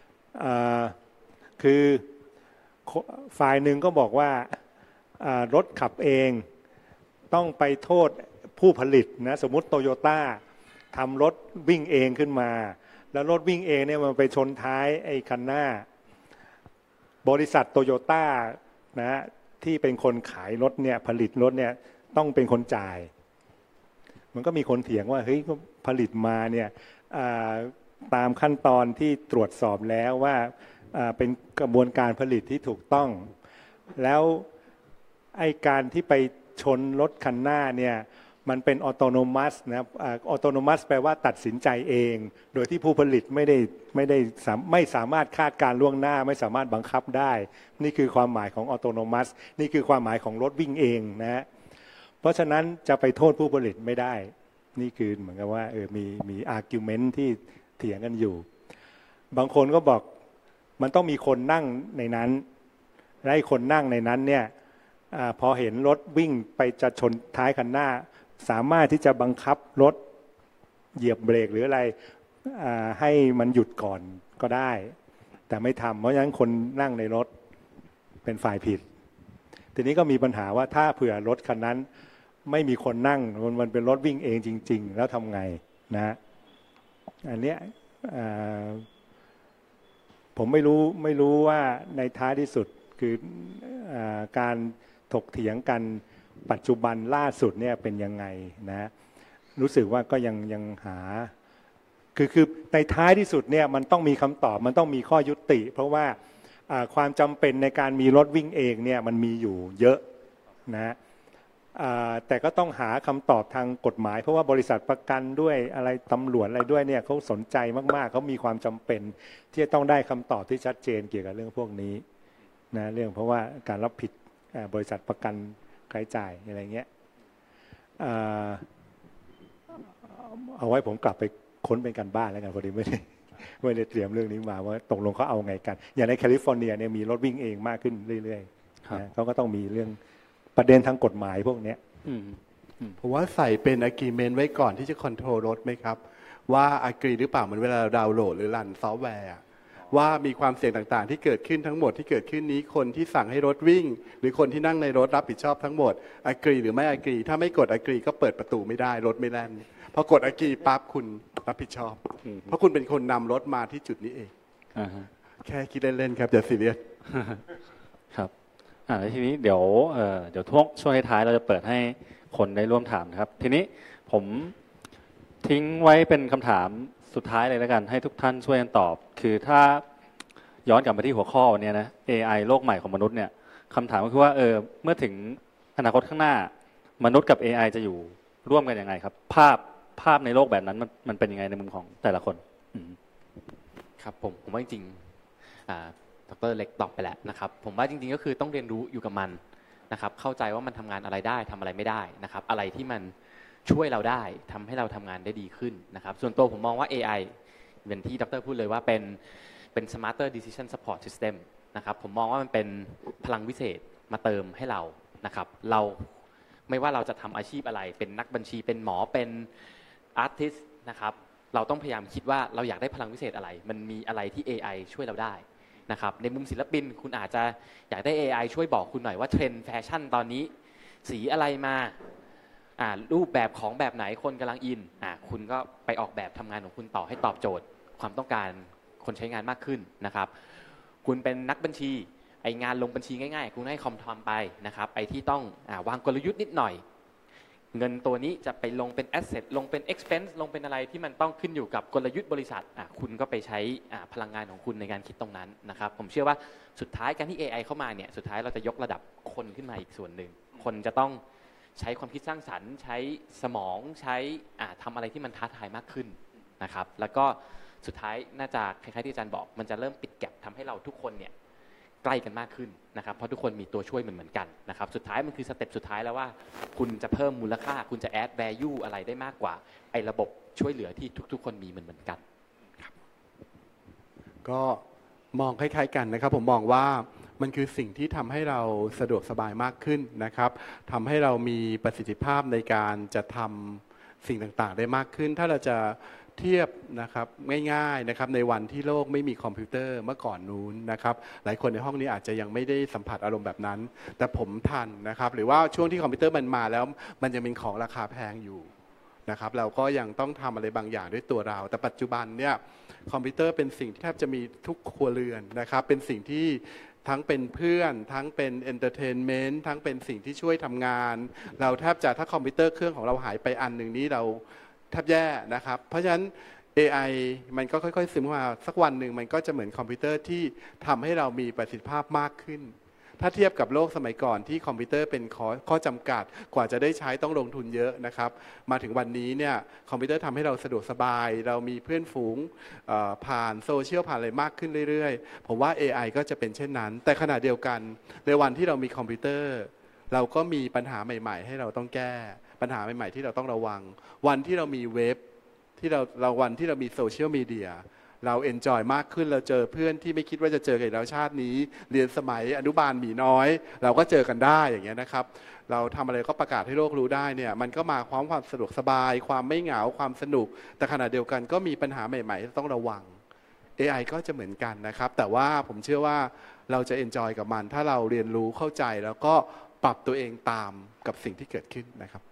คือฝ่ายหนึ่งก็บอกว่ารถขับเองต้องไปโทษผู้ผลิตนะสมมุติโตโยต้าทำรถวิ่งเองขึ้นมาแล้วรถวิ่งเองเนี่ยมันไปชนท้ายไอ้คันหน้าบริษัทโตโยต้านะที่เป็นคนขายรถเนี่ยผลิตรถเนี่ยต้องเป็นคนจ่ายมันก็มีคนเถียงว่าเฮ้ยผลิตมาเนี่ยตามขั้นตอนที่ตรวจสอบแล้วว่าเป็นกระบวนการผลิตที่ถูกต้องแล้วไอ้การที่ไปชนรถคันหน้าเนี่ยมันเป็นออโตโนมัสนะออโตโนมัสแปลว่าตัดสินใจเองโดยที่ผู้ผลิตไม่สามารถคาดการล่วงหน้าไม่สามารถบังคับได้นี่คือความหมายของออโตโนมัสนี่คือความหมายของรถวิ่งเองนะเพราะฉะนั้นจะไปโทษผู้ผลิตไม่ได้นี่คือเหมือนกับว่ามีอาร์กิวเมนต์ที่เถียงกันอยู่บางคนก็บอกมันต้องมีคนนั่งในนั้นและคนนั่งในนั้นเนี่ยพอเห็นรถวิ่งไปจะชนท้ายคันหน้าสามารถที่จะบังคับรถเหยียบเบรกหรืออะไรให้มันหยุดก่อนก็ได้แต่ไม่ทำเพราะฉะนั้นคนนั่งในรถเป็นฝ่ายผิดทีนี้ก็มีปัญหาว่าถ้าเผื่อรถคันนั้นไม่มีคนนั่งมันเป็นรถวิ่งเองจริงๆแล้วทำไงนะอันเนี้ยผมไม่รู้ว่าในท้ายที่สุดคือการถกเถียงกันปัจจุบันล่าสุดเนี่ยเป็นยังไงนะรู้สึกว่าก็ยังหาคือในท้ายที่สุดเนี่ยมันต้องมีคำตอบมันต้องมีข้อยุติเพราะว่าความจำเป็นในการมีรถวิ่งเองเนี่ยมันมีอยู่เยอะนะแต่ก็ต้องหาคำตอบทางกฎหมายเพราะว่าบริษัทประกันด้วยอะไรตำรวจอะไรด้วยเนี่ยเขาสนใจมากๆเขามีความจำเป็นที่จะต้องได้คำตอบที่ชัดเจนเกี่ยวกับเรื่องพวกนี้นะเรื่องเพราะว่าการรับผิดบริษัทประกันรายจ่ายอะไรเงี้ยเอาไว้ผมกลับไปค้นเป็นการบ้านแล้วกันพอดีไม่ได้เตรียมเรื่องนี้มาว่าตกลงเขาเอาไงกันอย่างในแคลิฟอร์เนียเนี่ยมีรถวิ่งเองมากขึ้นเรื่อยๆนะเขาก็ต้องมีเรื่องประเด็นทางกฎหมายพวกนี้ผมว่าใส่เป็น agreement ไว้ก่อนที่จะคอนโทรลรถไหมครับว่า agree หรือเปล่าเหมือนเวลาเราดาวน์โหลดหรือรันซอฟต์แวร์ว่ามีความเสี่ยงต่างๆที่เกิดขึ้นทั้งหมดที่เกิดขึ้นนี้คนที่สั่งให้รถวิ่งหรือคนที่นั่งในรถรับผิดชอบทั้งหมด agree หรือไม่ agree ถ้าไม่กด agree ก็เปิดประตูไม่ได้รถไม่แล่นพอกด agree ปั๊บคุณรับผิดชอบเพราะคุณเป็นคนนำรถมาที่จุดนี้เองแค่คิดเล่นๆครับอย่าซีเรียสครับแล้วทีนี้เดี๋ยวช่วงท้ายเราจะเปิดให้คนได้ร่วมถามนะครับทีนี้ผมทิ้งไว้เป็นคำถามสุดท้ายเลยแล้วกันให้ทุกท่านช่วยกันตอบคือถ้าย้อนกลับมาที่หัวข้อวันนี้นะ AI โลกใหม่ของมนุษย์เนี่ยคำถามก็คือว่าเมื่อถึงอนาคตข้างหน้ามนุษย์กับ AI จะอยู่ร่วมกันยังไงครับภาพในโลกแบบนั้นมันเป็นยังไงในมุมของแต่ละคนครับผมว่าจริงๆดร.เล็กตอบไปแล้วนะครับผมว่าจริงๆก็คือต้องเรียนรู้อยู่กับมันนะครับเข้าใจว่ามันทำงานอะไรได้ทำอะไรไม่ได้นะครับอะไรที่มันช่วยเราได้ทำให้เราทำงานได้ดีขึ้นนะครับส่วนตัวผมมองว่า AI เหมือนที่ดร.พูดเลยว่าเป็น smarter decision support system นะครับผมมองว่ามันเป็นพลังวิเศษมาเติมให้เรานะครับเราไม่ว่าเราจะทำอาชีพอะไรเป็นนักบัญชีเป็นหมอเป็นอาร์ติสต์นะครับเราต้องพยายามคิดว่าเราอยากได้พลังวิเศษอะไรมันมีอะไรที่ AI ช่วยเราได้นะครับในมุมศิลปินคุณอาจจะอยากได้ AI ช่วยบอกคุณหน่อยว่าเทรนด์แฟชั่นตอนนี้สีอะไรมารูปแบบของแบบไหนคนกำลังอินคุณก็ไปออกแบบทำงานของคุณต่อให้ตอบโจทย์ความต้องการคนใช้งานมากขึ้นนะครับคุณเป็นนักบัญชีไองานลงบัญชีง่ายๆคุณให้คอมทำไปนะครับไอที่ต้องวางกลยุทธ์นิดหน่อยเงินตัวนี้จะไปลงเป็น asset ลงเป็น expense ลงเป็นอะไรที่มันต้องขึ้นอยู่กับกลยุทธ์บริษัทคุณก็ไปใช้พลังงานของคุณในการคิดตรงนั้นนะครับผมเชื่อว่าสุดท้ายการที่ AI เข้ามาเนี่ยสุดท้ายเราจะยกระดับคนขึ้นมาอีกส่วนหนึ่งคนจะต้องใช้ความคิดสร้างสรรค์ใช้สมองใช้ทำอะไรที่มันท้าทายมากขึ้นนะครับแล้วก็สุดท้ายน่าจะคล้ายๆที่อาจารย์บอกมันจะเริ่มปิดแก็ปทำให้เราทุกคนเนี่ยใกล้กันมากขึ้นนะครับเพราะทุกคนมีตัวช่วยเหมือนกันนะครับสุดท้ายมันคือสเต็ปสุดท้ายแล้วว่าคุณจะเพิ่มมูลค่าคุณจะ add value อะไรได้มากกว่าไอ้ระบบช่วยเหลือที่ทุกๆคนมีเหมือนกันครับก็มองคล้ายๆกันนะครับผมมองว่ามันคือสิ่งที่ทำให้เราสะดวกสบายมากขึ้นนะครับทำให้เรามีประสิทธิภาพในการจะทำสิ่งต่างๆได้มากขึ้นถ้าเราจะเทียบนะครับง่ายๆนะครับในวันที่โลกไม่มีคอมพิวเตอร์เมื่อก่อนนู้นนะครับหลายคนในห้องนี้อาจจะยังไม่ได้สัมผัสอารมณ์แบบนั้นแต่ผมทันนะครับหรือว่าช่วงที่คอมพิวเตอร์มันมาแล้วมันยังเป็นของราคาแพงอยู่นะครับเราก็ยังต้องทำอะไรบางอย่างด้วยตัวเราแต่ปัจจุบันเนี่ยคอมพิวเตอร์เป็นสิ่งที่แทบจะมีทุกครัวเรือนนะครับเป็นสิ่งที่ทั้งเป็นเพื่อนทั้งเป็นเอนเตอร์เทนเมนต์ทั้งเป็นสิ่งที่ช่วยทำงานเราแทบจะถ้าคอมพิวเตอร์เครื่องของเราหายไปอันหนึ่งนี้เราแทบแย่นะครับเพราะฉะนั้น AI มันก็ค่อยๆซึมเข้ามาสักวันหนึ่งมันก็จะเหมือนคอมพิวเตอร์ที่ทำให้เรามีประสิทธิภาพมากขึ้นถ้าเทียบกับโลกสมัยก่อนที่คอมพิวเตอร์เป็นข้อจำกัดกว่าจะได้ใช้ต้องลงทุนเยอะนะครับมาถึงวันนี้เนี่ยคอมพิวเตอร์ทำให้เราสะดวกสบายเรามีเพื่อนฝูงผ่านโซเชียลผ่านอะไรมากขึ้นเรื่อยๆผมว่า AI ก็จะเป็นเช่นนั้นแต่ขณะเดียวกันในวันที่เรามีคอมพิวเตอร์เราก็มีปัญหาใหม่ๆให้เราต้องแก้ปัญหาใหม่ๆที่เราต้องระวังวันที่เรามีเว็บที่เราวันที่เรามีโซเชียลมีเดียเราเอนจอยมากขึ้นเราเจอเพื่อนที่ไม่คิดว่าจะเจอกันแล้วชาตินี้เรียนสมัยอนุบาลหมีน้อยเราก็เจอกันได้อย่างเงี้ยนะครับเราทำอะไรก็ประกาศให้โลกรู้ได้เนี่ยมันก็มาพร้อมความสะดวกสบายความไม่เหงาความสนุกแต่ขณะเดียวกันก็มีปัญหาใหม่ๆที่ต้องระวัง AI ก็จะเหมือนกันนะครับแต่ว่าผมเชื่อว่าเราจะเอนจอยกับมันถ้าเราเรียนรู้เข้าใจแล้วก็ปรับตัวเองตามกับสิ่งที่เกิดขึ้นนะครับ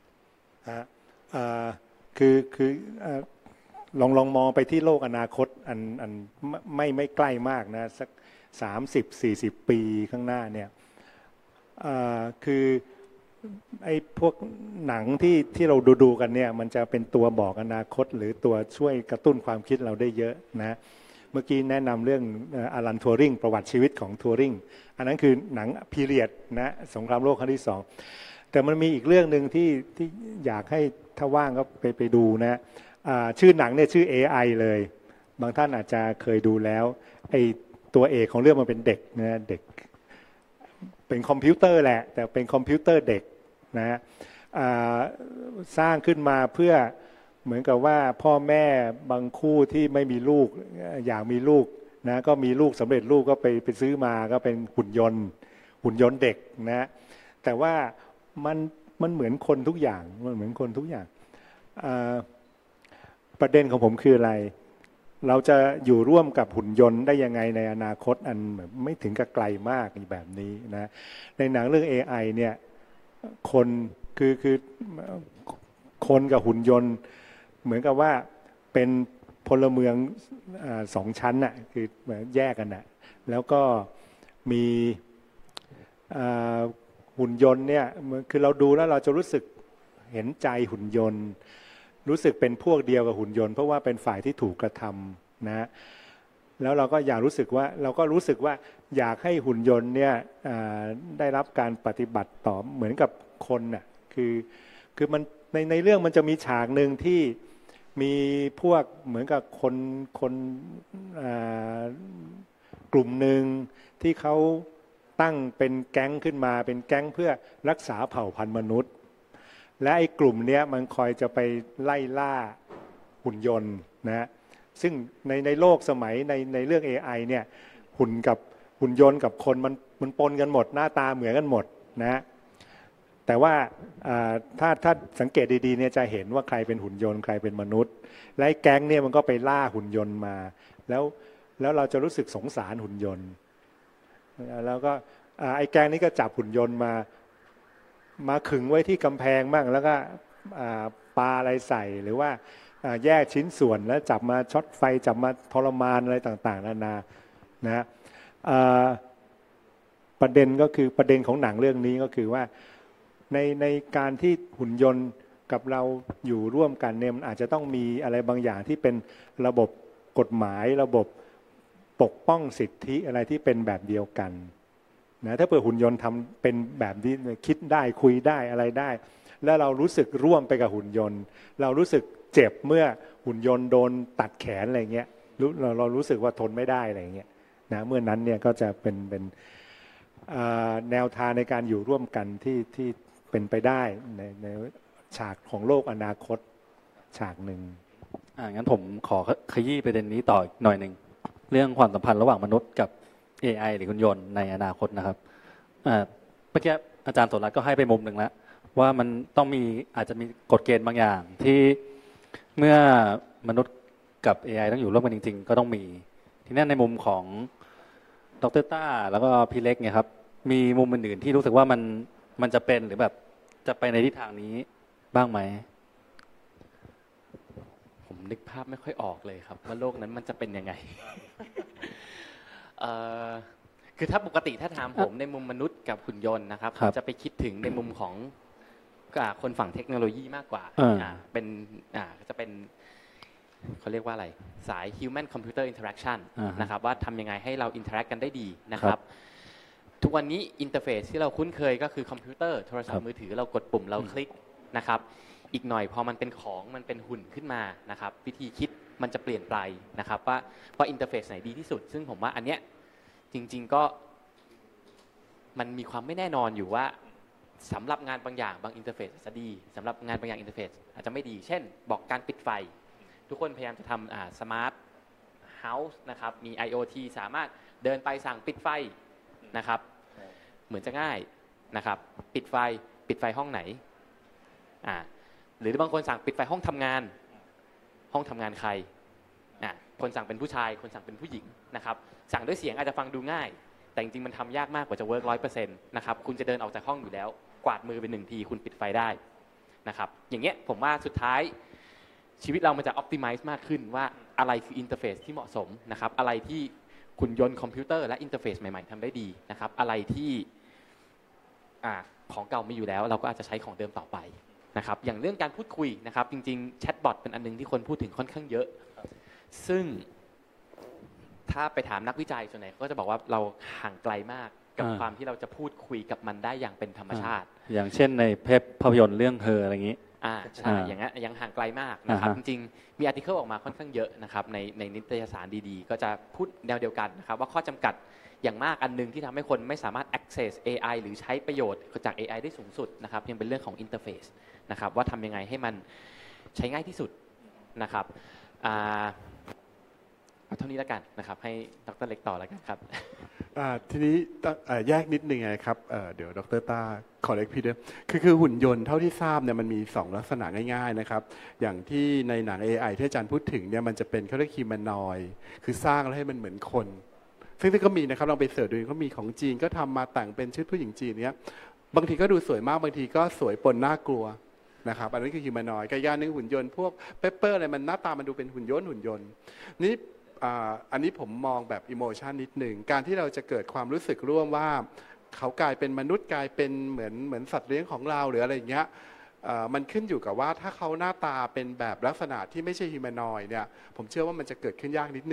คือลองมองไปที่โลกอนาคตอันไม่ใกล้มากนะสัก30-40 ปีข้างหน้าเนี่ยคือไอ้พวกหนังที่เราดูกันเนี่ยมันจะเป็นตัวบอกอนาคตหรือตัวช่วยกระตุ้นความคิดเราได้เยอะนะเมื่อกี้แนะนำเรื่องอลันทัวริงประวัติชีวิตของทัวริงอันนั้นคือหนังพีเรียดนะสงครามโลกครั้งที่2แต่มันมีอีกเรื่องหนึ่งที่อยากให้ถ้าว่างก็ไปดูนะชื่อหนังเนี่ยชื่อ AI เลยบางท่านอาจจะเคยดูแล้วไอ้ตัวเอกของเรื่องมันเป็นเด็กนะเด็กเป็นคอมพิวเตอร์แหละแต่เป็นคอมพิวเตอร์เด็กนะสร้างขึ้นมาเพื่อเหมือนกับว่าพ่อแม่บางคู่ที่ไม่มีลูกอยากมีลูกนะก็มีลูกสำเร็จลูกก็ไปซื้อมาก็เป็นหุ่นยนต์เด็กนะแต่ว่ามันเหมือนคนทุกอย่างมันเหมือนคนทุกอย่างประเด็นของผมคืออะไรเราจะอยู่ร่วมกับหุ่นยนต์ได้ยังไงในอนาคตอันไม่ถึงกับไกลมากแบบนี้นะในหนังเรื่อง AI เนี่ยคนคือคนกับหุ่นยนต์เหมือนกับว่าเป็นพลเมือง2 ชั้นน่ะคือแยกกันน่ะแล้วก็มีหุ่นยนต์เนี่ยคือเราดูแล้วเราจะรู้สึกเห็นใจหุ่นยนต์รู้สึกเป็นพวกเดียวกับหุ่นยนต์เพราะว่าเป็นฝ่ายที่ถูกกระทำนะแล้วเราก็อยากรู้สึกว่าอยากให้หุ่นยนต์เนี่ยได้รับการปฏิบัติต่อเหมือนกับคนน่ะคือมันในเรื่องมันจะมีฉากหนึ่งที่มีพวกเหมือนกับคนกลุ่มหนึ่งที่เขาตั้งเป็นแก๊งขึ้นมาเป็นแก๊งเพื่อรักษาเผ่าพันธุ์มนุษย์และไอ้กลุ่มเนี้ยมันคอยจะไปไล่ล่าหุ่นยนต์นะซึ่งในโลกสมัยในเรื่อง AI เนี่ยหุ่นยนต์กับคนมันปนกันหมดหน้าตาเหมือนกันหมดนะแต่ว่าถ้าสังเกตดีๆเนี่ยจะเห็นว่าใครเป็นหุ่นยนต์ใครเป็นมนุษย์และไอ้แก๊งเนี่ยมันก็ไปล่าหุ่นยนต์มาแล้วเราจะรู้สึกสงสารหุ่นยนต์แล้วก็ไอ้แก๊งนี้ก็จับหุ่นยนต์มาขึงไว้ที่กำแพงบ้างแล้วก็ปาอะไรใส่หรือว่าแยกชิ้นส่วนแล้วจับมาช็อตไฟจับมาทรมานอะไรต่างๆนานานะประเด็นก็คือประเด็นของหนังเรื่องนี้ก็คือว่าในการที่หุ่นยนต์กับเราอยู่ร่วมกันเนี่ยมันอาจจะต้องมีอะไรบางอย่างที่เป็นระบบกฎหมายระบบปกป้องสิทธิอะไรที่เป็นแบบเดียวกันนะถ้าเผื่อหุ่นยนต์ทำเป็นแบบนี้คิดได้คุยได้อะไรได้แล้วเรารู้สึกร่วมไปกับหุ่นยนต์เรารู้สึกเจ็บเมื่อหุ่นยนต์โดนตัดแขนอะไรเงี้ยเรารู้สึกว่าทนไม่ได้อะไรเงี้ยนะเมื่อนั้นเนี่ยก็จะเป็นแนวทางในการอยู่ร่วมกันที่เป็นไปได้ในฉากของโลกอนาคตฉากหนึ่งงั้นผมขอขยี้ประเด็นนี้ต่ออีกหน่อยหนึ่งเรื่องความสัมพันธ์ระหว่างมนุษย์กับ AI หรือหุ่นยนต์ในอนาคตนะครับเมื่อกี้อาจารย์โสรัตน์ก็ให้ไปมุมหนึ่งแล้วว่ามันต้องอาจจะมีกฎเกณฑ์บางอย่างที่เมื่อมนุษย์กับ AI ต้องอยู่ร่วมกันจริงๆก็ต้องมีทีนี้ในมุมของดร.ต้าแล้วก็พี่เล็กเนี่ยครับมีมุมอื่นๆที่รู้สึกว่ามันจะเป็นหรือแบบจะไปในทิศทางนี้บ้างไหมผมนึกภาพไม่ค่อยออกเลยครับว่าโลกนั้นมันจะเป็นยังไง คือถ้าปกติถ้าถามผมในมุมมนุษย์กับหุ่นยนต์นะครับผมจะไปคิดถึงในมุมของคนฝั่งเทคโนโลยีมากกว่าเป็นจะเป็นเขาเรียกว่าอะไรสาย human computer interaction นะครับว่าทำยังไงให้เรา interact กันได้ดีนะครับทุกวันนี้อินเทอร์เฟซที่เราคุ้นเคยก็คือคอมพิวเตอร์โทรศัพท์มือถือเรากดปุ่มเราคลิกนะครับอีกหน่อยพอมันเป็นของมันเป็นหุ่นขึ้นมานะครับวิธีคิดมันจะเปลี่ยนไปนะครับว่าอินเทอร์เฟซไหนดีที่สุดซึ่งผมว่าอันเนี้ยจริงๆก็มันมีความไม่แน่นอนอยู่ว่าสำหรับงานบางอย่างบางอินเทอร์เฟซจะดีสำหรับงานบางอย่างอินเทอร์เฟซอาจจะไม่ดีเช่นบอกการปิดไฟทุกคนพยายามจะทำสมาร์ทเฮาส์นะครับมี IoT สามารถเดินไปสั่งปิดไฟนะครับเหมือนจะง่ายนะครับปิดไฟห้องไหนหรือบางคนสั่งปิดไฟห้องทำงานใครคนสั่งเป็นผู้ชายคนสั่งเป็นผู้หญิงนะครับสั่งด้วยเสียงอาจจะฟังดูง่ายแต่จริงๆมันทำยากมากกว่าจะเวิร์ก 100% นะครับคุณจะเดินออกจากห้องอยู่แล้วกวาดมือเป็น1 ทีคุณปิดไฟได้นะครับอย่างเงี้ยผมว่าสุดท้ายชีวิตเรามันจะ optimize มากขึ้นว่าอะไรคืออินเทอร์เฟซที่เหมาะสมนะครับอะไรที่หุ่นยนต์คอมพิวเตอร์และอินเทอร์เฟซใหม่ๆทำได้ดีนะครับอะไรที่ของเก่ามีอยู่แล้วเราก็อาจจะใช้ของเดิมต่อไปนะครับอย่างเรื่องการพูดคุยนะครับจริงๆแชทบอทเป็นอันนึงที่คนพูดถึงค่อนข้างเยอะซึ่งถ้าไปถามนักวิจัยส่วนใหญ่เขาก็จะบอกว่าเราห่างไกลมากกับความที่เราจะพูดคุยกับมันได้อย่างเป็นธรรมชาติอย่างเช่นในภาพยนตร์เรื่องเธออะไรอย่างนี้ใช่อย่างนั้นยังห่างไกลมากนะครับจริงๆมีอาร์ติเคิลออกมาค่อนข้างเยอะนะครับในนิตยสารดีๆก็จะพูดแนวเดียวกันนะครับว่าข้อจำกัดอย่างมากอันนึงที่ทำให้คนไม่สามารถ access AI หรือใช้ประโยชน์จาก AI ได้สูงสุดนะครับยังเป็นเรื่องของ interface นะครับว่าทำยังไงให้มันใช้ง่ายที่สุดนะครับเอาเท่านี้แล้วกันนะครับให้ดร.เล็กต่อแล้วกันครับทีนี้แยกนิดนึงไงครับเดี๋ยวดร.ต้าขอเล็กพี่ด้วยคือหุ่นยนต์เท่าที่ทราบเนี่ยมันมี2ลักษณะง่ายๆนะครับอย่างที่ในหนัง AI ที่อาจารย์พูดถึงเนี่ยมันจะเป็นเขาเรียกฮิวแมนอยด์คือสร้างแล้วให้มันเหมือนคนซึ่งก็มีนะครับลองไปเสิร์ชดูก็มีของจีนก็ทำมาแต่งเป็นชุดผู้หญิงจีนเนี้ยบางทีก็ดูสวยมากบางทีก็สวยปนน่ากลัวนะครับอันนี้คือฮิวแมนอยด์กับย่านนึงหุ่นยนต์พวกเปเปอร์อะไรมันหน้าตามันดูเป็นหุ่นยนต์นี่อันนี้ผมมองแบบอิโมชันนิดหนึ่งการที่เราจะเกิดความรู้สึกร่วมว่าเขากลายเป็นมนุษย์กลายเป็นเหมือนสัตว์เลี้ยงของเราหรืออะไรอย่างเงี้ยมันขึ้นอยู่กับว่าถ้าเขาหน้าตาเป็นแบบลักษณะที่ไม่ใช่ฮิวแมนอยด์เนี่ยผมเชื่อว่ามันจะเกิดขึ้นยากนิดนึง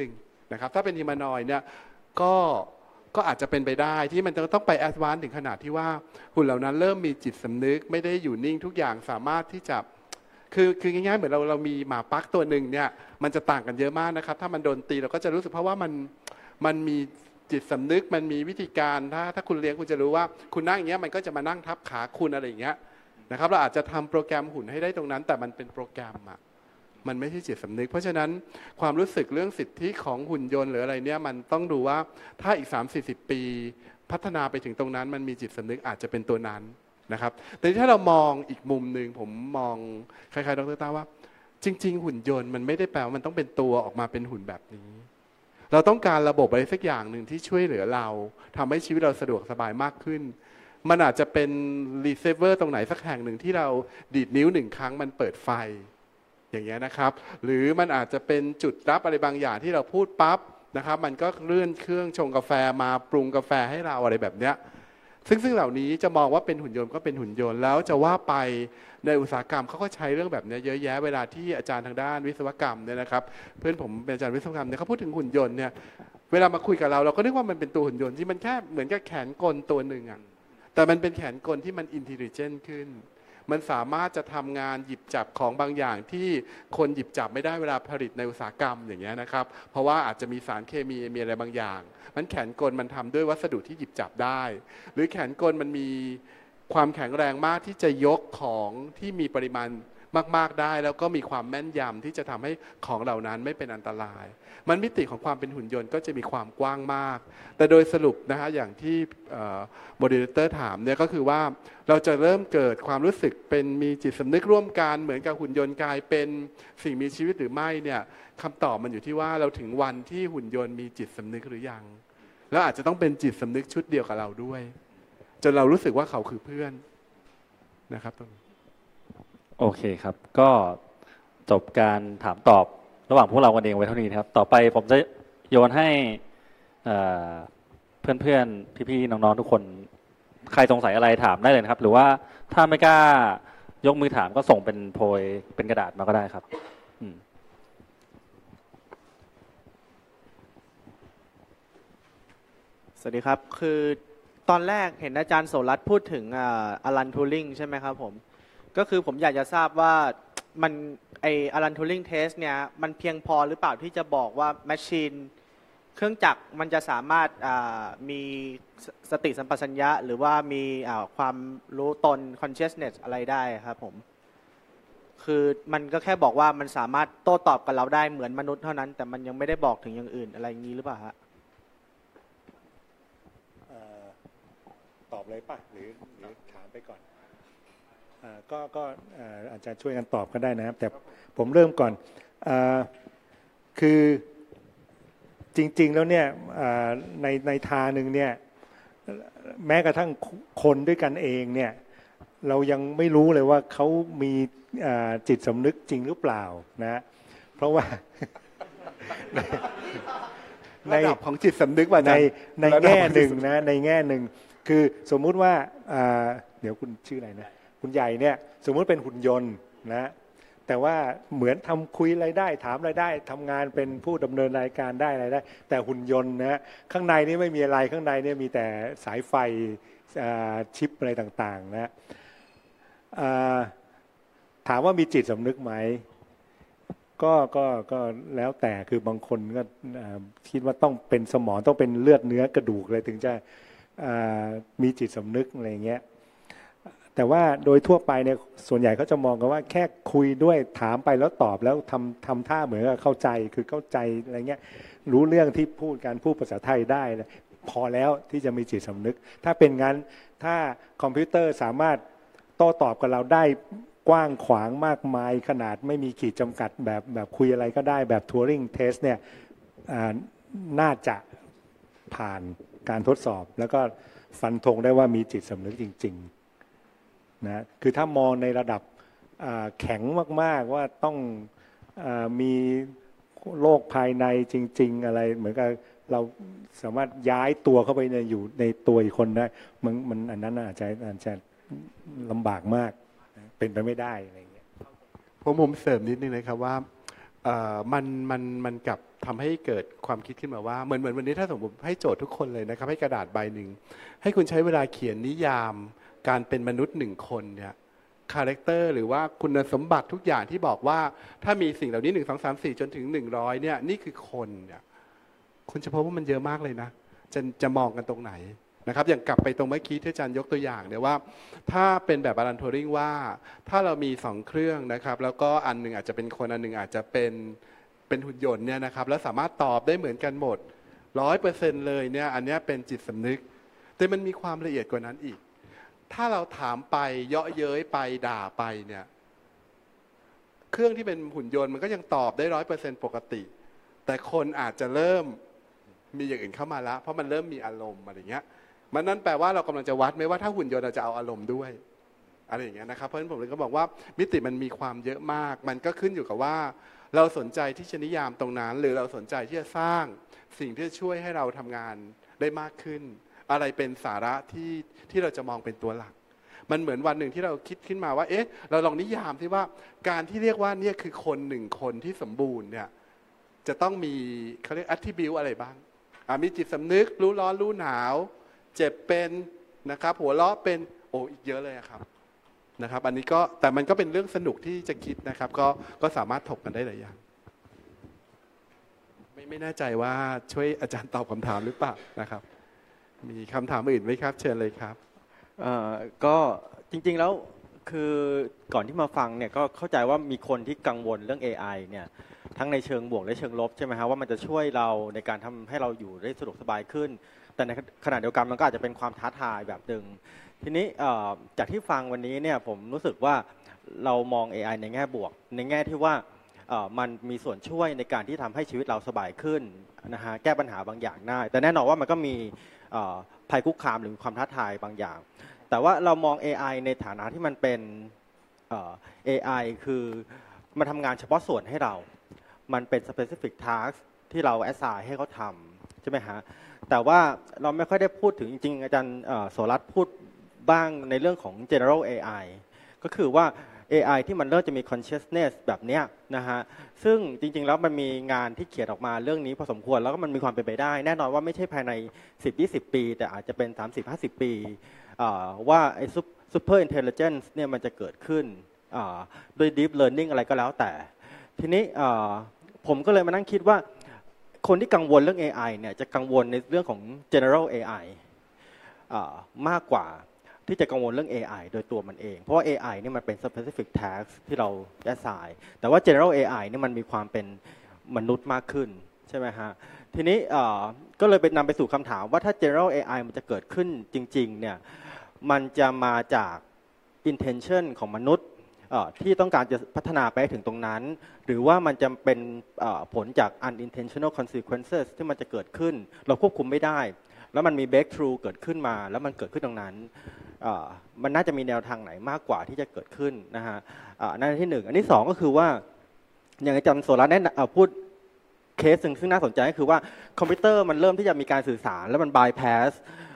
นะครับถ้าเป็นฮิวแมนอยด์เนี่ยก็อาจจะเป็นไปได้ที่มันจะต้องไปแอดวานซ์ถึงขนาดที่ว่าหุ่นเหล่านั้นเริ่มมีจิตสำนึกไม่ได้อยู่นิ่งทุกอย่างสามารถที่จะคือง่ายๆเหมือนเรามีหมาปักตัวหนึ่งเนี่ยมันจะต่างกันเยอะมากนะครับถ้ามันโดนตีเราก็จะรู้สึกเพราะว่ามันมีจิตสำนึกมันมีวิธีการถ้าคุณเลี้ยงคุณจะรู้ว่าคุณนั่งอย่างเงี้ยมันก็จะมานั่งทับขาคุณอะไรอย่างเงี้ยนะครับเราอาจจะทำโปรแกรมหุ่นให้ได้ตรงนั้นแต่มันเป็นโปรแกรมอะมันไม่ใช่จิตสำนึกเพราะฉะนั้นความรู้สึกเรื่องสิทธิของหุ่นยนต์หรืออะไรเนี่ยมันต้องดูว่าถ้าอีก 3-40 ปีพัฒนาไปถึงตรงนั้นมันมีจิตสำนึกอาจจะเป็นตัวนั้นนะครับแต่ถ้าเรามองอีกมุมหนึ่งผมมองคล้ายๆดร.ต้าว่าจริงๆหุ่นยนต์มันไม่ได้แปลว่ามันต้องเป็นตัวออกมาเป็นหุ่นแบบนี้เราต้องการระบบอะไรสักอย่างหนึ่งที่ช่วยเหลือเราทำให้ชีวิตเราสะดวกสบายมากขึ้นมันอาจจะเป็นรีเซิร์ฟเวอร์ตรงไหนสักแห่งหนึ่งที่เราดีดนิ้ว1 ครั้งมันเปิดไฟอย่างเงี้ยนะครับหรือมันอาจจะเป็นจุดรับอะไรบางอย่างที่เราพูดปั๊บนะครับมันก็เลื่อนเครื่องชงกาแฟมาปรุงกาแฟให้เราอะไรแบบเนี้ยซึ่งเหล่านี้จะมองว่าเป็นหุ่นยนต์ก็เป็นหุ่นยนต์แล้วจะว่าไปในอุตสาหกรรมเขาก็ใช้เรื่องแบบนี้เยอะแยะเวลาที่อาจารย์ทางด้านวิศวกรรมเนี่ยนะครับเพื่อนผมเป็นอาจารย์วิศวกรรมเนี่ยเขาพูดถึงหุ่นยนต์เนี่ยเวลามาคุยกับเราก็นึกว่ามันเป็นตัวหุ่นยนต์ที่มันแค่เหมือนกับแขนกลตัวหนึ่งอ่ะแต่มันเป็นแขนกลที่มันอินเทลลิเจนต์ขึ้นมันสามารถจะทำงานหยิบจับของบางอย่างที่คนหยิบจับไม่ได้เวลาผลิตในอุตสาหกรรมอย่างเงี้ยนะครับเพราะว่าอาจจะมีสารเคมีอะไรบางอย่างมันแขนกลมันทำด้วยวัสดุที่หยิบจับได้หรือแขนกลมันมีความแข็งแรงมากที่จะยกของที่มีปริมาณมากๆได้แล้วก็มีความแม่นยำที่จะทำให้ของเหล่านั้นไม่เป็นอันตรายมันมิติของความเป็นหุ่นยนต์ก็จะมีความกว้างมากแต่โดยสรุปนะฮะอย่างที่โมเดเลเตอร์ถามเนี่ยก็คือว่าเราจะเริ่มเกิดความรู้สึกเป็นมีจิตสำนึกร่วมกันเหมือนกับหุ่นยนต์กลายเป็นสิ่งมีชีวิตหรือไม่เนี่ยคำตอบมันอยู่ที่ว่าเราถึงวันที่หุ่นยนต์มีจิตสำนึกหรือยังแล้วอาจจะต้องเป็นจิตสำนึกชุดเดียวกับเราด้วยจนเรารู้สึกว่าเขาคือเพื่อนนะครับโอเคครับก็จบการถามตอบระหว่างพวกเรากันเองไว้เท่านี้ครับต่อไปผมจะโยนให้เพื่อนๆพี่ๆน้องๆทุกคนใครสงสัยอะไรถามได้เลยนะครับหรือว่าถ้าไม่กล้ายกมือถามก็ส่งเป็นโพยเป็นกระดาษมาก็ได้ครับสวัสดีครับคือตอนแรกเห็นอาจารย์โสรัตน์พูดถึงอลันทูริงใช่ไหมครับผมก็คือผมอยากจะทราบว่ามันอลันทูริงเทสเนี่ยมันเพียงพอหรือเปล่าที่จะบอกว่าแมชชีนเครื่องจักรมันจะสามารถมีสติสัมปชัญญะหรือว่ามีความรู้ตน consciousness อะไรได้ครับผมคือมันก็แค่บอกว่ามันสามารถโต้ตอบกับเราได้เหมือนมนุษย์เท่านั้นแต่มันยังไม่ได้บอกถึงอย่างอื่นอะไรอย่างนี้หรือเปล่าฮะตอบเลยป่ะหรือถามไปก่อนก็อาจจะช่วยกันตอบก็ได้นะครับแต่ผมเริ่มก่อนคือจริงๆแล้วเนี่ยในทางหนึ่งเนี่ยแม้กระทั่งคนด้วยกันเองเนี่ยเรายังไม่รู้เลยว่าเขามีจิตสำนึกจริงหรือเปล่านะเพราะว่าในระดับของจิตสำนึกว่าในแง่หนึ่งนะในแง่หนึ่งคือสมมุติว่าเดี๋ยวคุณชื่ออะไรนะคุณใหญ่เนี่ยสมมุติเป็นหุ่นยนต์นะแต่ว่าเหมือนทำคุยอะไรได้ถามอะไรได้ทำงานเป็นผู้ดำเนินรายการได้อะไรได้แต่หุ่นยนต์นะข้างในนี่ไม่มีอะไรข้างในเนี่ยมีแต่สายไฟชิปอะไรต่างๆนะถามว่ามีจิตสำนึกไหมก็แล้วแต่คือบางคนก็คิดว่าต้องเป็นสมองต้องเป็นเลือดเนื้อกระดูกเลยถึงจะมีจิตสำนึกอะไรเงี้ยแต่ว่าโดยทั่วไปเนี่ยส่วนใหญ่เขาจะมองกันว่าแค่คุยด้วยถามไปแล้วตอบแล้วทำท่าเหมือนกับเข้าใจคือเข้าใจอะไรเงี้ยรู้เรื่องที่พูดการพูดภาษาไทยได้พอแล้วที่จะมีจิตสำนึกถ้าเป็นงั้นถ้าคอมพิวเตอร์สามารถโต้ตอบกับเราได้กว้างขวางมากมายขนาดไม่มีขีดจำกัดแบบคุยอะไรก็ได้แบบทัวริงเทสเนี่ยน่าจะผ่านการทดสอบแล้วก็ฟันธงได้ว่ามีจิตสำนึกจริงๆนะคือถ้ามองในระดับแข็งมากๆว่าต้องมีโลกภายในจริงๆอะไรเหมือนกับเราสามารถย้ายตัวเข้าไปอยู่ในตัวอีกคนได้มันอันนั้นอาจจะลำบากมากเป็นไปไม่ได้อะไรอย่างเงี้ยผมเสริมนิดนึงนะครับว่ามันกับทำให้เกิดความคิดขึ้นมาว่าเหมือนวันนี้ถ้าสมมติให้โจทย์ทุกคนเลยนะครับให้กระดาษใบหนึ่งให้คุณใช้เวลาเขียนนิยามการเป็นมนุษย์1 คนเนี่ยคาแรคเตอร์หรือว่าคุณสมบัติทุกอย่างที่บอกว่าถ้ามีสิ่งเหล่านี้1 2 3 4จนถึง100เนี่ยนี่คือคนเนี่ยคุณจะพบว่ามันเยอะมากเลยนะจะมองกันตรงไหนนะครับอย่างกลับไปตรงเมื่อกี้ที่อาจารย์ยกตัวอย่างเนี่ยว่าถ้าเป็นแบบอลัน ทูริงว่าถ้าเรามี2 เครื่องนะครับแล้วก็อันหนึ่งอาจจะเป็นคนอันหนึ่งอาจจะเป็นหุ่นยนต์เนี่ยนะครับแล้วสามารถตอบได้เหมือนกันหมด 100% เลยเนี่ยอันนี้เป็นจิตสำนึกแต่มันมีความละเอียดกว่านั้นอีกถ้าเราถามไปเยาะเย้ยไปด่าไปเนี่ยเครื่องที่เป็นหุ่นยนต์มันก็ยังตอบได้ 100% ปกติแต่คนอาจจะเริ่มมีอย่างอื่นเข้ามาแล้วเพราะมันเริ่มมีอารมณ์อะไรเงี้ยมันนั่นแปลว่าเรากำลังจะวัดไหมว่าถ้าหุ่นยนต์เราจะเอาอารมณ์ด้วยอะไรอย่างเงี้ยนะครับเพราะฉะนั้นผมเลยก็บอกว่ามิติมันมีความเยอะมากมันก็ขึ้นอยู่กับว่าเราสนใจที่จะนิยามตรงนั้นหรือเราสนใจที่จะสร้างสิ่งที่จะช่วยให้เราทำงานได้มากขึ้นอะไรเป็นสาระที่เราจะมองเป็นตัวหลักมันเหมือนวันหนึ่งที่เราคิดขึ้นมาว่าเอ๊ะเราลองนิยามที่ว่าการที่เรียกว่าเนี่ยคือคน1 คนที่สมบูรณ์เนี่ยจะต้องมีเขาเรียก attribute อะไรบ้างมีจิตสำนึกรู้ร้อนรู้หนาวเจ็บเป็นนะครับหัวเราะเป็นอีกเยอะเลยครับอันนี้ก็แต่มันก็เป็นเรื่องสนุกที่จะคิดนะครับก็สามารถถกกันได้หลายอย่างไม่แน่ใจว่าช่วยอาจารย์ตอบคำถามหรือเปล่านะครับมีคำถามอื่นไหมครับเชิญเลยครับก็จริงๆแล้วคือก่อนที่มาฟังเนี่ยก็เข้าใจว่ามีคนที่กังวลเรื่อง AI เนี่ยทั้งในเชิงบวกและเชิงลบใช่ไหมครับว่ามันจะช่วยเราในการทำให้เราอยู่ได้สะดวกสบายขึ้นแต่ในขณะเดียวกันมันก็อาจจะเป็นความท้าทายแบบหนึ่งทีนี้จากที่ฟังวันนี้เนี่ยผมรู้สึกว่าเรามอง AI ในแง่บวกในแง่ที่ว่ามันมีส่วนช่วยในการที่ทำให้ชีวิตเราสบายขึ้นนะฮะแก้ปัญหาบางอย่างได้แต่แน่นอนว่ามันก็มีภัยคุกคามหรือความท้าทายบางอย่างแต่ว่าเรามอง AI ในฐานะที่มันเป็นAI คือมันทำงานเฉพาะส่วนให้เรามันเป็น specific task ที่เรา assign ให้เขาทำใช่ไหมฮะแต่ว่าเราไม่ค่อยได้พูดถึงจริงๆอาจารย์โสรัตน์พูดบ้างในเรื่องของ general AI ก็คือว่า AI ที่มันเริ่มจะมี consciousness แบบเนี้ยนะฮะซึ่งจริงๆแล้วมันมีงานที่เขียนออกมาเรื่องนี้พอสมควรแล้วก็มันมีความเป็นไปได้แน่นอนว่าไม่ใช่ภายใน 10-20 ปีแต่อาจจะเป็น 30-50 ปีว่าไอ้ super intelligence เนี่ยมันจะเกิดขึ้นด้วย deep learning อะไรก็แล้วแต่ทีนี้ผมก็เลยมานั่งคิดว่าคนที่กังวลเรื่อง AI เนี่ยจะกังวลในเรื่องของ general AI มากกว่าที่จะกังวลเรื่อง AI โดยตัวมันเองเพราะว่า AI นี่มันเป็น specific task ที่เรา assign แต่ว่า general AI นี่มันมีความเป็นมนุษย์มากขึ้นใช่ไหมฮะทีนี้ก็เลยนำไปสู่คำถามว่าถ้า general AI มันจะเกิดขึ้นจริงๆเนี่ยมันจะมาจาก intention ของมนุษย์ที่ต้องการจะพัฒนาไปถึงตรงนั้นหรือว่ามันจะเป็นผลจาก unintentional consequences ที่มันจะเกิดขึ้นเราควบคุมไม่ได้แล้วมันมี breakthrough เกิดขึ้นมาแล้วมันเกิดขึ้นตรงนั้นมันน่าจะมีแนวทางไหนมากกว่าที่จะเกิดขึ้นนะฮะนั่นที่1อันที่2ก็คือว่าอย่างอาจารย์โสรัตน์พูดเคสซึ่งน่าสนใจก็คือว่าคอมพิวเตอร์มันเริ่มที่จะมีการสื่อสารแล้วมัน bypass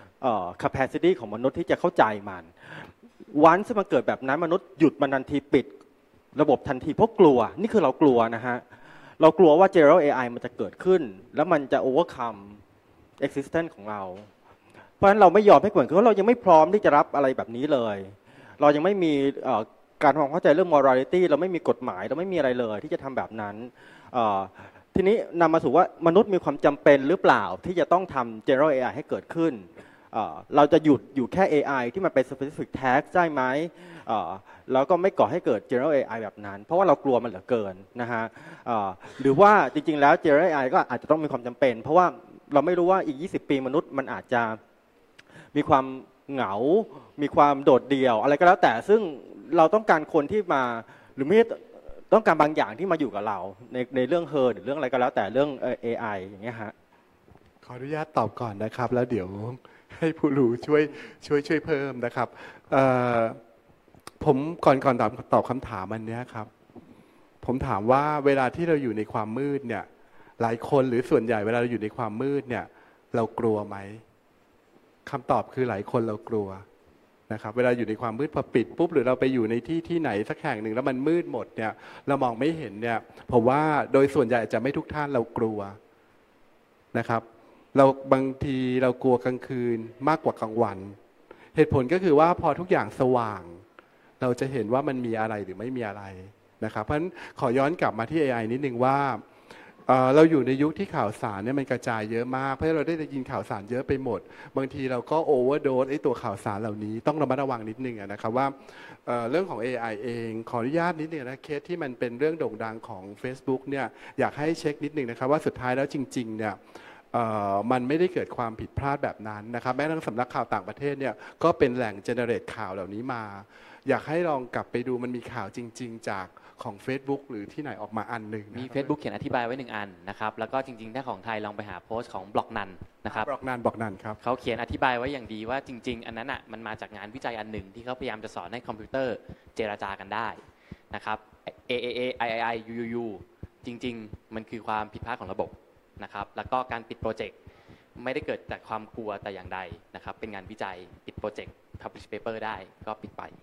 capacity ของมนุษย์ที่จะเข้าใจมันวันที่มันเกิดแบบนั้นมนุษย์หยุดมันทันทีปิดระบบทันทีเพราะกลัวนี่คือเรากลัวนะฮะเรากลัวว่า general AI มันจะเกิดขึ้นแล้วมันจะ overcome existence ของเราเพราะฉะนั้นเราไม่ยอมให้เกิดเพราะเรายังไม่พร้อมที่จะรับอะไรแบบนี้เลยเรายังไม่มีการความเข้าใจเรื่อง morality เราไม่มีกฎหมายเราไม่มีอะไรเลยที่จะทำแบบนั้นทีนี้นำมาสู่ว่ามนุษย์มีความจำเป็นหรือเปล่าที่จะต้องทำ general AI ให้เกิดขึ้นเราจะหยุดอยู่แค่ AI ที่มันเป็น specific task ได้ไหมแล้วก็ไม่ก่อให้เกิด general AI แบบนั้นเพราะว่าเรากลัวมันเหลือเกินนะฮะหรือว่าจริงๆแล้ว general AI ก็อาจจะต้องมีความจำเป็นเพราะว่าเราไม่รู้ว่าอีก20 ปีมนุษย์มันอาจจะมีความเหงามีความโดดเดี่ยวอะไรก็แล้วแต่ซึ่งเราต้องการคนที่มาหรือไม่ต้องการบางอย่างที่มาอยู่กับเราในเรื่อง her หรือเรื่องอะไรก็แล้วแต่เรื่อง AI อย่างเงี้ยฮะขออนุญาตตอบก่อนนะครับแล้วเดี๋ยวให้ผู้รู้ช่วยเพิ่มนะครับผมก่อนตอบคำถามอันนี้ครับผมถามว่าเวลาที่เราอยู่ในความมืดเนี่ยหลายคนหรือส่วนใหญ่เวลาเราอยู่ในความมืดเนี่ยเรากลัวไหมคำตอบคือหลายคนเรากลัวนะครับเวลาอยู่ในความมืดพอปิดปุ๊บหรือเราไปอยู่ในที่ไหนสักแห่งหนึ่งแล้วมันมืดหมดเนี่ยเรามองไม่เห็นเนี่ยผมว่าโดยส่วนใหญ่อาจจะไม่ทุกท่านเรากลัวนะครับเราบางทีเรากลัวกลางคืนมากกว่ากลางวันเหตุผลก็คือว่าพอทุกอย่างสว่างเราจะเห็นว่ามันมีอะไรหรือไม่มีอะไรนะครับเพราะฉะนั้นขอย้อนกลับมาที่ AI นิดนึงว่าเราอยู่ในยุคที่ข่าวสารเนี่ยมันกระจายเยอะมากเพราะเราได้ยินข่าวสารเยอะไปหมดบางทีเราก็โอเวอร์โดสไอ้ตัวข่าวสารเหล่านี้ต้องระมัดระวังนิดนึงนะครับว่าเรื่องของ AI เองขออนุญาตนิดนึงนะเคสที่มันเป็นเรื่องโด่งดังของ Facebook เนี่ยอยากให้เช็คนิดนึงนะครับว่าสุดท้ายแล้วจริงๆเนี่ยมันไม่ได้เกิดความผิดพลาดแบบนั้นนะครับแม้กระทั่งสำนักข่าวต่างประเทศเนี่ยก็เป็นแหล่งเจเนเรตข่าวเหล่านี้มาอยากให้ลองกลับไปดูมันมีข่าวจริงๆจากของ Facebook หรือที่ไหนออกมาอันหนึ่งมี Facebook เขียนอธิบายไว้1อันนะครับแล้วก็จริงๆถ้าของไทยลองไปหาโพสต์ของบล็อกนันนะครับบล็อกนันครับเขาเขียนอธิบายไว้อย่างดีว่าจริงๆอันนั้นอ่ะมันมาจากงานวิจัยอันหนึ่งที่เขาพยายามจะสอนให้คอมพิวเตอร์เจรจากันได้นะครับ AAA III UUU จริงๆมันคือความผิดพลาดของระบบนะครับแล้วก็การปิดโปรเจกต์ไม่ได้เกิดจากความกลัวแต่อย่างใดนะครับเป็นงานวิจัยปิดโปรเจกต์ publish paper ได้ก็ปิดไป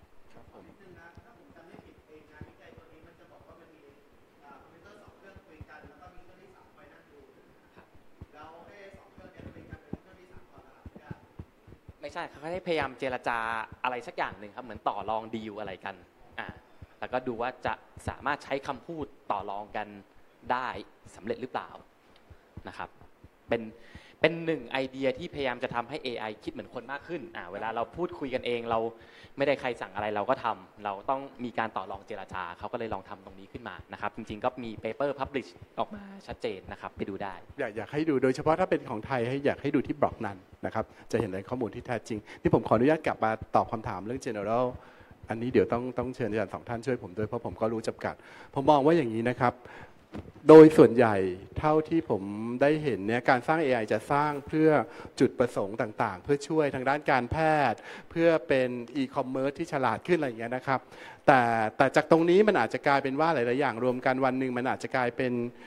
ไม่ใช่เขาได้พยายามเจรจาอะไรสักอย่างหนึ่งครับเหมือนต่อรองดีลอะไรกันแล้วก็ดูว่าจะสามารถใช้คำพูดต่อรองกันได้สำเร็จหรือเปล่านะครับเป็นหนึ่งไอเดียที่พยายามจะทำให้ AI คิดเหมือนคนมากขึ้นเวลาเราพูดคุยกันเองเราไม่ได้ใครสั่งอะไรเราก็ทำเราต้องมีการต่อรองเจรจาเขาก็เลยลองทำตรงนี้ขึ้นมานะครับจริงๆก็มี paper publish ออกมาชัดเจนนะครับไปดูได้อยากให้ดูโดยเฉพาะถ้าเป็นของไทยอยากให้ดูที่บล็อกนั้นนะครับจะเห็นข้อมูลที่แท้จริงที่ผมขออนุญาตกลับมาตอบคำถามเรื่อง general อันนี้เดี๋ยวต้องเชิญอาจารย์2ท่านช่วยผมด้วยเพราะผมก็รู้จำกัดผมมองว่าอย่างนี้นะครับโดยส่วนใหญ่เท่าที่ผมได้เห็นเนี่ยการสร้าง AI จะสร้างเพื่อจุดประสงค์ต่างๆเพื่อช่วยทางด้านการแพทย์เพื่อเป็น e-commerce ที่ฉลาดขึ้นอะไรอย่างเงี้ยนะครับแต่จากตรงนี้มันอาจจะกลายเป็นว่าหลายๆอย่างรวมกันวันหนึ่งมันอาจจะกลายเป็น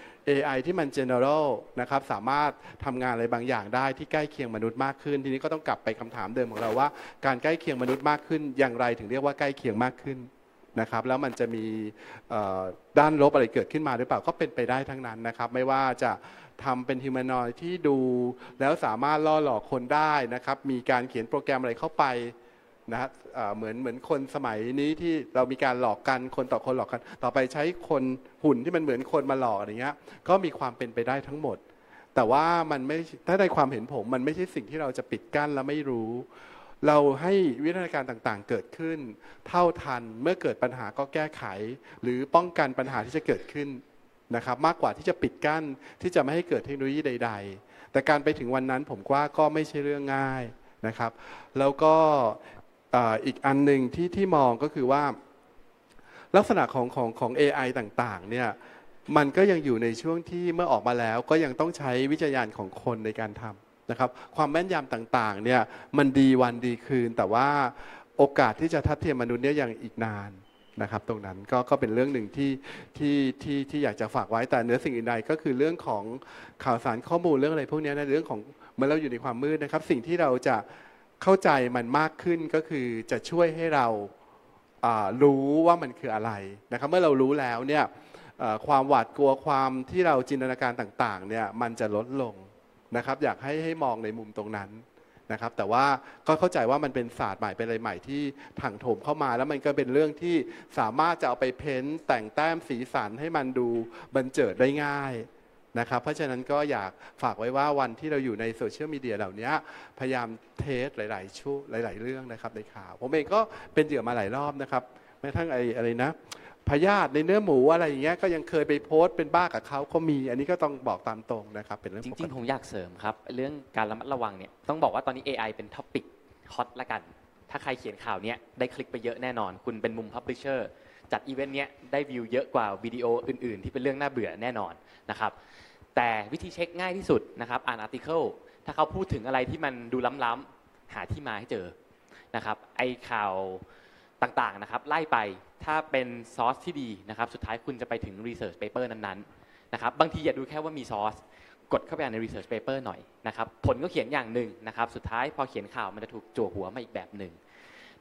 AI ที่มัน general นะครับสามารถทำงานอะไรบางอย่างได้ที่ใกล้เคียงมนุษย์มากขึ้นทีนี้ก็ต้องกลับไปคำถามเดิมของเราว่าการใกล้เคียงมนุษย์มากขึ้นอย่างไรถึงเรียกว่าใกล้เคียงมากขึ้นนะครับแล้วมันจะมีด้านลบอะไรเกิดขึ้นมาหรือเปล่าก็เป็นไปได้ทั้งนั้นนะครับไม่ว่าจะทำเป็นฮิวแมนอยด์ที่ดูแล้วสามารถล่อหลอกคนได้นะครับมีการเขียนโปรแกรมอะไรเข้าไปนะฮะเหมือนคนสมัยนี้ที่เรามีการหลอกกันคนต่อคนหลอกกันต่อไปใช้คนหุ่นที่มันเหมือนคนมาหลอกอะไรเงี้ยก็มีความเป็นไปได้ทั้งหมดแต่ว่ามันไม่ถ้าในความเห็นผมมันไม่ใช่สิ่งที่เราจะปิดกั้นและไม่รู้เราให้วิวัฒนาการต่างๆเกิดขึ้นเท่าทันเมื่อเกิดปัญหาก็แก้ไขหรือป้องกันปัญหาที่จะเกิดขึ้นนะครับมากกว่าที่จะปิดกั้นที่จะไม่ให้เกิดเทคโนโลยีใดๆแต่การไปถึงวันนั้นผมว่าก็ไม่ใช่เรื่องง่ายนะครับแล้วก็อีกอันหนึ่งที่มองก็คือว่าลักษณะของ AI ต่างๆเนี่ยมันก็ยังอยู่ในช่วงที่เมื่อออกมาแล้วก็ยังต้องใช้วิจารณญาณของคนในการทำนะครับความแม่นยำต่างๆเนี่ยมันดีวันดีคืนแต่ว่าโอกาสที่จะทัดเทียมมนุษย์เนี่ยยังอีกนานนะครับตรงนั้นก็เป็นเรื่องหนึ่งที่อยากจะฝากไว้แต่เนื้อสิ่งอื่นใดก็คือเรื่องของข่าวสารข้อมูลเรื่องอะไรพวกนี้นะเรื่องของเมื่อเราอยู่ในความมืดนะครับสิ่งที่เราจะเข้าใจมันมากขึ้นก็คือจะช่วยให้เรารู้ว่ามันคืออะไรนะครับเมื่อเรารู้แล้วเนี่ยความหวาดกลัวความที่เราจินตนาการต่างๆเนี่ยมันจะลดลงนะครับอยากให้มองในมุมตรงนั้นนะครับแต่ว่าก็เข้าใจว่ามันเป็นศาสตร์ใหม่เป็นอะไรใหม่ที่ถังโถมเข้ามาแล้วมันก็เป็นเรื่องที่สามารถจะเอาไปเพ้นแต่งแต้มสีสันให้มันดูบันเจิดได้ง่ายนะครับเพราะฉะนั้นก็อยากฝากไว้ว่าวันที่เราอยู่ในโซเชียลมีเดียเหล่านี้พยายามเทสหลายๆช่วงหลายๆเรื่องนะครับในข่าวผมเองก็เป็นเหยื่อมาหลายรอบนะครับแม้ทั้งอะไรนะพยาธิในเนื้อหมูอะไรอย่างเงี้ยก็ยังเคยไปโพสต์เป็นบ้ากับเขาก็มีอันนี้ก็ต้องบอกตามตรงนะครับเป็นเรื่องจริงๆผมอยากเสริมครับเรื่องการระมัดระวังเนี่ยต้องบอกว่าตอนนี้ AI เป็นท็อปิกฮอตละกันถ้าใครเขียนข่าวเนี้ยได้คลิกไปเยอะแน่นอนคุณเป็นมุมพับลิเชอร์จัดอีเวนต์เนี้ยได้วิวเยอะกว่าวิดีโออื่นๆที่เป็นเรื่องน่าเบื่อแน่นอนนะครับแต่วิธีเช็คง่ายที่สุดนะครับอ่านอาร์ติเคิลถ้าเขาพูดถึงอะไรที่มันดูล้ำๆหาที่มาให้เจอนะครับไอข่าวต่างๆนะครับไล่ไปถ้าเป็นซอสที่ดีนะครับสุดท้ายคุณจะไปถึง research paper นั้นๆนะครับบางทีอย่าดูแค่ว่ามีซอสกดเข้าไปอ่านใน research paper หน่อยนะครับผลก็เขียนอย่างหนึ่งนะครับสุดท้ายพอเขียนข่าวมันจะถูกจั่วหัวมาอีกแบบหนึ่ง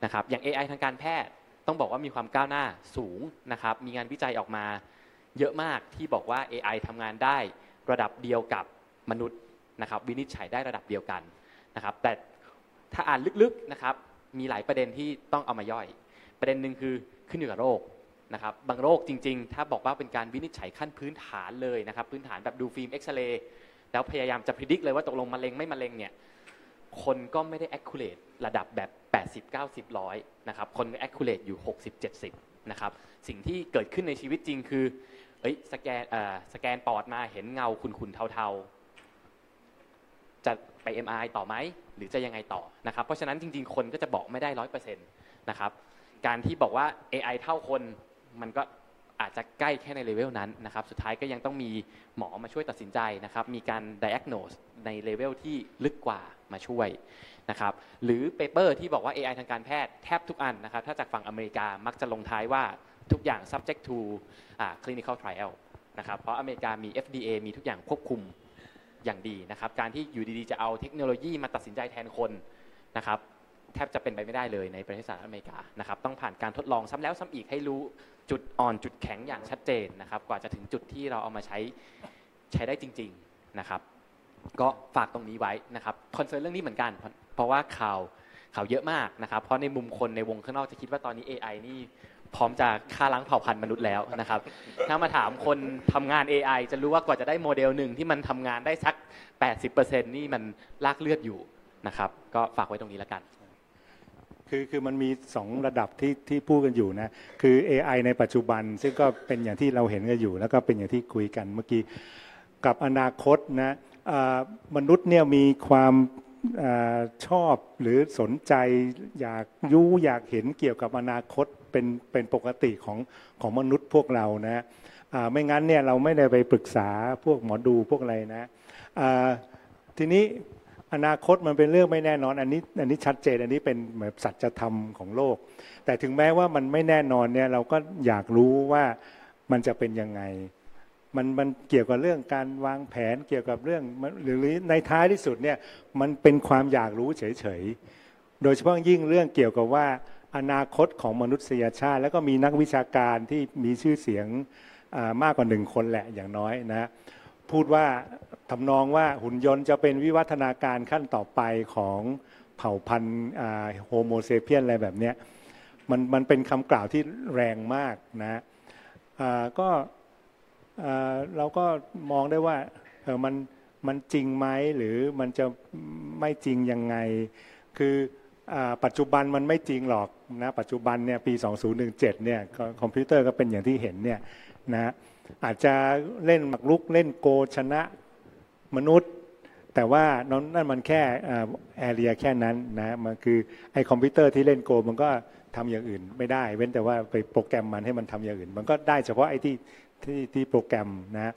นะครับอย่าง AI ทางการแพทย์ต้องบอกว่ามีความก้าวหน้าสูงนะครับมีงานวิจัยออกมาเยอะมากที่บอกว่า AI ทำงานได้ระดับเดียวกับมนุษย์นะครับวินิจฉัยได้ระดับเดียวกันนะครับแต่ถ้าอ่านลึกๆนะครับมีหลายประเด็นที่ต้องเอามาย่อยประเด็นหนึ่งคือขึ้นอยู่กับโรคนะครับบางโรคจริงๆถ้าบอกว่าเป็นการวินิจฉัยขั้นพื้นฐานเลยนะครับพื้นฐานแบบดูฟิล์มเอ็กซเรย์แล้วพยายามจะพิจิตรเลยว่าตกลงมะเร็งไม่มะเร็งเนี่ยคนก็ไม่ได้ accurate ระดับแบบ80 90 100นะครับคนก็ accurate อยู่60 70นะครับสิ่งที่เกิดขึ้นในชีวิตจริงคือสแกนปอดมาเห็นเงาขุ่นๆเทาๆจะไป MRI ต่อไหมหรือจะยังไงต่อนะครับเพราะฉะนั้นจริงๆคนก็จะบอกไม่ได้ 100% นะครับการที่บอกว่า AI เท่าคนมันก็อาจจะใกล้แค่ในเลเวลนั้นนะครับสุดท้ายก็ยังต้องมีหมอมาช่วยตัดสินใจนะครับมีการ diagnose ในเลเวลที่ลึกกว่ามาช่วยนะครับหรือเปเปอร์ที่บอกว่า AI ทางการแพทย์แทบทุกอันนะครับถ้าจากฝั่งอเมริกามักจะลงท้ายว่าทุกอย่าง subject to clinical trial นะครับเพราะอเมริกามี FDA มีทุกอย่างควบคุมอย่างดีนะครับการที่อยู่ดีๆจะเอาเทคโนโลยีมาตัดสินใจแทนคนนะครับแทบจะเป็นไปไม่ได้เลยในประเทศสหรัฐอเมริกานะครับต้องผ่านการทดลองซ้ำแล้วซ้ำอีกให้รู้จุดอ่อนจุดแข็งอย่างชัดเจนนะครับกว่าจะถึงจุดที่เราเอามาใช้ได้จริงๆนะครับก็ฝากตรงนี้ไว้นะครับคอนเซิร์นเรื่องนี้เหมือนกันเพราะว่าข่าวเยอะมากนะครับเพราะในมุมคนในวงข้างนอกจะคิดว่าตอนนี้ AI นี่พร้อมจะฆ่าล้างเผ่าพันธุ์มนุษย์แล้วนะครับถ้ามาถามคนทำงาน AI จะรู้ว่ากว่าจะได้โมเดลหนึ่งที่มันทำงานได้สัก 80% นี่มันลากเลือดอยู่นะครับก็ฝากไว้ตรงนี้แล้วกันคือมันมี2ระดับที่พูดกันอยู่นะคือ AI ในปัจจุบันซึ่งก็เป็นอย่างที่เราเห็นกันอยู่แล้วก็เป็นอย่างที่คุยกันเมื่อกี้กับอนาคตนะมนุษย์เนี่ยมีความชอบหรือสนใจอยากเห็นเกี่ยวกับอนาคตเป็นปกติของมนุษย์พวกเรานะไม่งั้นเนี่ยเราไม่ได้ไปปรึกษาพวกหมอดูพวกอะไรนะทีนี้อนาคตมันเป็นเรื่องไม่แน่นอนอันนี้ชัดเจนอันนี้เป็นเหมือนสัจธรรมของโลกแต่ถึงแม้ว่ามันไม่แน่นอนเนี่ยเราก็อยากรู้ว่ามันจะเป็นยังไงมันเกี่ยวกับเรื่องการวางแผนเกี่ยวกับเรื่องหรือในท้ายที่สุดเนี่ยมันเป็นความอยากรู้เฉยๆโดยเฉพาะยิ่งเรื่องเกี่ยวกับว่าอนาคตของมนุษยชาติแล้วก็มีนักวิชาการที่มีชื่อเสียงมากกว่า1 คนแหละอย่างน้อยนะพูดว่าทำนองว่าหุ่นยนต์จะเป็นวิวัฒนาการขั้นต่อไปของเผ่าพันธุ์โฮโมเซเปียนอะไรแบบนี้มันเป็นคำกล่าวที่แรงมากนะก็เราก็มองได้ว่ามันจริงไหมหรือมันจะไม่จริงยังไงคือปัจจุบันมันไม่จริงหรอกนะปัจจุบันเนี่ยปี2017เนี่ยคอมพิวเตอร์ก็เป็นอย่างที่เห็นเนี่ยนะอาจจะเล่นหมากรุกเล่นโกชนะมนุษย์แต่ว่านั่นมันแค่แอเรียแค่นั้นนะมันคือไอ้คอมพิวเตอร์ที่เล่นโกมันก็ทำอย่างอื่นไม่ได้เว้นแต่ว่าไปโปรแกรมมันให้มันทำอย่างอื่นมันก็ได้เฉพาะไอ้ที่โปรแกรมนะ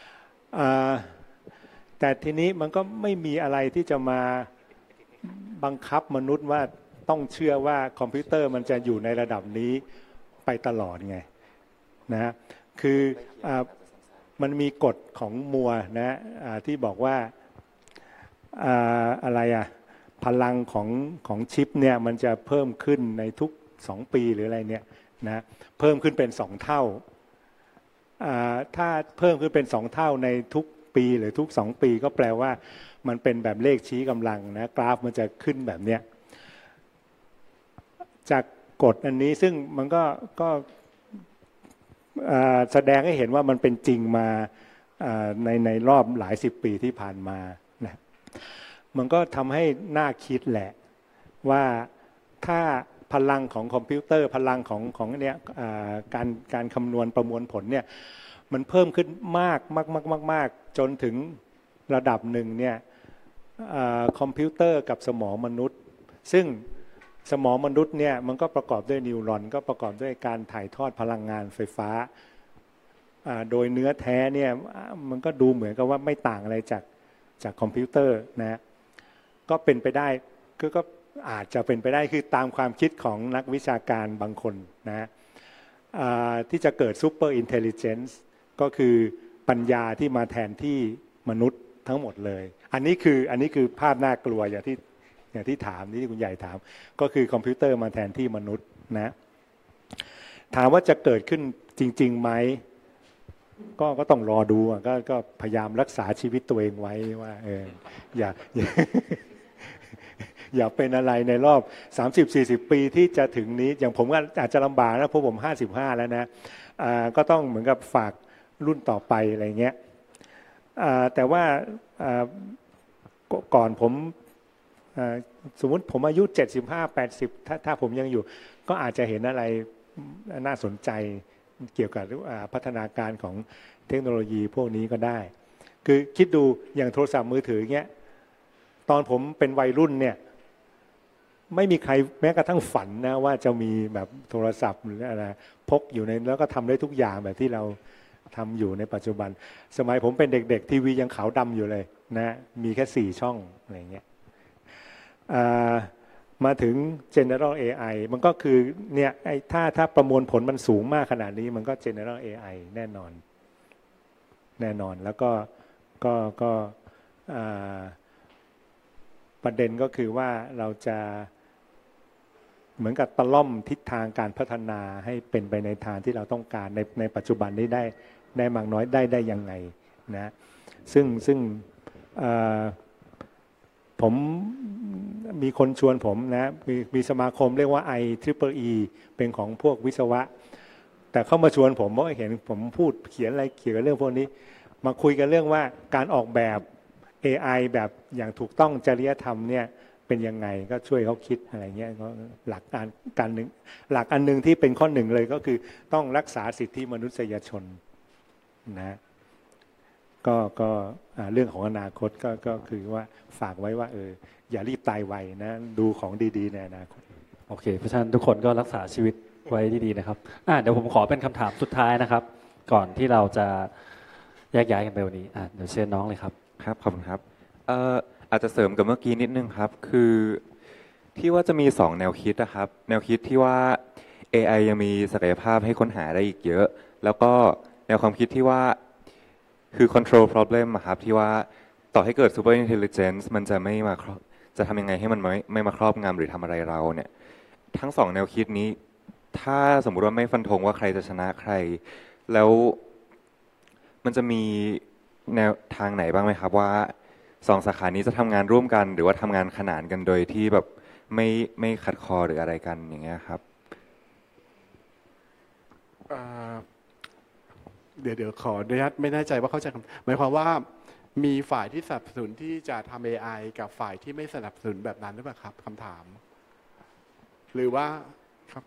แต่ทีนี้มันก็ไม่มีอะไรที่จะมาบังคับมนุษย์ว่าต้องเชื่อว่าคอมพิวเตอร์มันจะอยู่ในระดับนี้ไปตลอดไงนะคือมันมีกฎของมัวนะที่บอกว่าอะไรพลังของชิปเนี่ยมันจะเพิ่มขึ้นในทุก2 ปีหรืออะไรเนี่ยนะเพิ่มขึ้นเป็น2 เท่าถ้าเพิ่มขึ้นเป็น2 เท่าในทุกปีหรือทุก2 ปีก็แปลว่ามันเป็นแบบเลขชี้กำลังนะกราฟมันจะขึ้นแบบเนี้ยจากกฎอันนี้ซึ่งมันก็แสดงให้เห็นว่ามันเป็นจริงมาในรอบหลาย10 ปีที่ผ่านมานะมันก็ทำให้น่าคิดแหละว่าถ้าพลังของคอมพิวเตอร์พลังของเนี่ยการคำนวณประมวลผลเนี่ยมันเพิ่มขึ้นมากจนถึงระดับหนึ่งเนี่ยคอมพิวเตอร์กับสมองมนุษย์ซึ่งสมองมนุษย์เนี่ยมันก็ประกอบด้วยนิวรอนก็ประกอบด้วยการถ่ายทอดพลังงานไฟฟ้าโดยเนื้อแท้เนี่ยมันก็ดูเหมือนกับว่าไม่ต่างอะไรจากคอมพิวเตอร์นะก็เป็นไปได้ก็อาจจะเป็นไปได้คือตามความคิดของนักวิชาการบางคนนะที่จะเกิดซูเปอร์อินเทลลิเจนซ์ก็คือปัญญาที่มาแทนที่มนุษย์ทั้งหมดเลยอันนี้คือภาพน่ากลัวอย่างอย่างที่ถามที่คุณใหญ่ถามก็คือคอมพิวเตอร์มาแทนที่มนุษย์นะถามว่าจะเกิดขึ้นจริงๆไหมก็ต้องรอดูก็พยายามรักษาชีวิตตัวเองไว้ว่าอย่า อย่าเป็นอะไรในรอบ 30-40 ปีที่จะถึงนี้อย่างผมก็อาจจะลำบากนะเพราะผม55แล้วนะก็ต้องเหมือนกับฝากรุ่นต่อไปอะไรเงี้ยแต่ว่าก่อนผมสมมุติผมอายุ75-80ถ้าผมยังอยู่ก็อาจจะเห็นอะไรน่าสนใจเกี่ยวกับพัฒนาการของเทคโนโลยีพวกนี้ก็ได้คือคิดดูอย่างโทรศัพท์มือถือเงี้ยตอนผมเป็นวัยรุ่นเนี่ยไม่มีใครแม้กระทั่งฝันนะว่าจะมีแบบโทรศัพท์หรืออะไรพกอยู่ในแล้วก็ทำได้ทุกอย่างแบบที่เราทำอยู่ในปัจจุบันสมัยผมเป็นเด็กๆทีวียังขาวดำอยู่เลยนะมีแค่4ช่องอะไรเงี้ยมาถึง General AI มันก็คือเนี่ยถ้าประมวลผลมันสูงมากขนาดนี้มันก็ General AI แน่นอนแล้วก็ประเด็นก็คือว่าเราจะเหมือนกับตะล่อมทิศทางการพัฒนาให้เป็นไปในทางที่เราต้องการในปัจจุบันนี้ได้มากน้อยได้ยังไงนะซึ่งผมมีคนชวนผมนะมีสมาคมเรียกว่า IEEE เป็นของพวกวิศวะแต่เข้ามาชวนผมเพราะเห็นผมพูดเขียนอะไรเกี่ยวกับเรื่องพวกนี้มาคุยกันเรื่องว่าการออกแบบ AI แบบอย่างถูกต้องจริยธรรมเนี่ยเป็นยังไงก็ช่วยเขาคิดอะไรเงี้ยก็หลักอันหนึ่งที่เป็นข้อหนึ่งเลยก็คือต้องรักษาสิทธิมนุษยชนนะก็เรื่องของอนาคตก็คือว่าฝากไว้ว่าอย่ารีบตายไวนะดูของดีๆในอนาคตโอเคเพราะฉะนั้นทุกคนก็รักษาชีวิตไว้ดีๆนะครับเดี๋ยวผมขอเป็นคำถามสุดท้ายนะครับก่อนที่เราจะแยกย้ายกันไปวันนี้เดี๋ยวเชิญน้องเลยครับครับขอบคุณครับอาจจะเสริมกับเมื่อกี้นิดนึงครับคือที่ว่าจะมี2แนวคิดนะครับแนวคิดที่ว่า AI ยังมีศักยภาพให้ค้นหาได้อีกเยอะแล้วก็แนวความคิดที่ว่าคือ control problem ครับที่ว่าต่อให้เกิด super intelligence มันจะไม่มาจะทำยังไงให้มันไม่มาครอบงำหรือทำอะไรเราเนี่ยทั้ง2แนวคิดนี้ถ้าสมมุติว่าไม่ฟันธงว่าใครจะชนะใครแล้วมันจะมีแนวทางไหนบ้างไหมครับว่า2สาขานี้จะทำงานร่วมกันหรือว่าทำงานขนานกันโดยที่แบบไม่ขัดคอหรืออะไรกันอย่างเงี้ยครับเดี๋ยวขออนุญาตไม่แน่ใจว่าเข้าใจหมายความว่ามีฝ่ายที่สนับสนุนที่จะทำ AI กับฝ่ายที่ไม่สนับสนุนแบบนั้นหรือเปล่าครับคำถามหรือว่าครับ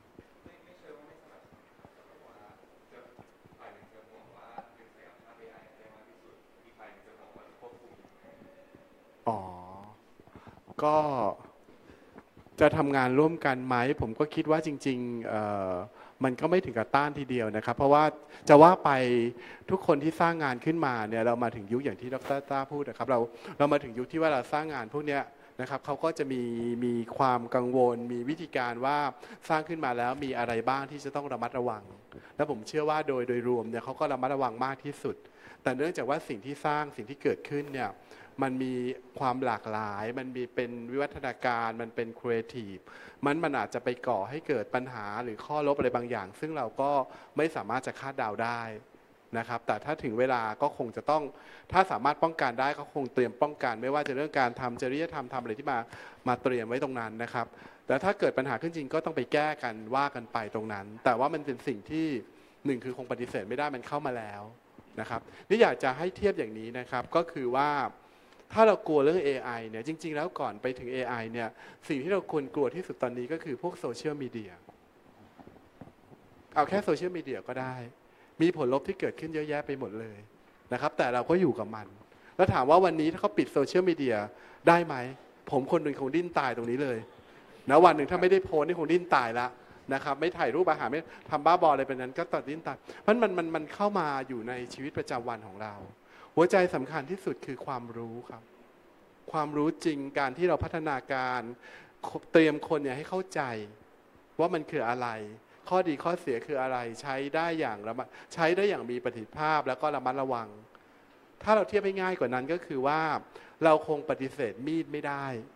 ก็จะทำงานร่วมกันไหมผมก็คิดว่าจริงๆมันก็ไม่ถึงกับต้านทีเดียวนะครับเพราะว่าจะว่าไปทุกคนที่สร้างงานขึ้นมาเนี่ยเรามาถึงยุคอย่างที่ดร.ต้าพูดนะครับเรามาถึงยุคที่ว่าเราสร้างงานพวกนี้นะครับเขาก็จะมีความกังวลมีวิธีการว่าสร้างขึ้นมาแล้วมีอะไรบ้างที่จะต้องระมัดระวังและผมเชื่อว่าโดยรวมเนี่ยเขาก็ระมัดระวังมากที่สุดแต่เนื่องจากว่าสิ่งที่สร้างสิ่งที่เกิดขึ้นเนี่ยมันมีความหลากหลายมันมีเป็นวิวัฒนาการมันเป็นครีเอทีฟมันอาจจะไปก่อให้เกิดปัญหาหรือข้อลบอะไรบางอย่างซึ่งเราก็ไม่สามารถจะคาดเดาได้นะครับแต่ถ้าถึงเวลาก็คงจะต้องถ้าสามารถป้องกันได้ก็คงเตรียมป้องกันไม่ว่าจะเรื่องการทำจริยธรรมทำอะไรที่มาเตรียมไว้ตรงนั้นนะครับแต่ถ้าเกิดปัญหาขึ้นจริงก็ต้องไปแก้กันว่ากันไปตรงนั้นแต่ว่ามันเป็นสิ่งที่หนึ่งคือคงปฏิเสธไม่ได้มันเข้ามาแล้วนะครับนี่อยากจะให้เทียบอย่างนี้นะครับก็คือว่าถ้าเรากลัวเรื่อง AI เนี่ยจริงๆแล้วก่อนไปถึง AI เนี่ยสิ่งที่เราควรกลัวที่สุดตอนนี้ก็คือพวกโซเชียลมีเดียเอาแค่โซเชียลมีเดียก็ได้มีผลลบที่เกิดขึ้นเยอะแยะไปหมดเลยนะครับแต่เราก็อยู่กับมันแล้วถามว่าวันนี้ถ้าเขาปิดโซเชียลมีเดียได้ไหมผมคนหนึ่งคงดิ้นตายตรงนี้เลยนะวันหนึ่งถ้าไม่ได้โพสนี่คงดิ้นตายละนะครับไม่ถ่ายรูปอาหารไม่ทำบ้าบออะไรเป็นนั้นก็ตัดดิ้นตายเพราะมันเข้ามาอยู่ในชีวิตประจำวันของเราหัวใจสำคัญที่สุดคือความรู้ครับความรู้จริงการที่เราพัฒนาการเตรียมคนเนี่ยให้เข้าใจว่ามันคืออะไรข้อดีข้อเสียคืออะไรใช้ได้อย่างมีประสิทธิภาพแล้วก็ระมัดระวังถ้าเราเทียบให้ง่ายกว่านั้นก็คือว่าเราคงปฏิเสธมีดไม่ได้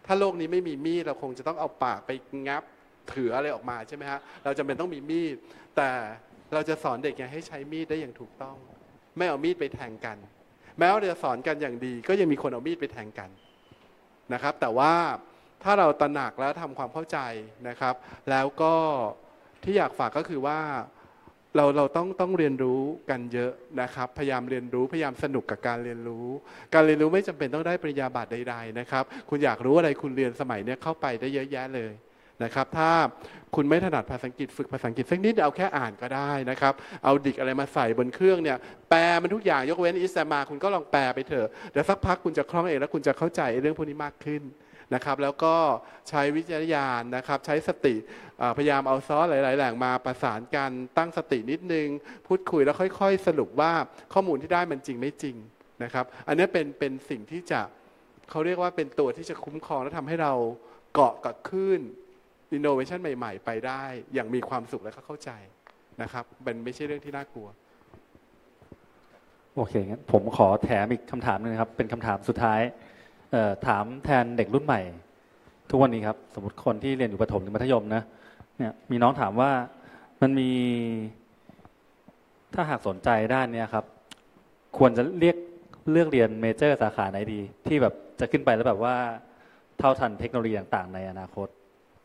ถ้าโลกนี้ไม่มีมีดเราคงจะต้องเอาปากไปงับถืออะไรออกมาใช่ไหมฮะเราจำเป็นต้องมีมีดแต่เราจะสอนเด็กยังให้ใช้มีดได้อย่างถูกต้องไม่เอามีดไปแทงกันแม้ว่าเราจะสอนกันอย่างดีก็ยังมีคนเอามีดไปแทงกันนะครับแต่ว่าถ้าเราตระหนักแล้วทำความเข้าใจนะครับแล้วก็ที่อยากฝากก็คือว่าเราต้องเรียนรู้กันเยอะนะครับพยายามเรียนรู้พยายามสนุกกับการเรียนรู้ไม่จำเป็นต้องได้ปริญญาบัตรใดๆนะครับคุณอยากรู้อะไรคุณเรียนสมัยนี้เข้าไปได้เยอะแยะเลยนะครับถ้าคุณไม่ถนัดภาษาอังกฤษฝึกภาษาอังกฤษสักนิดเอาแค่อ่านก็ได้นะครับเอาดิกอะไรมาใส่บนเครื่องเนี่ยแปลมันทุกอย่างยกเว้นอิสมาคุณก็ลองแปลไปเถอะเดี๋ยวสักพักคุณจะคล่องเองแล้วคุณจะเข้าใจเรื่องพวกนี้มากขึ้นนะครับแล้วก็ใช้วิจารณญาณนะครับใช้สติพยายามเอาซอสหลายๆแหล่งมาประสานกันตั้งสตินิดนึงพูดคุยแล้วค่อยๆสรุปว่าข้อมูลที่ได้มันจริงไม่จริงนะครับอันนี้เป็นสิ่งที่จะเขาเรียกว่าเป็นตัวที่จะคุ้มครองและทำให้เราเกาะกับคลื่นอินโนเวชันใหม่ๆไปได้อย่างมีความสุขและเข้าใจนะครับเป็นไม่ใช่เรื่องที่น่ากลัวโอเคงั้นผมขอแถมอีกคำถามนึงครับเป็นคำถามสุดท้ายถามแทนเด็กรุ่นใหม่ทุกวันนี้ครับสมมติคนที่เรียนอยู่ประถมหรือมัธยมนะเนี่ยมีน้องถามว่ามันมีถ้าหากสนใจด้านนี้ครับควรจะเลือกเรียนเมเจอร์สาขาไหนดีที่แบบจะขึ้นไปแล้วแบบว่าเท่าทันเทคโนโลยีต่างๆในอนาคต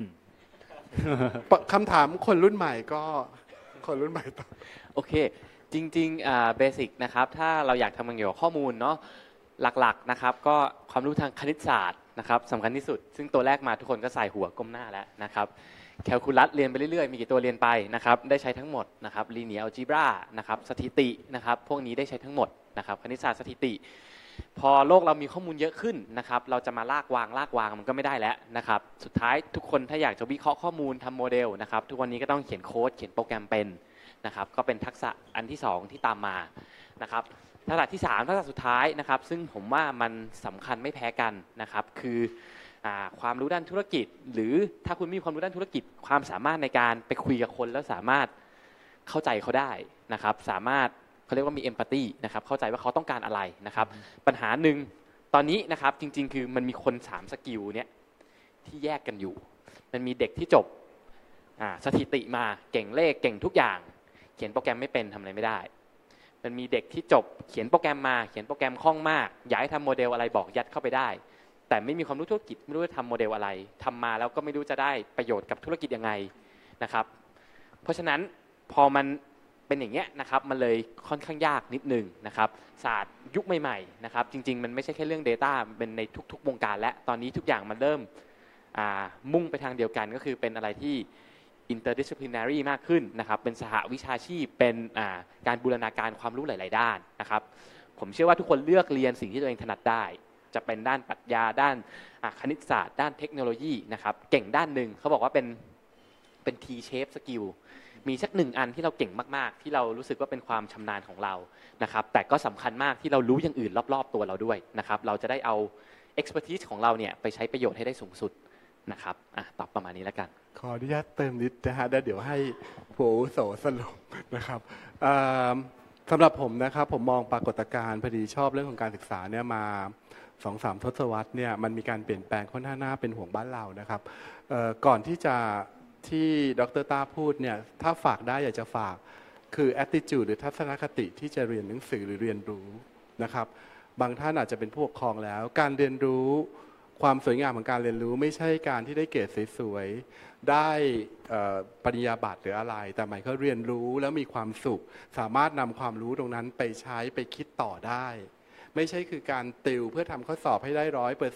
คำถามคนรุ่นใหม่ก็คนรุ่นใหม่ต่อโอเคจริงๆเบสิกนะครับถ้าเราอยากทำงานเกี่ยวกับข้อมูลเนาะหลักๆนะครับก็ความรู้ทางคณิตศาสตร์นะครับสำคัญที่สุดซึ่งตัวแรกมาทุกคนก็ใส่หัวก้มหน้าแล้วนะครับแคลคูลัสเรียนไปเรื่อยๆมีกี่ตัวเรียนไปนะครับได้ใช้ทั้งหมดนะครับลีเนียร์อัลจีบรานะครับสถิตินะครับพวกนี้ได้ใช้ทั้งหมดนะครับคณิตศาสตร์สถิติพอโลกเรามีข้อมูลเยอะขึ้นนะครับเราจะมาลากวางมันก็ไม่ได้แล้วนะครับสุดท้ายทุกคนถ้าอยากจะวิเคราะห์ข้อมูลทำโมเดลนะครับทุกวันนี้ก็ต้องเขียนโค้ดเขียนโปรแกรมเป็นนะครับก็เป็นทักษะอันที่2ที่ตามมานะครับทักษะที่3ทักษะสุดท้ายนะครับซึ่งผมว่ามันสำคัญไม่แพ้กันนะครับคือความรู้ด้านธุรกิจหรือถ้าคุณมีความรู้ด้านธุรกิจความสามารถในการไปคุยกับคนแล้วสามารถเข้าใจเขาได้นะครับสามารถเขาเรียกว่ามีเอมพัตตีนะครับเข้าใจว่าเขาต้องการอะไรนะครับปัญหาหนึ่งตอนนี้นะครับจริงๆคือมันมีคน3สกิลเนี้ยที่แยกกันอยู่มันมีเด็กที่จบสถิติมาเก่งเลขเก่งทุกอย่างเขียนโปรแกรมไม่เป็นทำอะไรไม่ได้มันมีเด็กที่จบเขียนโปรแกรมมาเขียนโปรแกรมคล่องมากอยากให้ทำโมเดลอะไรบอกยัดเข้าไปได้แต่ไม่มีความรู้ธุรกิจไม่รู้จะทำโมเดลอะไรทำมาแล้วก็ไม่รู้จะได้ประโยชน์กับธุรกิจยังไงนะครับเพราะฉะนั้นพอมันเป็นอย่างเงี้ยนะครับมันเลยค่อนข้างยากนิดนึงนะครับศาสตร์ยุคใหม่ๆนะครับจริงๆมันไม่ใช่แค่เรื่อง Data เป็นในทุกๆวงการและตอนนี้ทุกอย่างมันเริ่มมุ่งไปทางเดียวกันก็คือเป็นอะไรที่ interdisciplinary มากขึ้นนะครับเป็นสหวิชาชีพเป็นการบูรณาการความรู้หลายๆด้านนะครับผมเชื่อว่าทุกคนเลือกเรียนสิ่งที่ตัวเองถนัดได้จะเป็นด้านปรัชญาด้านคณิตศาสตร์ด้านเทคโนโลยีนะครับเก่งด้านหนึ่งเขาบอกว่าเป็น T-shape skill มีสัก1อันที่เราเก่งมากๆที่เรารู้สึกว่าเป็นความชำนาญของเรานะครับแต่ก็สำคัญมากที่เรารู้อย่างอื่นรอบๆตัวเราด้วยนะครับเราจะได้เอา expertise ของเราเนี่ยไปใช้ประโยชน์ให้ได้สูงสุดนะครับตอบประมาณนี้แล้วกันขออนุญาตเติมนิดนะฮะเดี๋ยวให้ผู้อาวุโสสรุปนะครับสำหรับผมนะครับผมมองปรากฏการณ์พอดีชอบเรื่องของการศึกษาเนี่ยมา 2-3 ทศวรรษเนี่ยมันมีการเปลี่ยนแปลงค่อนข้างน่าเป็นห่วงบ้านเรานะครับก่อนที่ดร.ต้าพูดเนี่ยถ้าฝากได้อยากจะฝากคือ attitude หรือทัศนคติที่จะเรียนหนังสือหรือเรียนรู้นะครับบางท่านอาจจะเป็นผู้ปกครองแล้วการเรียนรู้ความสวยงามของการเรียนรู้ไม่ใช่การที่ได้เกรดสวยๆได้ปริญญาบัตรหรืออะไรแต่หมายเขาเรียนรู้แล้วมีความสุขสามารถนำความรู้ตรงนั้นไปใช้ไปคิดต่อได้ไม่ใช่คือการติวเพื่อทำข้อสอบให้ได้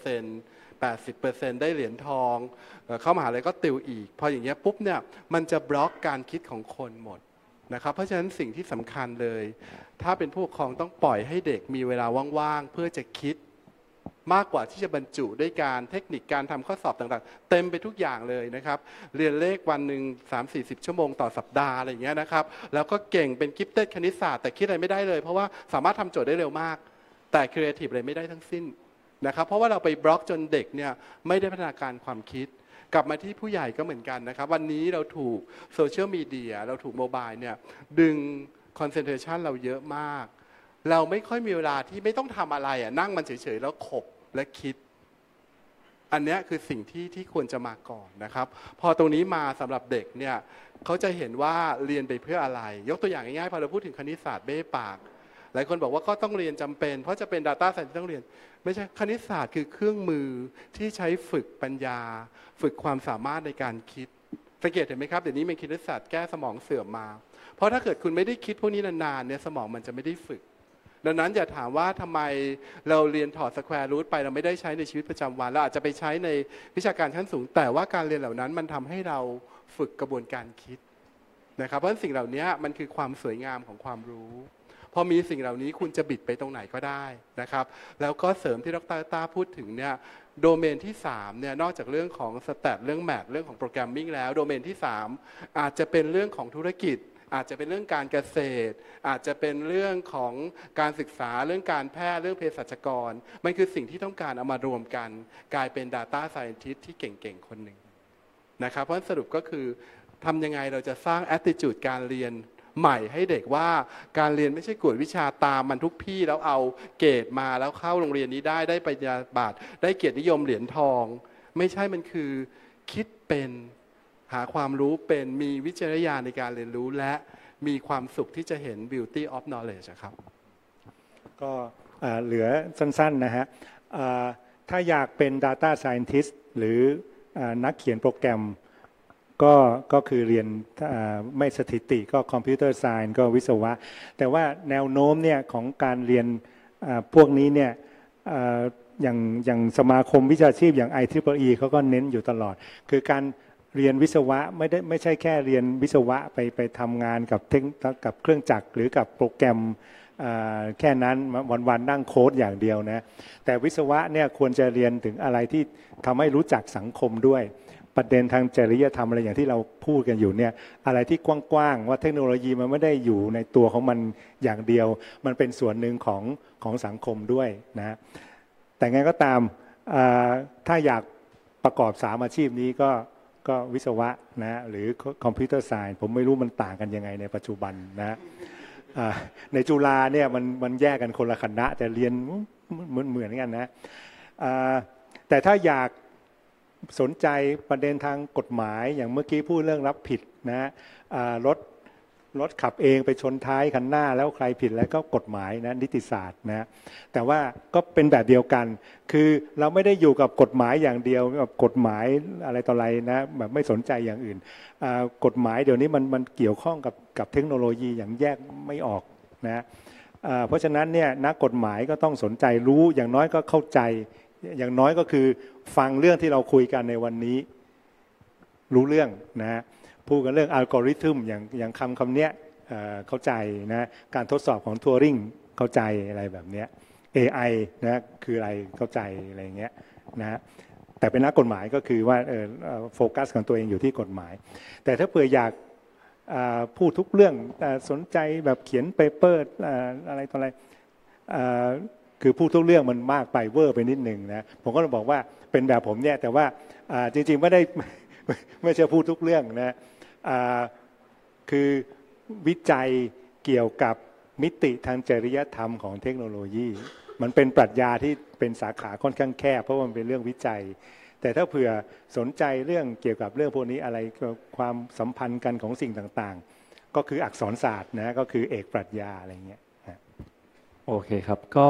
100% 80% ได้เหรียญทองเข้ามหาลัยก็ติวอีกพออย่างเงี้ยปุ๊บเนี่ยมันจะบล็อกการคิดของคนหมดนะครับเพราะฉะนั้นสิ่งที่สำคัญเลยถ้าเป็นผู้ปกครองต้องปล่อยให้เด็กมีเวลาว่างๆเพื่อจะคิดมากกว่าที่จะบรรจุด้วยการเทคนิคการทำข้อสอบต่างๆเต็มไปทุกอย่างเลยนะครับเรียนเลขวันหนึ่ง 3-40 ชั่วโมงต่อสัปดาห์อะไรอย่างเงี้ยนะครับแล้วก็เก่งเป็นกิฟเต็ดคณิตศาสตร์แต่คิดอะไรไม่ได้เลยเพราะว่าสามารถทำโจทย์ได้เร็วมากแต่ครีเอทีฟอะไรไม่ได้ทั้งสิ้นนะครับเพราะว่าเราไปบล็อกจนเด็กเนี่ยไม่ได้พัฒนาการความคิดกลับมาที่ผู้ใหญ่ก็เหมือนกันนะครับวันนี้เราถูกโซเชียลมีเดียเราถูกโมบายเนี่ยดึงคอนเซนเทรชันเราเยอะมากเราไม่ค่อยมีเวลาที่ไม่ต้องทำอะไรนั่งมันเฉยๆแล้วขบและคิดอันนี้คือสิ่งที่ควรจะมาก่อนนะครับพอตรงนี้มาสำหรับเด็กเนี่ยเขาจะเห็นว่าเรียนไปเพื่ออะไรยกตัวอย่างง่ายๆพอเราพูดถึงคณิตศาสตร์เบ้ปากหลายคนบอกว่าก็ต้องเรียนจำเป็นเพราะจะเป็น Data Scientist ต้องเรียนไม่ใช่คณิตศาสตร์คือเครื่องมือที่ใช้ฝึกปัญญาฝึกความสามารถในการคิดสังเกตเห็นไหมครับเดี๋ยวนี้เป็นคณิตศาสตร์แก้สมองเสื่อมมาเพราะถ้าเกิดคุณไม่ได้คิดพวกนี้นานๆเนี่ยสมองมันจะไม่ได้ฝึกดังนั้นอย่าถามว่าทำไมเราเรียนถอดสแควร์รูทไปเราไม่ได้ใช้ในชีวิตประจำวันเราอาจจะไปใช้ในวิชาการชั้นสูงแต่ว่าการเรียนเหล่านั้นมันทำให้เราฝึกกระบวนการคิดนะครับเพราะสิ่งเหล่านี้มันคือความสวยงามของความรู้พอมีสิ่งเหล่านี้คุณจะบิดไปตรงไหนก็ได้นะครับแล้วก็เสริมที่ดร.ต้าพูดถึงเนี่ยโดเมนที่3เนี่ยนอกจากเรื่องของสแตทเรื่องแมทเรื่องของโปรแกรมมิ่งแล้วโดเมนที่3อาจจะเป็นเรื่องของธุรกิจอาจจะเป็นเรื่องการเกษตรอาจจะเป็นเรื่องของการศึกษาเรื่องการแพทย์เรื่องเภสัชกรมันคือสิ่งที่ต้องการเอามารวมกันกลายเป็น Data Scientist ที่เก่งๆคนหนึ่งนะครับเพราะสรุปก็คือทำยังไงเราจะสร้าง attitude การเรียนใหม่ให้เด็กว่าการเรียนไม่ใช่กวดวิชาตามมันทุกพี่แล้วเอาเกรดมาแล้วเข้าโรงเรียนนี้ได้ปริญญาบัตรได้เกียรตินิยมเหรียญทองไม่ใช่มันคือคิดเป็นหาความรู้เป็นมีวิจารณญาณในการเรียนรู้และมีความสุขที่จะเห็น beauty of knowledge ครับก็เหลือสั้นๆนะฮะถ้าอยากเป็น Data Scientist หรือนักเขียนโปรแกรมก็คือเรียนไม่สถิติก็ Computer Science ก็วิศวะแต่ว่าแนวโน้มเนี่ยของการเรียนพวกนี้เนี่ยอย่างสมาคมวิชาชีพอย่าง IEEE เขาก็เน้นอยู่ตลอดคือการเรียนวิศวะไม่ใช่แค่เรียนวิศวะไปทำงานกับเครื่องจักรหรือกับโปรแกรมแค่นั้นวันๆนั่งโค้ดอย่างเดียวนะแต่วิศวะเนี่ยควรจะเรียนถึงอะไรที่ทำให้รู้จักสังคมด้วยประเด็นทางจริยธรรมอะไรอย่างที่เราพูดกันอยู่เนี่ยอะไรที่กว้างๆว่าเทคโนโลยีมันไม่ได้อยู่ในตัวของมันอย่างเดียวมันเป็นส่วนหนึ่งของสังคมด้วยนะแต่ไงก็ตามถ้าอยากประกอบ3อาชีพนี้ก็วิศวะนะหรือคอมพิวเตอร์ไซน์ผมไม่รู้มันต่างกันยังไงในปัจจุบันนะในจุฬาเนี่ยมันแยกกันคนละคณะแต่เรียนเหมือนกันนะแต่ถ้าอยากสนใจประเด็นทางกฎหมายอย่างเมื่อกี้พูดเรื่องรับผิดนะรถขับเองไปชนท้ายคันหน้าแล้วใครผิดแล้วก็กฎหมายนะนิติศาสตร์นะแต่ว่าก็เป็นแบบเดียวกันคือเราไม่ได้อยู่กับกฎหมายอย่างเดียวกับกฎหมายอะไรต่ออะไรนะแบบไม่สนใจอย่างอื่นกฎหมายเดี๋ยวนี้มันเกี่ยวข้องกับเทคโนโลยีอย่างแยกไม่ออกนะเพราะฉะนั้นเนี่ยนักกฎหมายก็ต้องสนใจรู้อย่างน้อยก็เข้าใจอย่างน้อยก็คือฟังเรื่องที่เราคุยกันในวันนี้รู้เรื่องนะพูดกันเรื่องอัลกอริทึมอย่างคำเนี้ยเข้าใจนะการทดสอบของทัวริงเข้าใจอะไรแบบเนี้ย AI นะคืออะไรเข้าใจอะไรเงี้ยนะแต่เป็นนักกฎหมายก็คือว่าโฟกัสของตัวเองอยู่ที่กฎหมายแต่ถ้าเผื่ออยากพูดทุกเรื่องสนใจแบบเขียนเปเปอร์อะไรต่ออะไรคือพูดทุกเรื่องมันมากไปเวอร์ไปนิดหนึ่งนะผมก็จะบอกว่าเป็นแบบผมเนี่ยแต่ว่าจริงๆไม่ใช่พูดทุกเรื่องนะคือวิจัยเกี่ยวกับมิติทางจริยธรรมของเทคโนโลยีมันเป็นปรัชญาที่เป็นสาขาค่อนข้างแคบเพราะมันเป็นเรื่องวิจัยแต่ถ้าเผื่อสนใจเรื่องเกี่ยวกับเรื่องพวกนี้อะไรความสัมพันธ์กันของสิ่งต่างๆก็คืออักษรศาสตร์นะก็คือเอกปรัชญาอะไรเงี้ยโอเคครับก็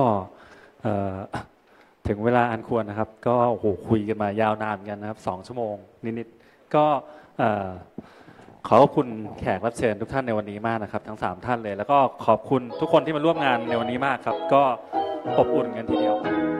ถึงเวลาอันควรนะครับก็โอ้โหคุยกันมายาวนานกันนะครับ2 ชั่วโมงนิดๆก็ขอบคุณแขกรับเชิญทุกท่านในวันนี้มากนะครับทั้ง3ท่านเลยแล้วก็ขอบคุณทุกคนที่มาร่วมงานในวันนี้มากครับก็อบอุ่นกันทีเดียว